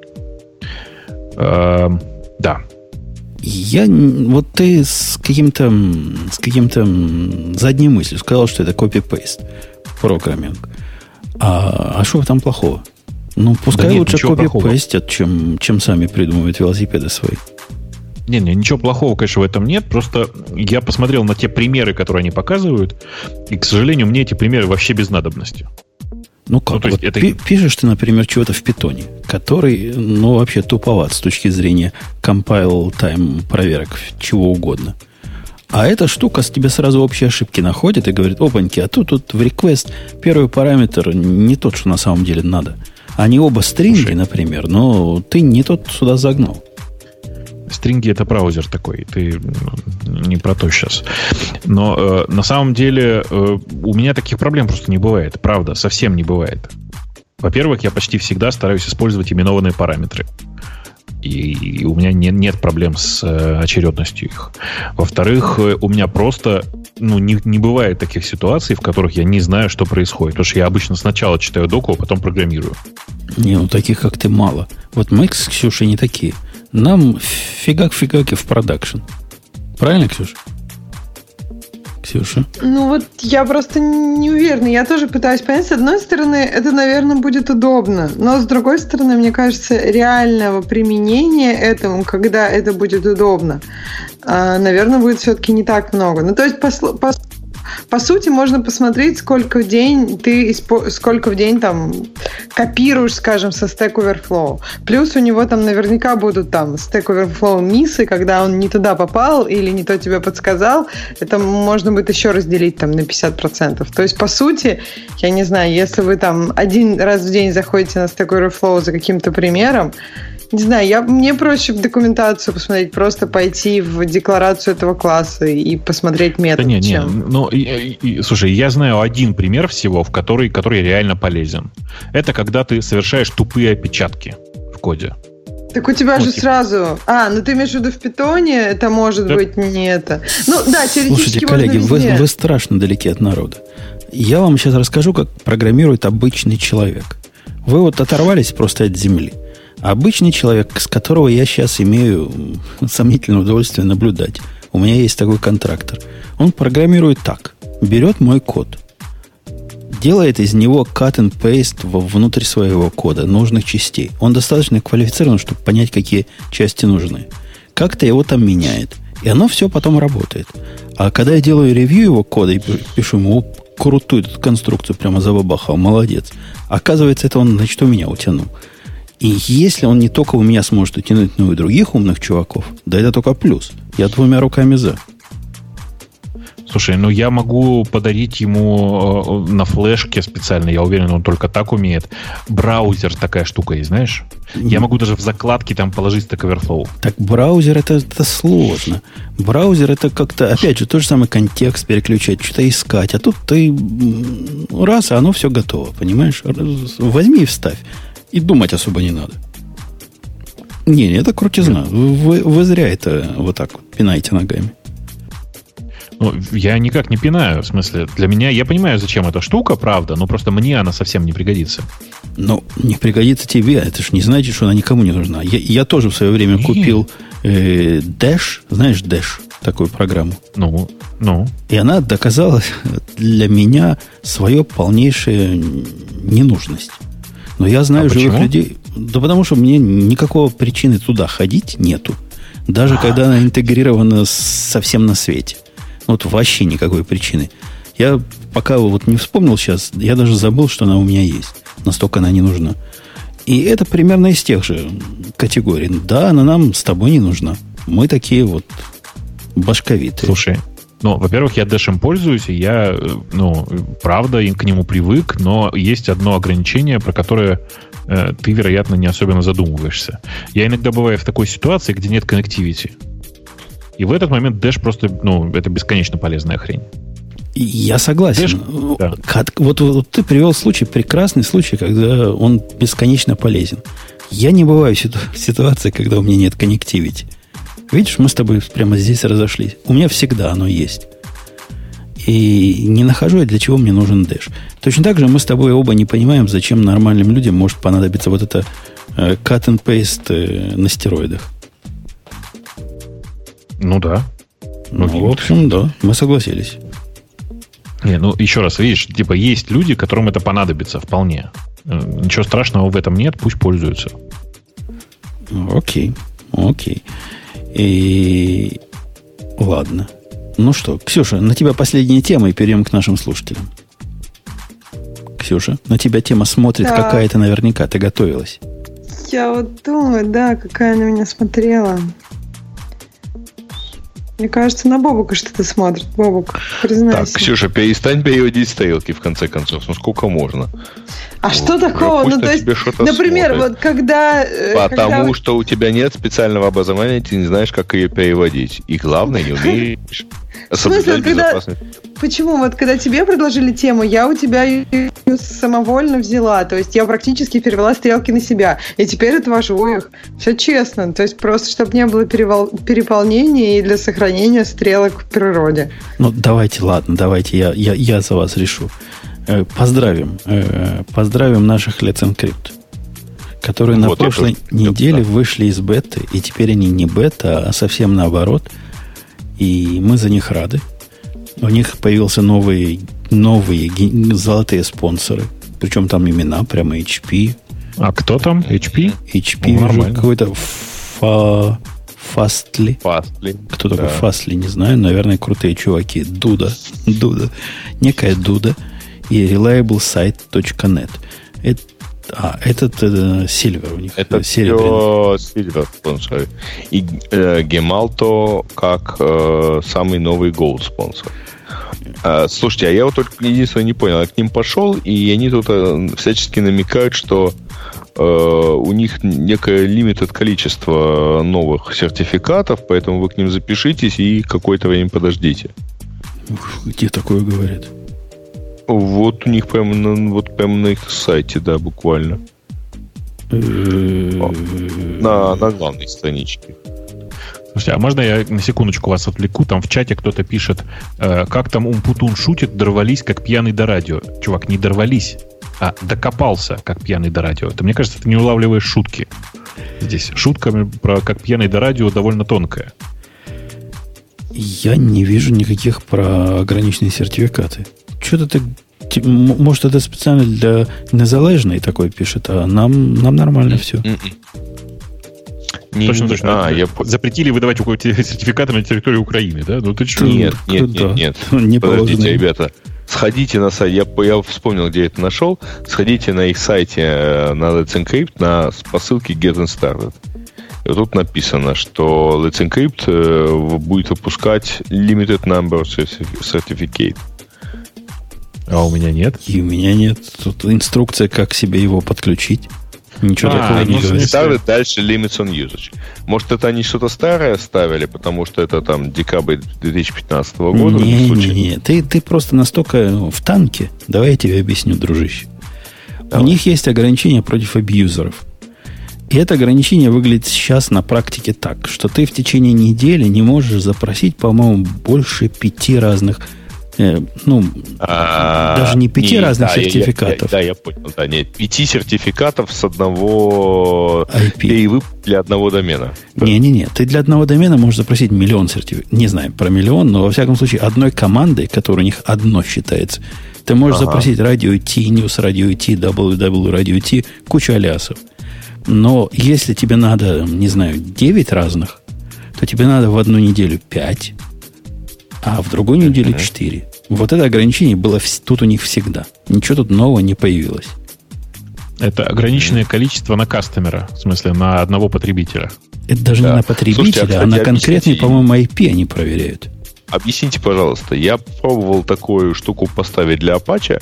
Эм, да. Я, вот ты с каким-то с каким-то задней мыслью сказал, что это copy-paste программинг. А, а что там плохого? Ну, пускай да нет, лучше copy-пастят, чем, чем сами придумывают велосипеды свои. Не-не, ничего плохого, конечно, в этом нет. Просто я посмотрел на те примеры, которые они показывают, и, к сожалению, мне эти примеры вообще без надобности. Ну как? Ну, то есть вот это... Пишешь ты, например, чего-то в питоне, который, ну, вообще туповат с точки зрения compile time проверок, чего угодно. А эта штука тебе сразу общие ошибки находит и говорит, опаньки, а тут, тут в request первый параметр не тот, что на самом деле надо. Они оба стринги, Слушай. например, но ты не тот сюда загнал. Стринги — это браузер такой, ты не про то сейчас. Но э, на самом деле э, у меня таких проблем просто не бывает. Правда, совсем не бывает. Во-первых, я почти всегда стараюсь использовать именованные параметры. И, и у меня не, нет проблем с э, очередностью их. Во-вторых, э, у меня просто ну, не, не бывает таких ситуаций, в которых я не знаю, что происходит. Потому что я обычно сначала читаю доку, а потом программирую. Не, ну таких, как ты, мало. Вот мы с Ксюшей не такие. Нам фигак-фигаки в продакшн. Правильно, Ксюша? Ксюша? Ну вот я просто не уверена. Я тоже пытаюсь понять. С одной стороны, это, наверное, будет удобно. Но с другой стороны, мне кажется, реального применения этому, когда это будет удобно, наверное, будет все-таки не так много. Ну то есть, по, по, по сути, можно посмотреть, сколько в день ты, сколько в день там копируешь, скажем, со Stack Overflow. Плюс у него там наверняка будут там Stack Overflow миссы, когда он не туда попал или не то тебе подсказал. Это можно будет еще разделить там на пятьдесят процентов. То есть, по сути, я не знаю, если вы там один раз в день заходите на Stack Overflow за каким-то примером, не знаю, я, мне проще в документацию посмотреть, просто пойти в декларацию этого класса и посмотреть метод. Да не, не, чем. ну, и, и, слушай, я знаю один пример всего, в который, который реально полезен. Это когда ты совершаешь тупые опечатки в коде. Так у тебя Ну, же типа. сразу... А, ну ты имеешь в виду в питоне, это может Да. быть не это. Ну да, теоретически Слушайте, можно коллеги, вы, везде. вы страшно далеки от народа. Я вам сейчас расскажу, как программирует обычный человек. Вы вот оторвались просто от земли. Обычный человек, с которого я сейчас имею сомнительное удовольствие наблюдать. У меня есть такой контрактор. Он программирует так. Берет мой код. Делает из него cut and paste внутрь своего кода, нужных частей. Он достаточно квалифицирован, чтобы понять, какие части нужны. Как-то его там меняет. И оно все потом работает. А когда я делаю ревью его кода и пишу ему, о, крутую эту конструкцию прямо забабахал, молодец. Оказывается, это он, значит, у меня утянул. И если он не только у меня сможет утянуть, но и у других умных чуваков, да это только плюс. Я двумя руками за. Слушай, ну я могу подарить ему э, на флешке специально, я уверен, он только так умеет. Браузер такая штука есть, знаешь? Я могу даже в закладке там положить Stack Overflow. Так браузер это, это сложно. Браузер это как-то, опять же, тот же самый контекст переключать, что-то искать. А тут ты м, раз, а оно все готово, понимаешь? Возьми и вставь. И думать особо не надо. Не, не, это крутизна. Вы, вы зря это вот так вот пинаете ногами. Ну, я никак не пинаю, в смысле, для меня, я понимаю, зачем эта штука, правда, но просто мне она совсем не пригодится. Ну, не пригодится тебе, это же не значит, что она никому не нужна. Я, я тоже в свое время Не. купил э, Dash, знаешь, Dash, такую программу. Ну, ну. И она доказала для меня свою полнейшую ненужность. Но я знаю А живых почему? людей. Да потому что мне никакого причины туда ходить нету. Даже когда она интегрирована с- совсем на свете. Вот вообще никакой причины. Я пока вот не вспомнил сейчас, я даже забыл, что она у меня есть. Настолько она не нужна. И это примерно из тех же категорий. Да, она нам с тобой не нужна. Мы такие вот башковитые. Слушай, ну, во-первых, я Дэшем пользуюсь, и я, э, ну, правда, и к нему привык, но есть одно ограничение, про которое э, ты, вероятно, не особенно задумываешься. Я иногда бываю в такой ситуации, где нет connectivity. И в этот момент Dash просто, ну, это бесконечно полезная хрень. Я согласен. Dash, да. Как- вот, вот ты привел случай, прекрасный случай, когда он бесконечно полезен. Я не бываю в ситу- в ситуации, когда у меня нет коннективити. Видишь, мы с тобой прямо здесь разошлись. У меня всегда оно есть. И не нахожу я, для чего мне нужен Dash. Точно так же мы с тобой оба не понимаем, зачем нормальным людям может понадобиться вот это э, cut and paste э, на стероидах. Ну да. Ну, Ну, в общем, да, мы согласились. Не, ну еще раз, видишь, типа есть люди, которым это понадобится вполне. Э, Ничего страшного в этом нет, пусть пользуются. Окей, окей. И ладно. Ну что, Ксюша, на тебя последняя тема, и перейдем к нашим слушателям. Ксюша, на тебя тема смотрит Да. какая-то наверняка. Ты готовилась. Я вот думаю, да, какая она меня смотрела. Мне кажется, на Бобука что-то смотрит. Бобук, признайся. Так, Ксюша, перестань переводить стрелки, в конце концов. Ну, сколько можно? А Вот, что уже такого? пусть Ну, на то есть, тебе что-то например, смотрит. вот когда... э, Потому когда- что у тебя нет специального образования, ты не знаешь, как ее переводить. И главное, не умеешь соблюдать смысле, когда- безопасность. Почему? Вот когда тебе предложили тему, я у тебя ее самовольно взяла. То есть я практически перевела стрелки на себя. И теперь отвожу их. Все честно. То есть просто, чтобы не было перевол- переполнения и для сохранения стрелок в природе. Ну, давайте, ладно, давайте я, я, я за вас решу. Э, Поздравим. э, Поздравим наших Let's Encrypt, которые на Вот, я прошлой тоже хотел, неделе да. вышли из беты, и теперь они не бета, а совсем наоборот. И мы за них рады. У них появился новый, новые ге- золотые спонсоры. Причем там имена, прямо эйч пи. А кто там? эйч пи? эйч пи Ну, вижу, нормально. какой-то фа, Fastly. Fastly. Кто такой Да. Fastly, не знаю. Наверное, крутые чуваки. Дуда. Дуда. Некая Дуда. И reliablesite точка нет. Это А, этот э, Silver у них. Это все Silver спонсоры. И э, Gemalto как э, самый новый Gold спонсор. Э, слушайте, а я вот только единственное не понял. Я к ним пошел, и они тут э, всячески намекают, что э, у них некое лимитед количество новых сертификатов, поэтому вы к ним запишитесь и какое-то время подождите. Где такое говорят? Вот у них прямо на, вот прямо на их сайте, да, буквально. на, на главной страничке. Слушайте, а можно я на секундочку вас отвлеку? Там в чате кто-то пишет, э, как там Умпутун шутит, дорвались, как пьяный до радио. Чувак, не дорвались, а докопался, как пьяный до радио. Ты, мне кажется, ты не улавливаешь шутки. Здесь шутка про как пьяный до радио довольно тонкая. Я не вижу никаких про ограниченные сертификаты. Что-то ты... Может, это специально для незалежной такой пишет, а нам, нам нормально все. Не, точно, точно. А, я... Запретили выдавать сертификаты на территории Украины, да? Ну ты что? Нет, нет, нет, нет. Не Подождите, положено. Ребята. Сходите на сайт, я, я вспомнил, где это нашел. Сходите на их сайте на Let's Encrypt на, по ссылке Getting Started. И вот тут написано, что Let's Encrypt э, будет выпускать limited number certificate. А у меня нет? И у меня нет. Тут инструкция, как себе его подключить. Ничего а, такого не говорит. Ставят дальше limits on usage. Может, это они что-то старое ставили, потому что это там декабрь две тысячи пятнадцатого года? Не, не, не. Ты, ты просто настолько ну, в танке. Давай я тебе объясню, дружище. Давай. У них есть ограничения против абьюзеров. И это ограничение выглядит сейчас на практике так, что ты в течение недели не можешь запросить, по-моему, больше пяти разных... Ну, а, даже не пяти не, разных да, сертификатов. Я, я, да, я понял. Да, нет, пяти сертификатов с одного ай пи. Для одного домена. Не-не-не, ты для одного домена можешь запросить миллион сертификатов. Не знаю про миллион, но во всяком случае одной командой, которая у них одно считается, ты можешь ага. запросить Radio T, News Radio T, дабл ю дабл ю Radio T, кучу алясов. Но если тебе надо, не знаю, девять разных, то тебе надо в одну неделю пять, а в другую неделю четыре. Вот это ограничение было тут у них всегда. Ничего тут нового не появилось. Это ограниченное количество на кастомера, в смысле, на одного потребителя. Это даже да. не на потребителя, Слушайте, а, кстати, а на конкретный, по-моему, ай пи они проверяют. Объясните, пожалуйста. Я пробовал такую штуку поставить для Apache,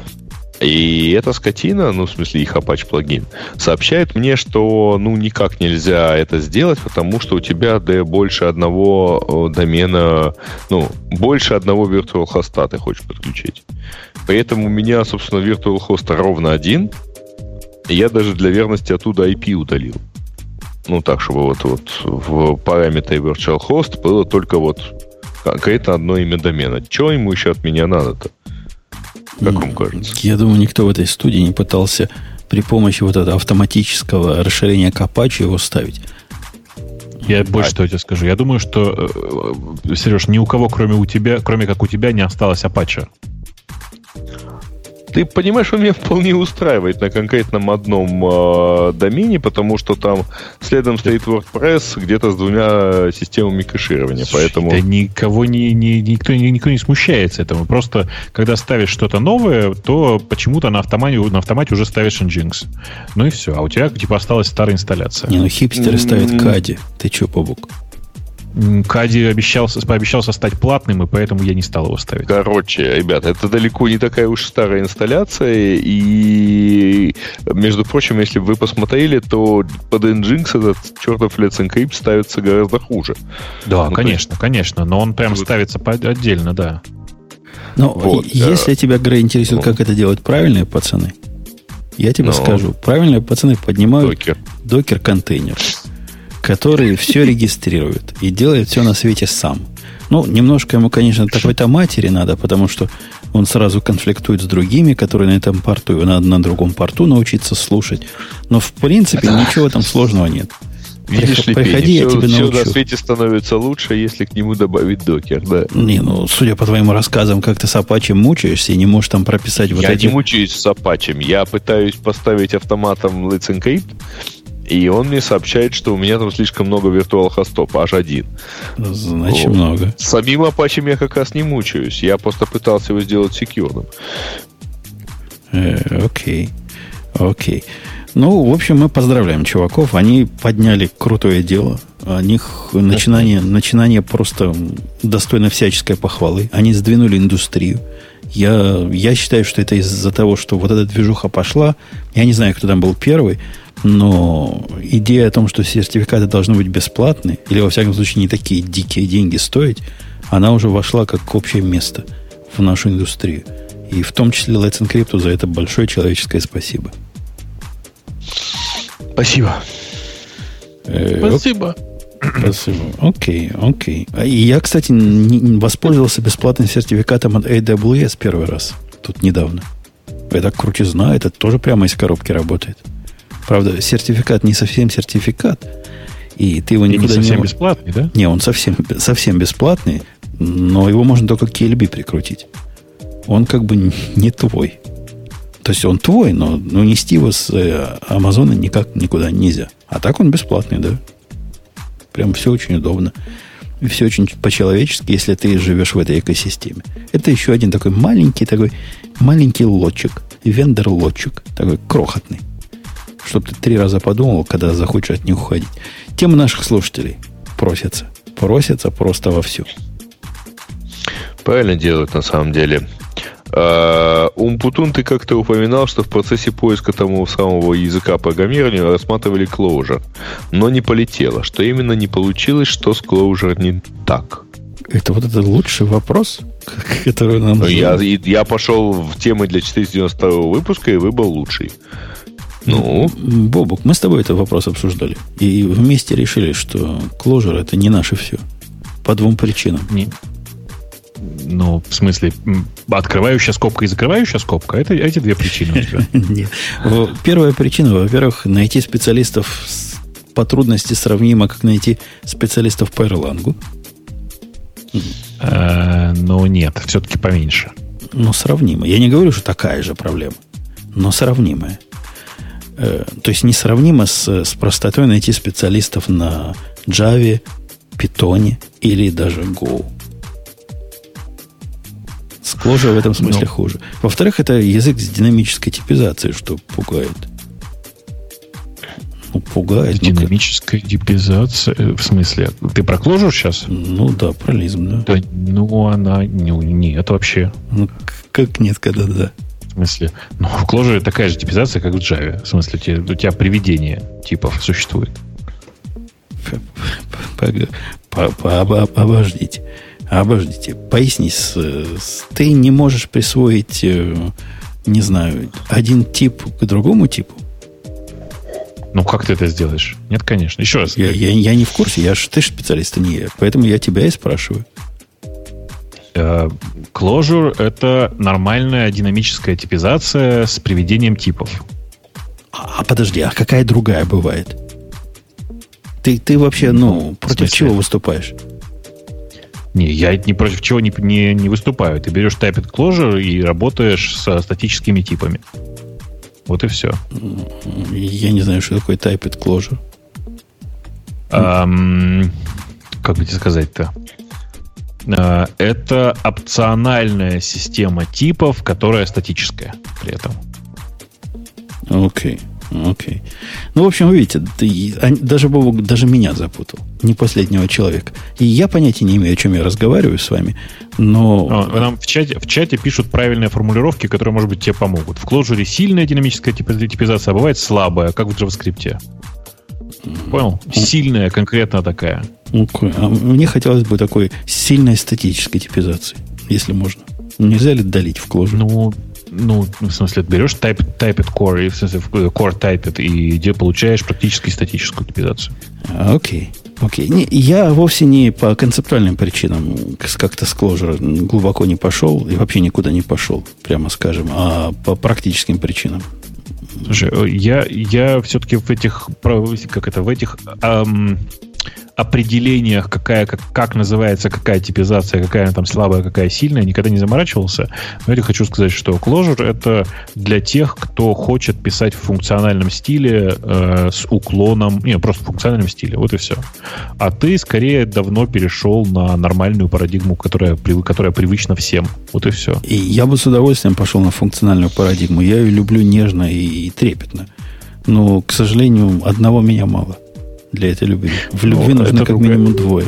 и эта скотина, ну, в смысле, их Apache плагин, сообщает мне, что, ну, никак нельзя это сделать, потому что у тебя да, больше одного домена, ну, больше одного virtual хоста ты хочешь подключить. Поэтому у меня, собственно, virtual хоста ровно один, и я даже для верности оттуда ай пи удалил. Ну, так, чтобы вот, вот в параметре virtual host было только вот конкретно одно имя домена. Чего ему еще от меня надо-то? Как вам кажется? Я думаю, никто в этой студии не пытался при помощи вот этого автоматического расширения к Apache его ставить. Я больше а... что тебе скажу. Я думаю, что, Сереж, ни у кого, кроме у тебя, кроме как у тебя, не осталось Apache. Ты понимаешь, он меня вполне устраивает на конкретном одном э, домене, потому что там следом стоит WordPress где-то с двумя системами кэширования. Слушай, поэтому... Да никого не, не, никто, никто не смущается этому. Просто, когда ставишь что-то новое, то почему-то на автомате, на автомате уже ставишь Nginx. Ну и все. А у тебя типа осталась старая инсталляция. Не, ну хипстеры ставят Кади. Ты че, Бобук? Кади обещался, пообещался стать платным, и поэтому я не стал его ставить. Короче, ребята, это далеко не такая уж старая инсталляция, и, между прочим, если бы вы посмотрели, то под Nginx этот чертов Let's Encrypt ставится гораздо хуже. Да, ну, конечно, есть... конечно, но он прям вот... ставится отдельно, да. Ну, вот, если да. тебя, Грей, интересует, ну. как это делать правильные пацаны, я тебе ну. скажу. Правильные пацаны поднимают докер. докер-контейнер, который все регистрирует и делает все на свете сам. Ну, немножко ему, конечно, такой-то матери надо, потому что он сразу конфликтует с другими, которые на этом порту, и надо на другом порту научиться слушать. Но, в принципе, ничего там сложного нет. Видишь ли, Приходи, Пеня, я все, тебе научу. Все на свете становится лучше, если к нему добавить докер, да. Не, ну, судя по твоим рассказам, как ты с Apache мучаешься и не можешь там прописать вот я эти... Я не мучаюсь с Apache. Я пытаюсь поставить автоматом Let's Encrypt, и он мне сообщает, что у меня там слишком много виртуал хостов, аж один. Значит, вот. много. С самим Apache я как раз не мучаюсь. Я просто пытался его сделать секьюрным. Э, окей. Окей. Ну, в общем, мы поздравляем чуваков. Они подняли крутое дело. У них начинание, начинание просто достойно всяческой похвалы. Они сдвинули индустрию. Я, я считаю, что это из-за того, что вот эта движуха пошла. Я не знаю, кто там был первый, но идея о том, что сертификаты должны быть бесплатны, или, во всяком случае, не такие дикие деньги стоить, она уже вошла как общее место в нашу индустрию. И в том числе Let's Encrypt за это большое человеческое спасибо. Спасибо. Э, Спасибо. Спасибо. Окей, окей. И я, кстати, не воспользовался бесплатным сертификатом от эй дабл ю эс первый раз. Тут недавно. Это крутизна, это тоже прямо из коробки работает. Правда, сертификат не совсем сертификат. И ты его никуда не совсем не... бесплатный, да? Не, он совсем, совсем бесплатный, но его можно только к эл би прикрутить. Он как бы не твой. То есть он твой, но, но нести его с э, Амазона никак никуда нельзя. А так он бесплатный, да. Прям все очень удобно. И все очень по-человечески, если ты живешь в этой экосистеме. Это еще один такой маленький, такой маленький лотчик, вендор-лотчик, такой крохотный. Чтобы ты три раза подумал, когда захочешь от них уходить. Темы наших слушателей просятся. Просятся просто вовсю. Правильно делают, на самом деле. Uh, Умпутун, ты как-то упоминал, что в процессе поиска того самого языка программирования рассматривали Clojure, но не полетело. Что именно не получилось, что с Clojure не так? Это вот это лучший вопрос, который нам... Я, я пошел в темы для четыреста девяносто второго выпуска и выбрал лучший. Ну? Бобук, мы с тобой этот вопрос обсуждали. И вместе решили, что Clojure это не наше все. По двум причинам. Не. Ну, в смысле, открывающая скобка и закрывающая скобка, это эти две причины у тебя. Нет. Первая причина, во-первых, найти специалистов по трудности сравнимо, как найти специалистов по Erlang. Ну, нет, все-таки поменьше. Ну, сравнимо. Я не говорю, что такая же проблема, но сравнимая. То есть, несравнимо с, с простотой найти специалистов на Java, Python или даже Go. С Clojure в этом смысле Но. хуже. Во-вторых, это язык с динамической типизацией, что пугает. Ну, пугает. Динамическая ну, типизация. В смысле? Ты про Clojure сейчас? Ну да, про Lisp, да. Да, ну, она... Ну, нет вообще. Ну, как нет, когда да. В смысле? Ну, в Clojure такая же типизация, как в Java. В смысле, у тебя, у тебя приведение типов существует. Обождите. Обождите. Поясни. Ты не можешь присвоить, не знаю, один тип к другому типу? Ну, как ты это сделаешь? Нет, конечно. Еще раз. Я, я, я не в курсе. Я ж, ты же специалист, а не я. Поэтому я тебя и спрашиваю. Clojure — это нормальная динамическая типизация с приведением типов. А, а подожди, а какая другая бывает? Ты, ты вообще, ну, против чего выступаешь? Не, я ни против чего не, не, не выступаю. Ты берешь Typed Clojure и работаешь со статическими типами. Вот и все. Я не знаю, что такое Typed Clojure. Um, как бы тебе сказать-то? Uh, это опциональная система типов, которая статическая при этом. Окей. Окей. Ну, в общем, вы видите, ты, даже Бобок даже меня запутал. Не последнего человека. И я понятия не имею, о чем я разговариваю с вами, но... О, нам в чате, в чате пишут правильные формулировки, которые, может быть, тебе помогут. В Clojure сильная динамическая типизация, а бывает слабая, как в JavaScript. Понял? Сильная, конкретно такая. Okay. А мне хотелось бы такой сильной статической типизации, если можно. Нельзя ли долить в Clojure? Ну... Ну, в смысле, ты берешь type, typed core, в смысле, core typed, и где получаешь практически статическую типизацию. Окей. Окей. Не, я вовсе не по концептуальным причинам как-то с Clojure глубоко не пошел и вообще никуда не пошел, прямо скажем, а по практическим причинам. Слушай, я, я все-таки в этих, как это, в этих эм, определениях, какая, как, как называется, какая типизация, какая она там слабая, какая сильная, никогда не заморачивался. Но я хочу сказать, что Clojure — это для тех, кто хочет писать в функциональном стиле э, с уклоном, не, просто в функциональном стиле, вот и все. А ты скорее давно перешел на нормальную парадигму, которая, которая привычна всем. Вот и все. И я бы с удовольствием пошел на функциональную парадигму. Я ее люблю нежно и, и трепетно. Но, к сожалению, одного меня мало для этой любви. В любви Но нужно как другая... минимум двое.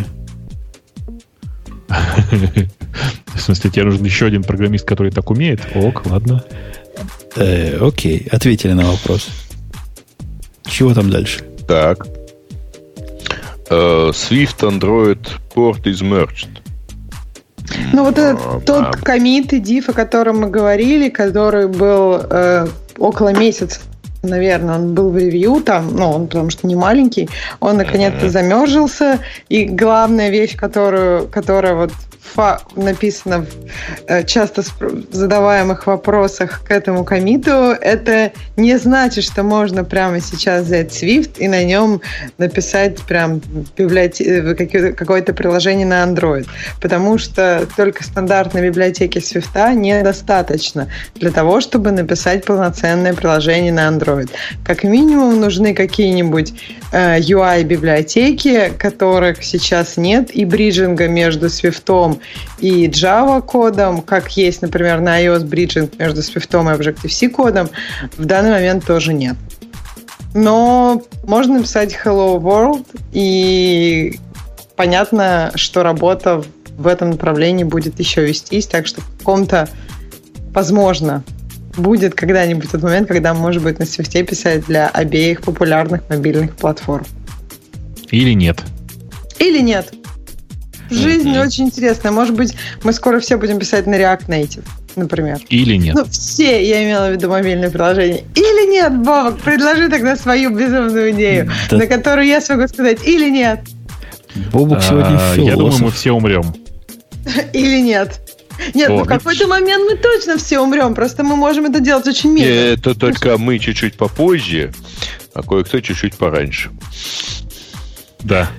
В смысле, тебе нужен еще один программист, который так умеет? Ок, ладно. Э, окей, ответили на вопрос. Чего там дальше? Так. Uh, Swift Android port is merged. Ну, вот этот uh, тот uh, коммит и диф, о котором мы говорили, который был э, около месяца, наверное, он был в ревью там, ну, он потому что не маленький, он наконец-то замержился, и главная вещь, которую, которая вот фа- написана в э, часто задаваемых вопросах к этому коммиту, это не значит, что можно прямо сейчас взять Swift и на нем написать прям библиотек- какое-то приложение на Android, потому что только стандартной библиотеки Swift недостаточно для того, чтобы написать полноценное приложение на Android. Как минимум нужны какие-нибудь э, ю ай-библиотеки, которых сейчас нет, и бриджинга между Swift и Java кодом, как есть, например, на iOS бриджинг между Swift и Objective-C кодом, в данный момент тоже нет. Но можно написать Hello World, и понятно, что работа в этом направлении будет еще вестись, так что в каком-то, возможно, будет когда-нибудь тот момент, когда, может быть, на Swift писать для обеих популярных мобильных платформ. Или нет. Или нет. Жизнь mm-hmm. очень интересная. Может быть, мы скоро все будем писать на React Native, например. Или нет. Ну, все, я имела в виду мобильное приложение. Или нет, Бобок, предложи тогда свою безумную идею, да. на которую я смогу сказать или нет. Бобок сегодня а, философ. Я думаю, мы все умрем. Или нет. Нет, О, ну в какой-то видишь? момент мы точно все умрем, просто мы можем это делать очень медленно. Это только мы чуть-чуть попозже, а кое-кто чуть-чуть пораньше. Да.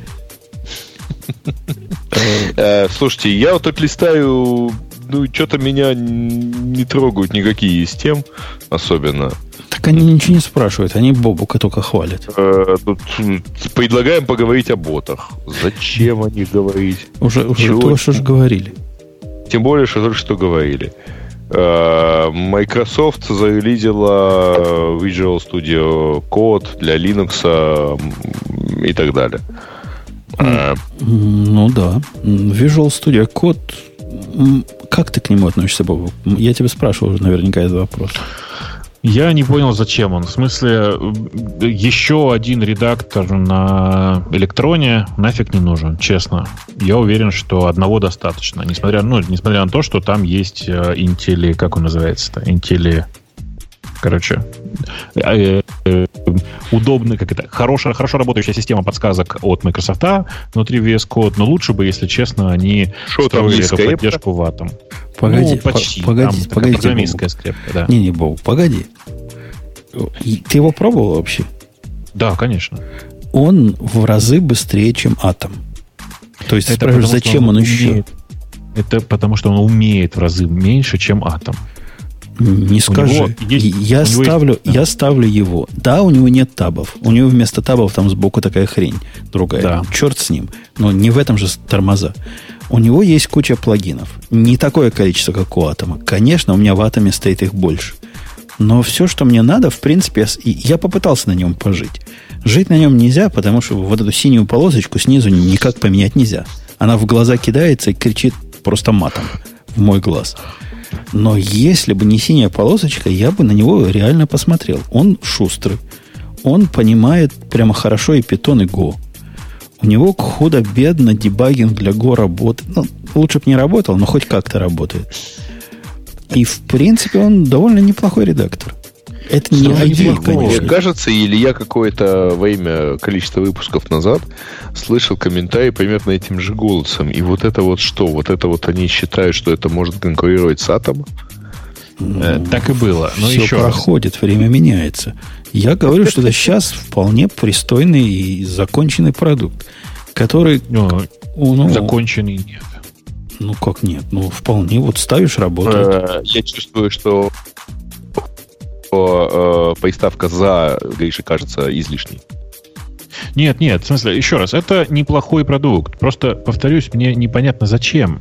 Слушайте, я вот тут листаю, ну, что-то меня не трогают никакие из тем, особенно. Так они ничего не спрашивают, они Бобука только хвалят. Тут предлагаем поговорить о ботах. Зачем о них говорить? Уже, уже то, что же говорили. Тем более, что только что говорили. Microsoft зарелизила Visual Studio Code для Linux и так далее. Ну да. Visual Studio Code, как ты к нему относишься, Бобок? Я тебя спрашивал уже наверняка этот вопрос. Я не понял, зачем он. В смысле, еще один редактор на электроне нафиг не нужен, честно. Я уверен, что одного достаточно. Несмотря, ну, несмотря на то, что там есть Intel, как он называется-то? Intel... Короче, удобно, как это, хорошая, хорошо работающая система подсказок от Microsoft внутри ви эс Code, но лучше бы, если честно, они строили эту поддержку в Atom. Погоди, ну, почти. Погоди, там погоди, программистская скрепка, да. Не-не, Боб, погоди. Ты его пробовал вообще? Да, конечно. Он в разы быстрее, чем Atom. То есть, это спрашиваешь, зачем он, он еще? Это потому, что он умеет в разы меньше, чем Atom. Не скажи. Есть, я, ставлю, есть, да. я ставлю его. Да, у него нет табов. У него вместо табов там сбоку такая хрень другая. Да. Черт с ним. Но не в этом же тормоза. У него есть куча плагинов. Не такое количество, как у Атома. Конечно, у меня в Атоме стоит их больше. Но все, что мне надо, в принципе, я попытался на нем пожить. Жить на нем нельзя, потому что вот эту синюю полосочку снизу никак поменять нельзя. Она в глаза кидается и кричит просто матом в мой глаз. Но если бы не синяя полосочка, я бы на него реально посмотрел. Он шустрый. Он понимает прямо хорошо и Python, и Go. У него худо-бедно дебагинг для Go работает. Ну, лучше бы не работал, но хоть как-то работает. И, в принципе, он довольно неплохой редактор. Это не один, конечно. Мне кажется, или я какое-то время, количество выпусков назад слышал комментарий примерно этим же голосом. И вот это вот что? Вот это вот они считают, что это может конкурировать с Атомом? Ну, так и было. Но все еще проходит, раз. Время меняется. Я говорю, что это сейчас вполне пристойный и законченный продукт. который... Ну, ну, законченный нет. Ну, как нет? Ну, вполне. Вот ставишь, работает. Я чувствую, что приставка «за» Грише кажется излишней. Нет, нет, в смысле, еще раз, это неплохой продукт. Просто, повторюсь, мне непонятно зачем.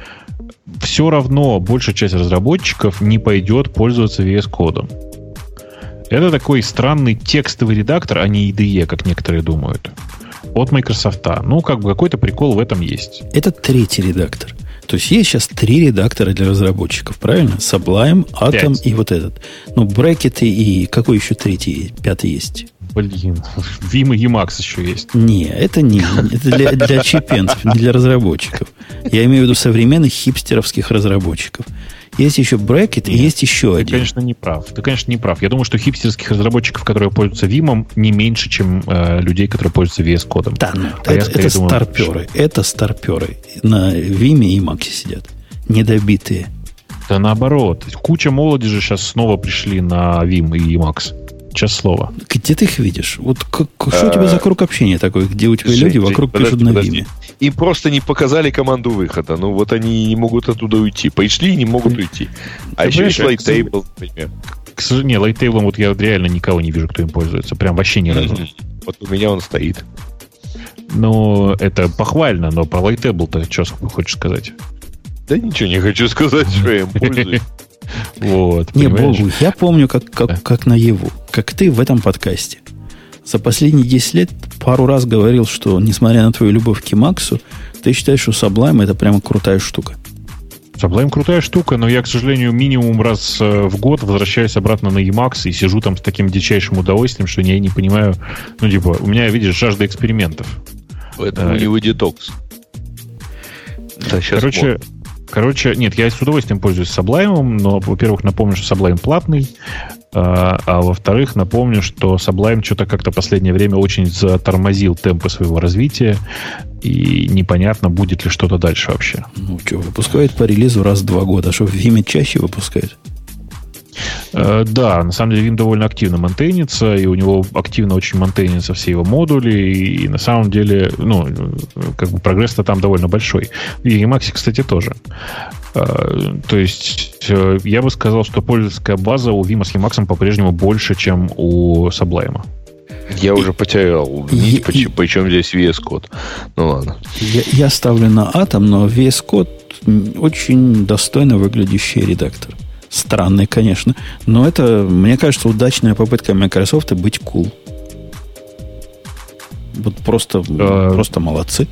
Все равно большая часть разработчиков не пойдет пользоваться ви эс-кодом. Это такой странный текстовый редактор, а не ай ди и, как некоторые думают. От Microsoft. Ну, как бы какой-то прикол в этом есть. Это третий редактор. То есть есть сейчас три редактора для разработчиков, правильно? Sublime, Atom Пять. И вот этот. Ну, брекеты и какой еще третий, пятый есть? Блин, Vim и Emacs еще есть. Не, это не. Это для, для чипенцев, не для разработчиков. Я имею в виду современных хипстеровских разработчиков. Есть еще брекет, и есть еще ты, один. Ты, конечно, не прав. Ты, конечно, не прав. Я думаю, что хипстерских разработчиков, которые пользуются Vim, не меньше, чем э, людей, которые пользуются ви эс-кодом. Да, ну, а это, это думаю, старперы. Что... Это старперы. На Vim и Emacs сидят. Недобитые. Да наоборот. Куча молодежи сейчас снова пришли на Vim и Emacs. Честное слово. Где ты их видишь? Вот как, что у тебя за круг общения такой, где у тебя Жень, люди вокруг Жень, пишут подожди, на Vim? Им просто не показали команду выхода. Ну вот они не могут оттуда уйти. Пришли и не могут уйти. А ты еще есть Lighttable, например. К сожалению, Lighttable вот я реально никого не вижу, кто им пользуется. Прям вообще ни разу. Mm-hmm. Вот у меня он стоит. Ну, это похвально, но про Lighttable-то что хочешь сказать? Да ничего не хочу сказать, что я им пользуюсь. Вот, не, Богу, я помню, как, как, да. как наяву, как ты в этом подкасте. За последние десять лет пару раз говорил, что, несмотря на твою любовь к Emacs, ты считаешь, что Sublime это прямо крутая штука. Sublime крутая штука, но я, к сожалению, минимум раз в год возвращаюсь обратно на Emacs и сижу там с таким дичайшим удовольствием, что я не понимаю, ну, типа, у меня, видишь, жажда экспериментов. Поэтому а, не вы детокс. Да, Короче... Можно. Короче, нет, я с удовольствием пользуюсь Sublime, но, во-первых, напомню, что Sublime платный, а, а во-вторых, напомню, что Sublime что-то как-то в последнее время очень затормозил темпы своего развития, и непонятно, будет ли что-то дальше вообще. Ну что, выпускают по релизу раз в два года, а что в Vim чаще выпускают? Uh, да, на самом деле Vim довольно активно монтейнится, и у него активно очень монтейнятся все его модули, и, и на самом деле, ну, как бы прогресс-то там довольно большой. И Emacs, кстати, тоже. Uh, то есть, uh, я бы сказал, что пользовательская база у Vim с Emacs по-прежнему больше, чем у Sublime. Я уже потерял нить, почему, причем здесь ви эс-код. Ну ладно. Я, я ставлю на Atom, но ви эс-код очень достойно выглядящий редактор. Странный, конечно. Но это, мне кажется, удачная попытка Microsoft быть cool. Вот просто, uh, просто молодцы.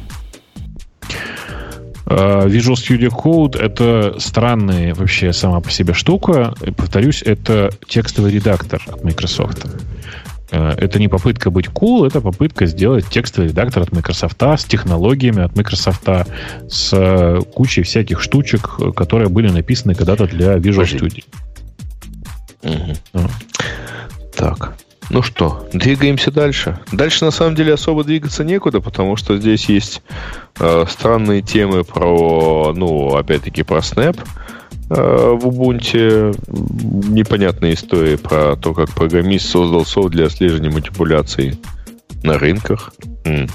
Uh, Visual Studio Code — это странная вообще сама по себе штука. И, повторюсь, это текстовый редактор от Microsoft. Uh, это не попытка быть cool, это попытка сделать текстовый редактор от Microsoft с технологиями от Microsoft, с uh, кучей всяких штучек, которые были написаны когда-то для Visual Studio. Угу. Uh. Так, ну что, двигаемся дальше. Дальше, на самом деле, особо двигаться некуда, потому что здесь есть э, странные темы про, ну, опять-таки, про Snap э, в Ubuntu. Непонятная история про то, как программист создал софт для отслеживания манипуляций на рынках. М-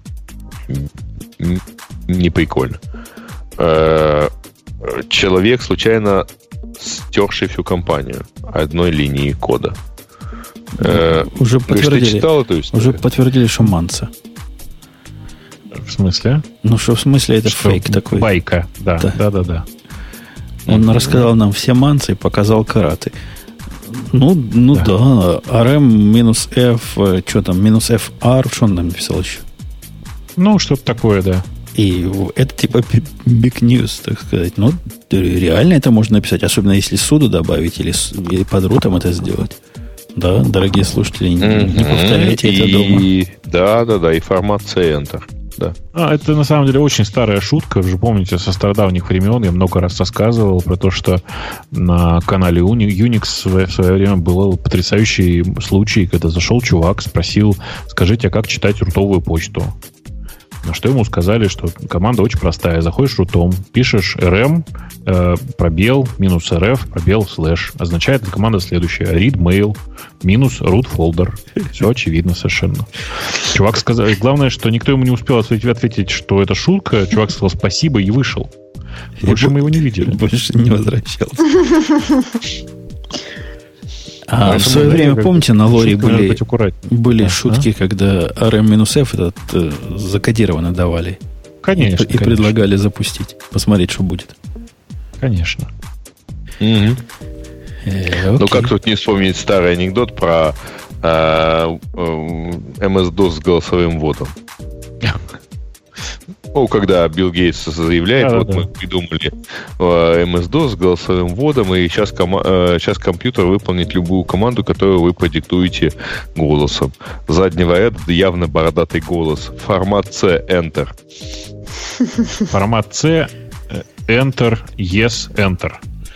м- не прикольно. Э, человек, случайно стерший всю компанию одной линии кода. Э, уже подтвердили, ты читал эту историю? Уже подтвердили, что манца. В смысле? Ну, что в смысле это что фейк такой. Байка, да, да, да, да. да. Он mm-hmm. рассказал нам все манцы и показал караты. Ну, ну да, да. ар эм минус F, что там, минус эф ар, что он нам написал еще? Ну, что-то такое, да. И это типа big news, так сказать. Ну, реально это можно написать, особенно если суду добавить или, или под рутом это сделать. Да, дорогие слушатели, mm-hmm. не повторяйте и, это дома. Да, да, да, и формат Enter. Да. А, это на самом деле очень старая шутка. Вы же помните, со стародавних времен я много раз рассказывал про то, что на канале Unix в свое время был потрясающий случай, когда зашел чувак, спросил: скажите, а как читать рутовую почту? На что ему сказали, что команда очень простая. Заходишь рутом, пишешь rm, э, пробел, минус rf, пробел, слэш. Означает эта команда следующее. Read mail, минус root folder. Все очевидно совершенно. Чувак сказал... Главное, что никто ему не успел ответить, что это шутка. Чувак сказал спасибо и вышел. Больше и мы его не видели. Больше не возвращался. А в свое время, помните, на лоре были, были да, шутки, а? когда rm-f этот э, закодированно давали. Конечно. И, и конечно. предлагали запустить, посмотреть, что будет. Конечно. Угу. Э, ну, как тут не вспомнить старый анекдот про э, э, эм эс-дос с голосовым вводом. Ну, когда Билл Гейтс заявляет, да, вот да. мы придумали эм эс-дос с голосовым вводом, и сейчас, кома- сейчас компьютер выполнит любую команду, которую вы продиктуете голосом. С заднего ряда явно бородатый голос. Формат C, Enter. Формат C, Enter, Yes, Enter.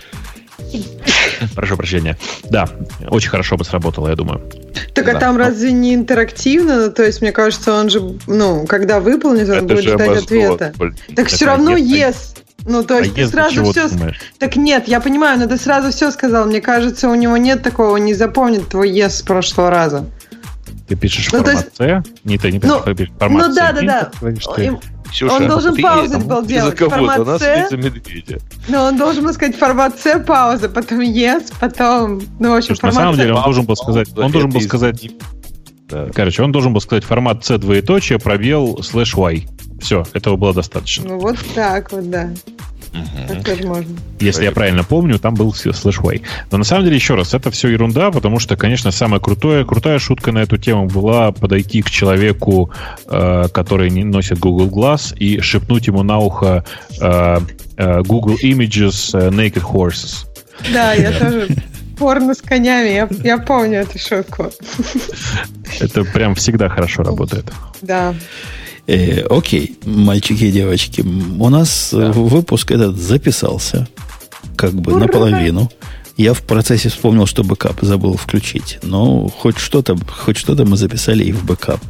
Прошу прощения. Да, очень хорошо бы сработало, я думаю. Так а да. там разве не интерактивно? Ну, то есть, мне кажется, он же, ну, когда выполнит, он это будет ждать ответа. Вот, так все равно yes. Ну, то есть, а ты сразу все... Так нет, я понимаю, но ты сразу все сказал. Мне кажется, у него нет такого, не запомнит твой yes с прошлого раза. Ты пишешь ну, формат C? Есть... Не, ты не пишешь, ну, пишешь формат ну, C. Ну, да, да, да. Ксюша, он должен паузу был делать. Формат C. медведя. Ну, он должен был сказать формат C, пауза, потом yes, потом... Ну, в общем, Слушай, на самом деле он должен был сказать... Он должен был сказать... Да. Короче, он должен был сказать формат C, двоеточие, пробел, слэш Y. Все, этого было достаточно. Ну, вот так вот, да. Угу. Так тоже можно. Если я правильно помню, там был слэш Y. Но на самом деле, еще раз, это все ерунда, потому что, конечно, самая крутая, крутая шутка на эту тему была подойти к человеку, э, который не носит Google Glass, и шепнуть ему на ухо э, э, Google Images uh, Naked Horses. Да, я тоже... Порно с конями, я, я помню эту шутку. Это прям всегда хорошо работает. Да. Э, окей, мальчики и девочки, у нас да. выпуск этот записался, как бы Ура! наполовину. Я в процессе вспомнил, что бэкап забыл включить, но хоть что-то, хоть что-то мы записали и в бэкап.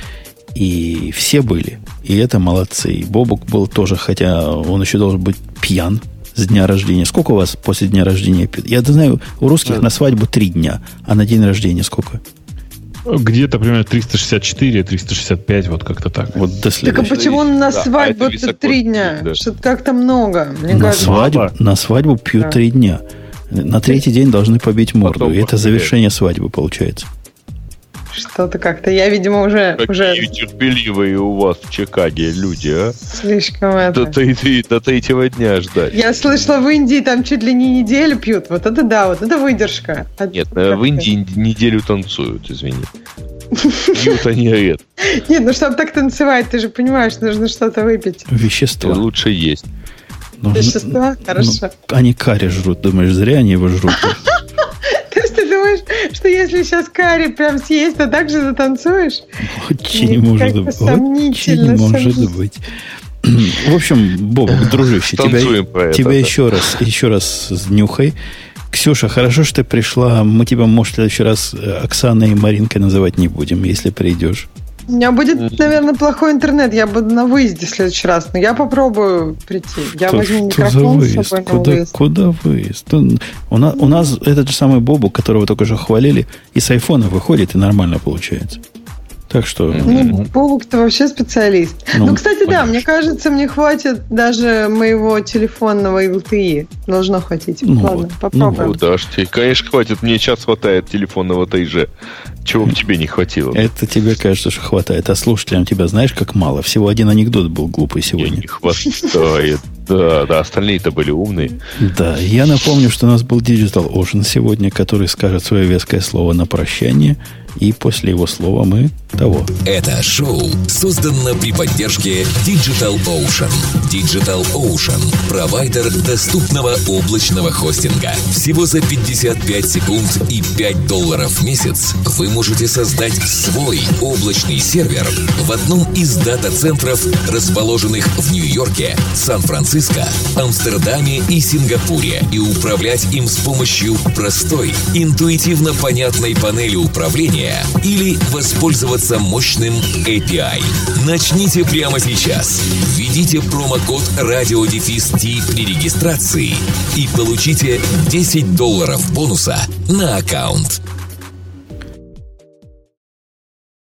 И все были, и это молодцы. И Бобук был тоже, хотя он еще должен быть пьян с дня рождения. Сколько у вас после дня рождения пьют? Я знаю, у русских да. на свадьбу три дня, а на день рождения сколько? Где-то примерно триста шестьдесят четыре, триста шестьдесят пять, вот как-то так. Вот до так а почему на да, свадьбу а три дня? Да. Что-то как-то много. Мне на, свадьбу, на свадьбу пьют три да. дня. На третий день должны побить морду. Потом и это завершение свадьбы получается. Что-то как-то. Я, видимо, уже... Какие уже... терпеливые у вас в Чикаго люди, а? Слишком это... До, до, до третьего дня ждать. Я слышала, в Индии там чуть ли не неделю пьют. Вот это да, вот это выдержка. Нет, как в Индии это? неделю танцуют, извини. Пьют они редко. Нет, ну чтобы так танцевать, ты же понимаешь, нужно что-то выпить. Вещество. Лучше есть. Вещества? Хорошо. Ну, они карри жрут, думаешь, зря они его жрут. То есть ты думаешь, что если сейчас карри прям съесть, то так же затанцуешь? Очень может быть. Очень может быть. В общем, Бобок, дружище, тебя, это, тебя да. еще раз, еще раз с нюхай. Ксюша, хорошо, что ты пришла. Мы тебя, может, в следующий раз Оксаной и Маринкой называть не будем, если придешь. У меня будет, наверное, плохой интернет. Я буду на выезде в следующий раз. Но я попробую прийти. Я что, возьму что микрофон за выезд? с собой на куда, выезд. Куда выезд? У нас, у нас этот же самый Бобук, которого только что хвалили, и с айфона выходит, и нормально получается. Так что... Ну, Бобук-то вообще специалист. Ну, ну кстати, конечно. Да, мне кажется, мне хватит даже моего телефонного эл ти и. Должно хватить. Ну, ладно, вот. попробуем. Ну, да, конечно, хватит. Мне сейчас хватает телефонного три джи. Чего бы тебе не хватило? Это тебе кажется, что хватает. А слушателям тебя знаешь, как мало. Всего один анекдот был глупый сегодня. Не хватает. Да, да, остальные-то были умные. Да, я напомню, что у нас был Digital Ocean сегодня, который скажет свое веское слово на прощание. И после его слова мы того. Это шоу создано при поддержке Digital Ocean. Digital Ocean – провайдер доступного облачного хостинга. Всего за пятьдесят пять секунд и пять долларов в месяц вы можете создать свой облачный сервер в одном из дата-центров, расположенных в Нью-Йорке, Сан-Франциско Сан-Франциско, Амстердаме и Сингапуре и управлять им с помощью простой, интуитивно понятной панели управления или воспользоваться мощным эй пи ай. Начните прямо сейчас. Введите промокод радиодефис-ти при регистрации и получите десять долларов бонуса на аккаунт.